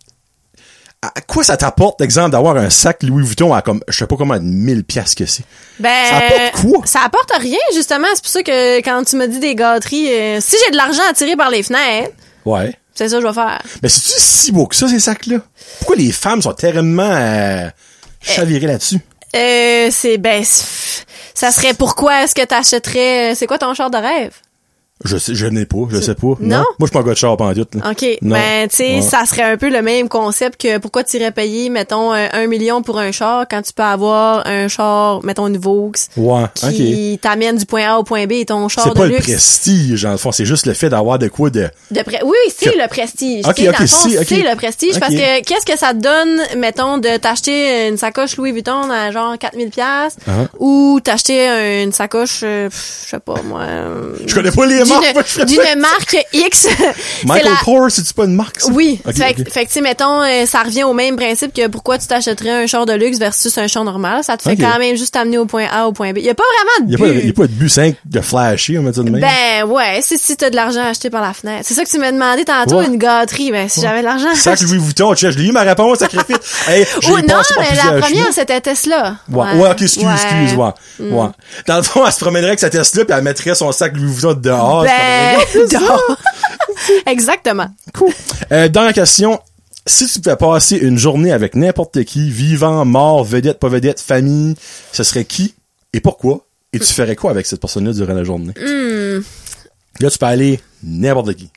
À quoi ça t'apporte, exemple, d'avoir un sac Louis Vuitton à comme, je sais pas comment, mille piastres que c'est? Ben, Ça apporte quoi? Ça apporte rien, justement. C'est pour ça que quand tu me dis des gâteries, euh, si j'ai de l'argent à tirer par les fenêtres, Ouais. c'est ça que je vais faire. Mais c'est-tu si beau que ça, ces sacs-là? Pourquoi les femmes sont tellement euh, chavirées là-dessus? Euh, c'est, ben, c'est- ça serait pourquoi est-ce que t'achèterais, c'est quoi ton char de rêve? Je sais, je n'ai pas, je sais pas. Non? Moi, je suis pas un gars de char pantoute, là. OK. Non. Ben, tu sais, Ouais. ça serait un peu le même concept que pourquoi tu irais payer, mettons, un, un million pour un char quand tu peux avoir un char, mettons, une Vaux Ouais, qui OK. t'amène du point A au point B et ton char C'est de pas le luxe. prestige, dans le fond, c'est juste le fait d'avoir de quoi de... De pré- Oui, oui, c'est Que- le prestige. Ok, Tu sais, ok, dans le fond, c'est- ok. c'est le prestige Ok. parce que qu'est-ce que ça te donne, mettons, de t'acheter une sacoche Louis Vuitton à genre quatre mille piastres Uh-huh. ou t'acheter une sacoche, euh, pff, je sais pas, moi... euh, Je connais pas les d'une- marques. moi, je fais D'une pas- marque X. C'est Michael la- Kors, c'est-tu pas une marque, ça? Oui. Ok, fait, ok. que- fait que, tu sais, mettons, euh, ça revient au même principe que pourquoi tu t'achèterais un char de luxe versus un char normal. Ça te fait Ok. quand même juste t'amener au point A au point B. Il y a pas vraiment de Il y a pas, but. il y a pas de but cinq de flashy, on va dire de même. Ben ouais, c'est si t'as de l'argent acheté par la fenêtre. C'est ça que tu m'as demandé tantôt, Ouais. une gâterie. Ben si j'avais de l'argent. Sac Louis Vuitton, tu sais, je l'ai eu ma réponse, sacrifice. Hey, j'ai Oh, non, passé par mais la plusieurs première, chemins. c'était Tesla. Ouais, ouais, ok, excuse, Ouais. excuse, ouais. Ouais. Dans le fond, elle se promènerait avec sa Tesla puis elle mettrait son sac Louis Vuitton dehors. Ben, c'est pas vrai. non. Exactement. Cool. Euh, dernière question. Si tu pouvais passer une journée avec n'importe qui, vivant, mort, vedette, pas vedette, famille, ce serait qui et pourquoi? Et tu ferais quoi avec cette personne-là durant la journée? Hmm. Là, tu peux aller n'importe qui.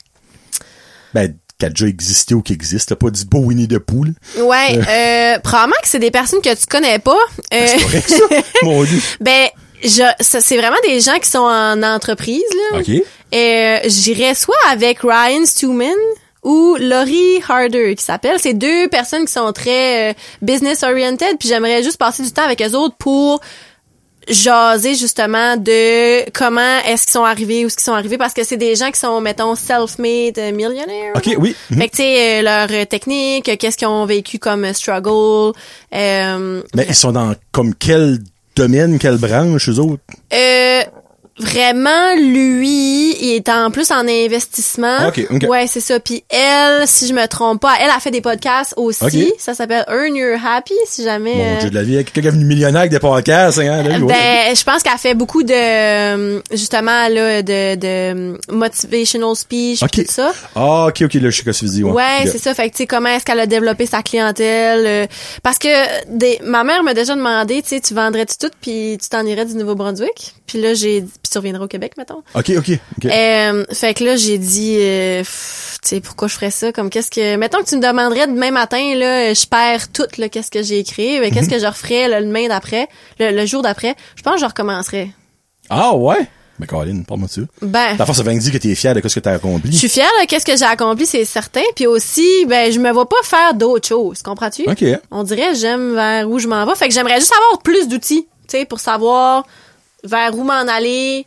Ben, qui a déjà existé ou qui existe. T'as pas dit beau Winnie the Pooh, là. Ouais, euh, probablement que c'est des personnes que tu connais pas. Euh, C'est correct, ça? Mon Dieu. ben, je, ça, c'est vraiment des gens qui sont en entreprise, là. OK. Euh, j'irais soit avec Ryan Stewman ou Laurie Harder, qui s'appelle. C'est deux personnes qui sont très euh, business-oriented, puis j'aimerais juste passer du temps avec eux autres pour jaser justement de comment est-ce qu'ils sont arrivés, où est-ce qu'ils sont arrivés, parce que c'est des gens qui sont, mettons, self-made euh, millionnaires. OK, oui. Mhm. Fait que, tu sais, euh, leur euh, technique, euh, qu'est-ce qu'ils ont vécu comme euh, struggle. Euh, Mais ils sont dans comme quel domaine, quelle branche, eux autres? euh, vraiment, lui, il est en plus en investissement. OK, OK. Ouais, c'est ça. Puis elle, si je me trompe pas, elle a fait des podcasts aussi. OK. Ça s'appelle Earn Your Happy, si jamais... Mon euh, Dieu de la vie, quelqu'un qui est devenu millionnaire avec des podcasts, hein, là, ouais. Ben, je pense qu'elle fait beaucoup de, euh, justement, là, de, de motivational speech, OK. tout ça. Ah, OK, OK, là, je sais ce que tu dis, ouais. Ouais, OK. c'est ça. Fait que, tu sais, comment est-ce qu'elle a développé sa clientèle? euh, parce que des, ma mère m'a déjà demandé, tu sais, tu vendrais-tu tout puis tu t'en irais du Nouveau-Brunswick? Puis là, j'ai dit, puis tu reviendrais au Québec, mettons. OK, OK, OK. Euh, fait que là, j'ai dit, euh, pff, tu sais, pourquoi je ferais ça? Comme, qu'est-ce que, mettons que tu me demanderais demain matin, là, je perds tout, là, qu'est-ce que j'ai écrit, mais qu'est-ce que je referais là, le demain d'après, le, le jour d'après? Je pense que je recommencerais. Ah, ouais? Mais Colin, parle-moi de ça. Ben. Ta force, ça veut dire que t'es fier de ce que t'as Je accompli. suis fière de qu'est-ce que j'ai accompli, c'est certain. Puis aussi, ben, je me vois pas faire d'autres choses. Comprends-tu? OK. On dirait, j'aime vers où je m'en vais. Fait que j'aimerais juste avoir plus d'outils, tu sais, pour savoir vers où m'en aller,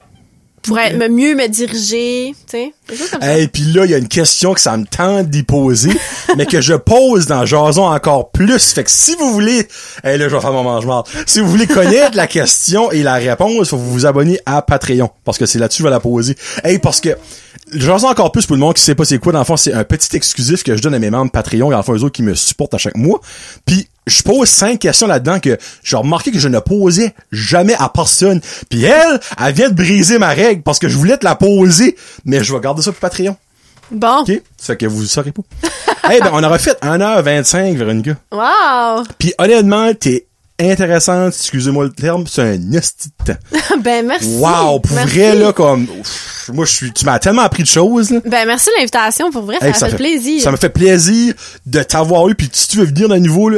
pour être, me mieux me diriger, tu sais. Des choses comme ça. Et puis là, il y a une question que ça me tente d'y poser, mais que je pose dans Jason encore plus. Fait que si vous voulez, hey, là, je vais faire mon mange-marde. Si vous voulez connaître la question et la réponse, faut vous vous abonner à Patreon. Parce que c'est là-dessus que je vais la poser. Hey, parce que, Jason encore plus pour le monde qui sait pas c'est quoi, dans le fond, c'est un petit exclusif que je donne à mes membres Patreon, dans le fond, eux autres qui me supportent à chaque mois. Puis, je pose cinq questions là-dedans que j'ai remarqué que je ne posais jamais à personne. Puis elle, elle vient de briser ma règle parce que je voulais te la poser, mais je vais garder ça pour Patreon. Bon. OK? Ça fait que vous le saurez pas. Eh ben, on aura fait une heure vingt-cinq, Véronica. Wow! Puis honnêtement, t'es intéressante, excusez-moi le terme, c'est un hostie de temps. Ben, merci. Wow, pour Merci. vrai, là, comme, ouf, moi, je suis, tu m'as tellement appris de choses, là. Ben, merci de l'invitation. Pour vrai, ça Hey, m'a fait plaisir. Ça me fait plaisir de t'avoir eu, puis si tu veux venir d'un niveau, là,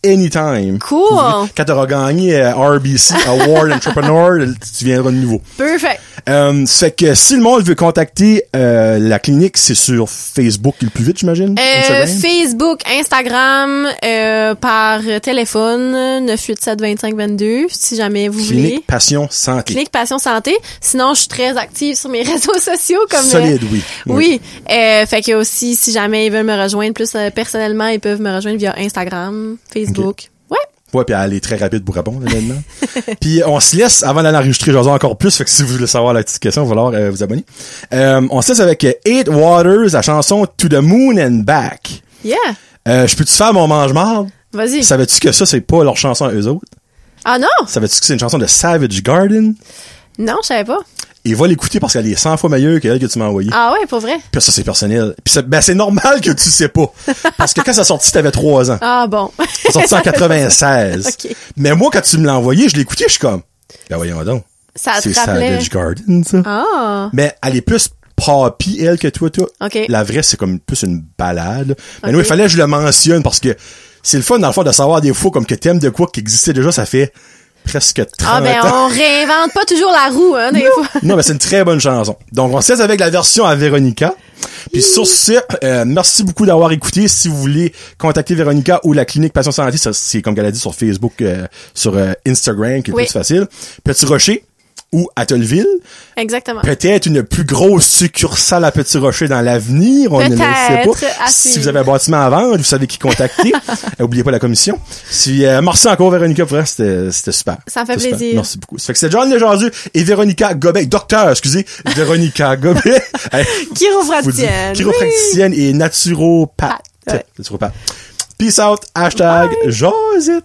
anytime. Cool. Quand t'auras gagné euh, R B C Award Entrepreneur, tu viendras de nouveau. Perfect. Euh, ça fait que si le monde veut contacter euh, la clinique, c'est sur Facebook le plus vite, j'imagine? Euh, Facebook, Instagram, euh, par téléphone, neuf huit sept, vingt-cinq vingt-deux, si jamais vous Clinique voulez. Passion Santé. Clinique Passion Santé. Sinon, je suis très active sur mes réseaux sociaux. comme Solide, euh, oui. Oui. Euh, fait que aussi, si jamais ils veulent me rejoindre plus euh, personnellement, ils peuvent me rejoindre via Instagram, Facebook. Okay. Ouais. Ouais, puis elle est très rapide pour répondre, évidemment. Puis on se laisse, avant d'aller enregistrer, j'en ai encore plus, fait que si vous voulez savoir la petite question, il va falloir euh, vous abonner. Euh, on se laisse avec euh, Eight Waters, la chanson To the Moon and Back. Yeah. Euh, je peux-tu faire mon mange-marde? Vas-y. Savais-tu que ça, c'est pas leur chanson à eux autres? Ah non? Savais-tu que c'est une chanson de Savage Garden? Non, je savais pas. Et va l'écouter parce qu'elle est cent fois meilleure qu'elle que tu m'as envoyée. Ah ouais, pour vrai? Puis ça, c'est personnel. Puis c'est, ben, c'est normal que tu sais pas. Parce que quand ça sorti, t'avais trois ans. Ah bon. Ça sorti en quatre-vingt-seize. Okay. Mais moi, quand tu me l'as envoyé, je l'ai écouté, je suis comme, ben voyons donc. Ça te c'est rappelait... Savage Garden, ça. Ah. Mais elle est plus poppy, elle, que toi, toi. OK. La vraie, c'est comme plus une balade. Mais okay. nous, il fallait que je le mentionne parce que c'est le fun, dans le fond, de savoir des fois comme que t'aimes de quoi qui existait déjà, ça fait presque trente ah, ben, ans. on réinvente pas toujours la roue, hein, des non. fois. Non, mais c'est une très bonne chanson. Donc, on se laisse avec la version à Véronica. Puis sur ce, euh, merci beaucoup d'avoir écouté. Si vous voulez contacter Véronica ou la clinique Passion Santé, ça, c'est comme elle a dit sur Facebook, euh, sur euh, Instagram, qui est oui. plus facile. Petit Rocher ou Atholville. Exactement. Peut-être une plus grosse succursale à Petit Rocher dans l'avenir. On ne le sait pas. Si vous avez un bâtiment à vendre, vous savez qui contacter. Oubliez pas la commission. Si, euh, merci encore, Véronica, pour c'était, c'était super. Ça me fait c'était plaisir. Super. Merci beaucoup. Ça fait que c'est John Lejardu et Véronica Gobet, docteur, excusez, Véronica Gobet. Chiropracticienne. Chiropracticienne oui. et naturopathe. Ouais. Naturopathe. Peace out. Hashtag Josette.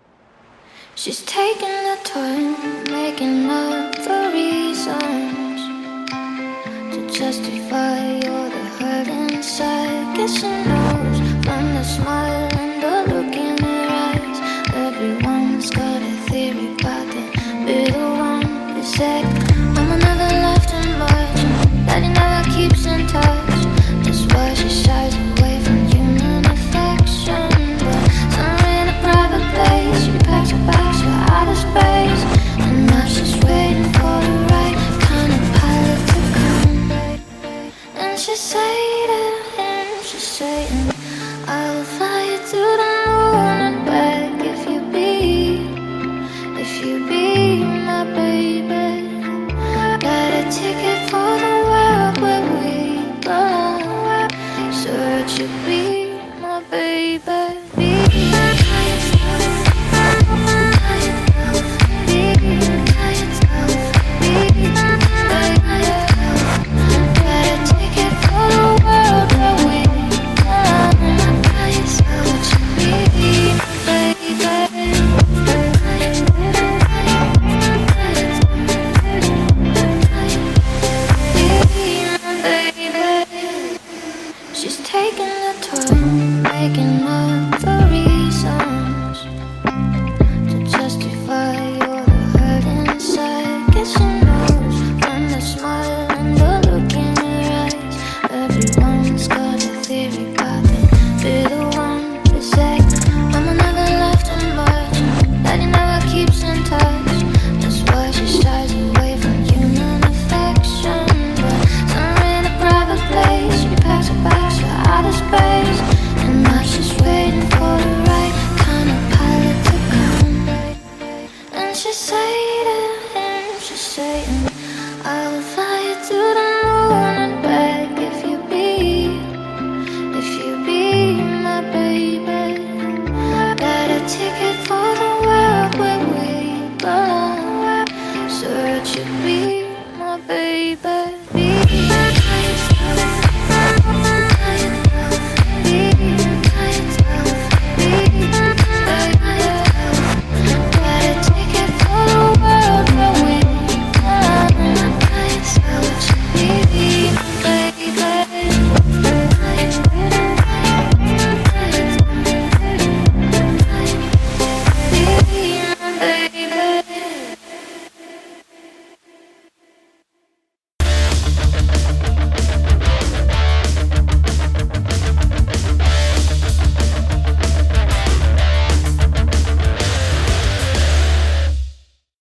She's taking the time, making up the reasons to justify all the hurt inside. Guess she knows from the smile and the look in her eyes. Everyone's got a theory about the middle one. They say Mama never left him much, Daddy never keeps in touch. That's why she shies.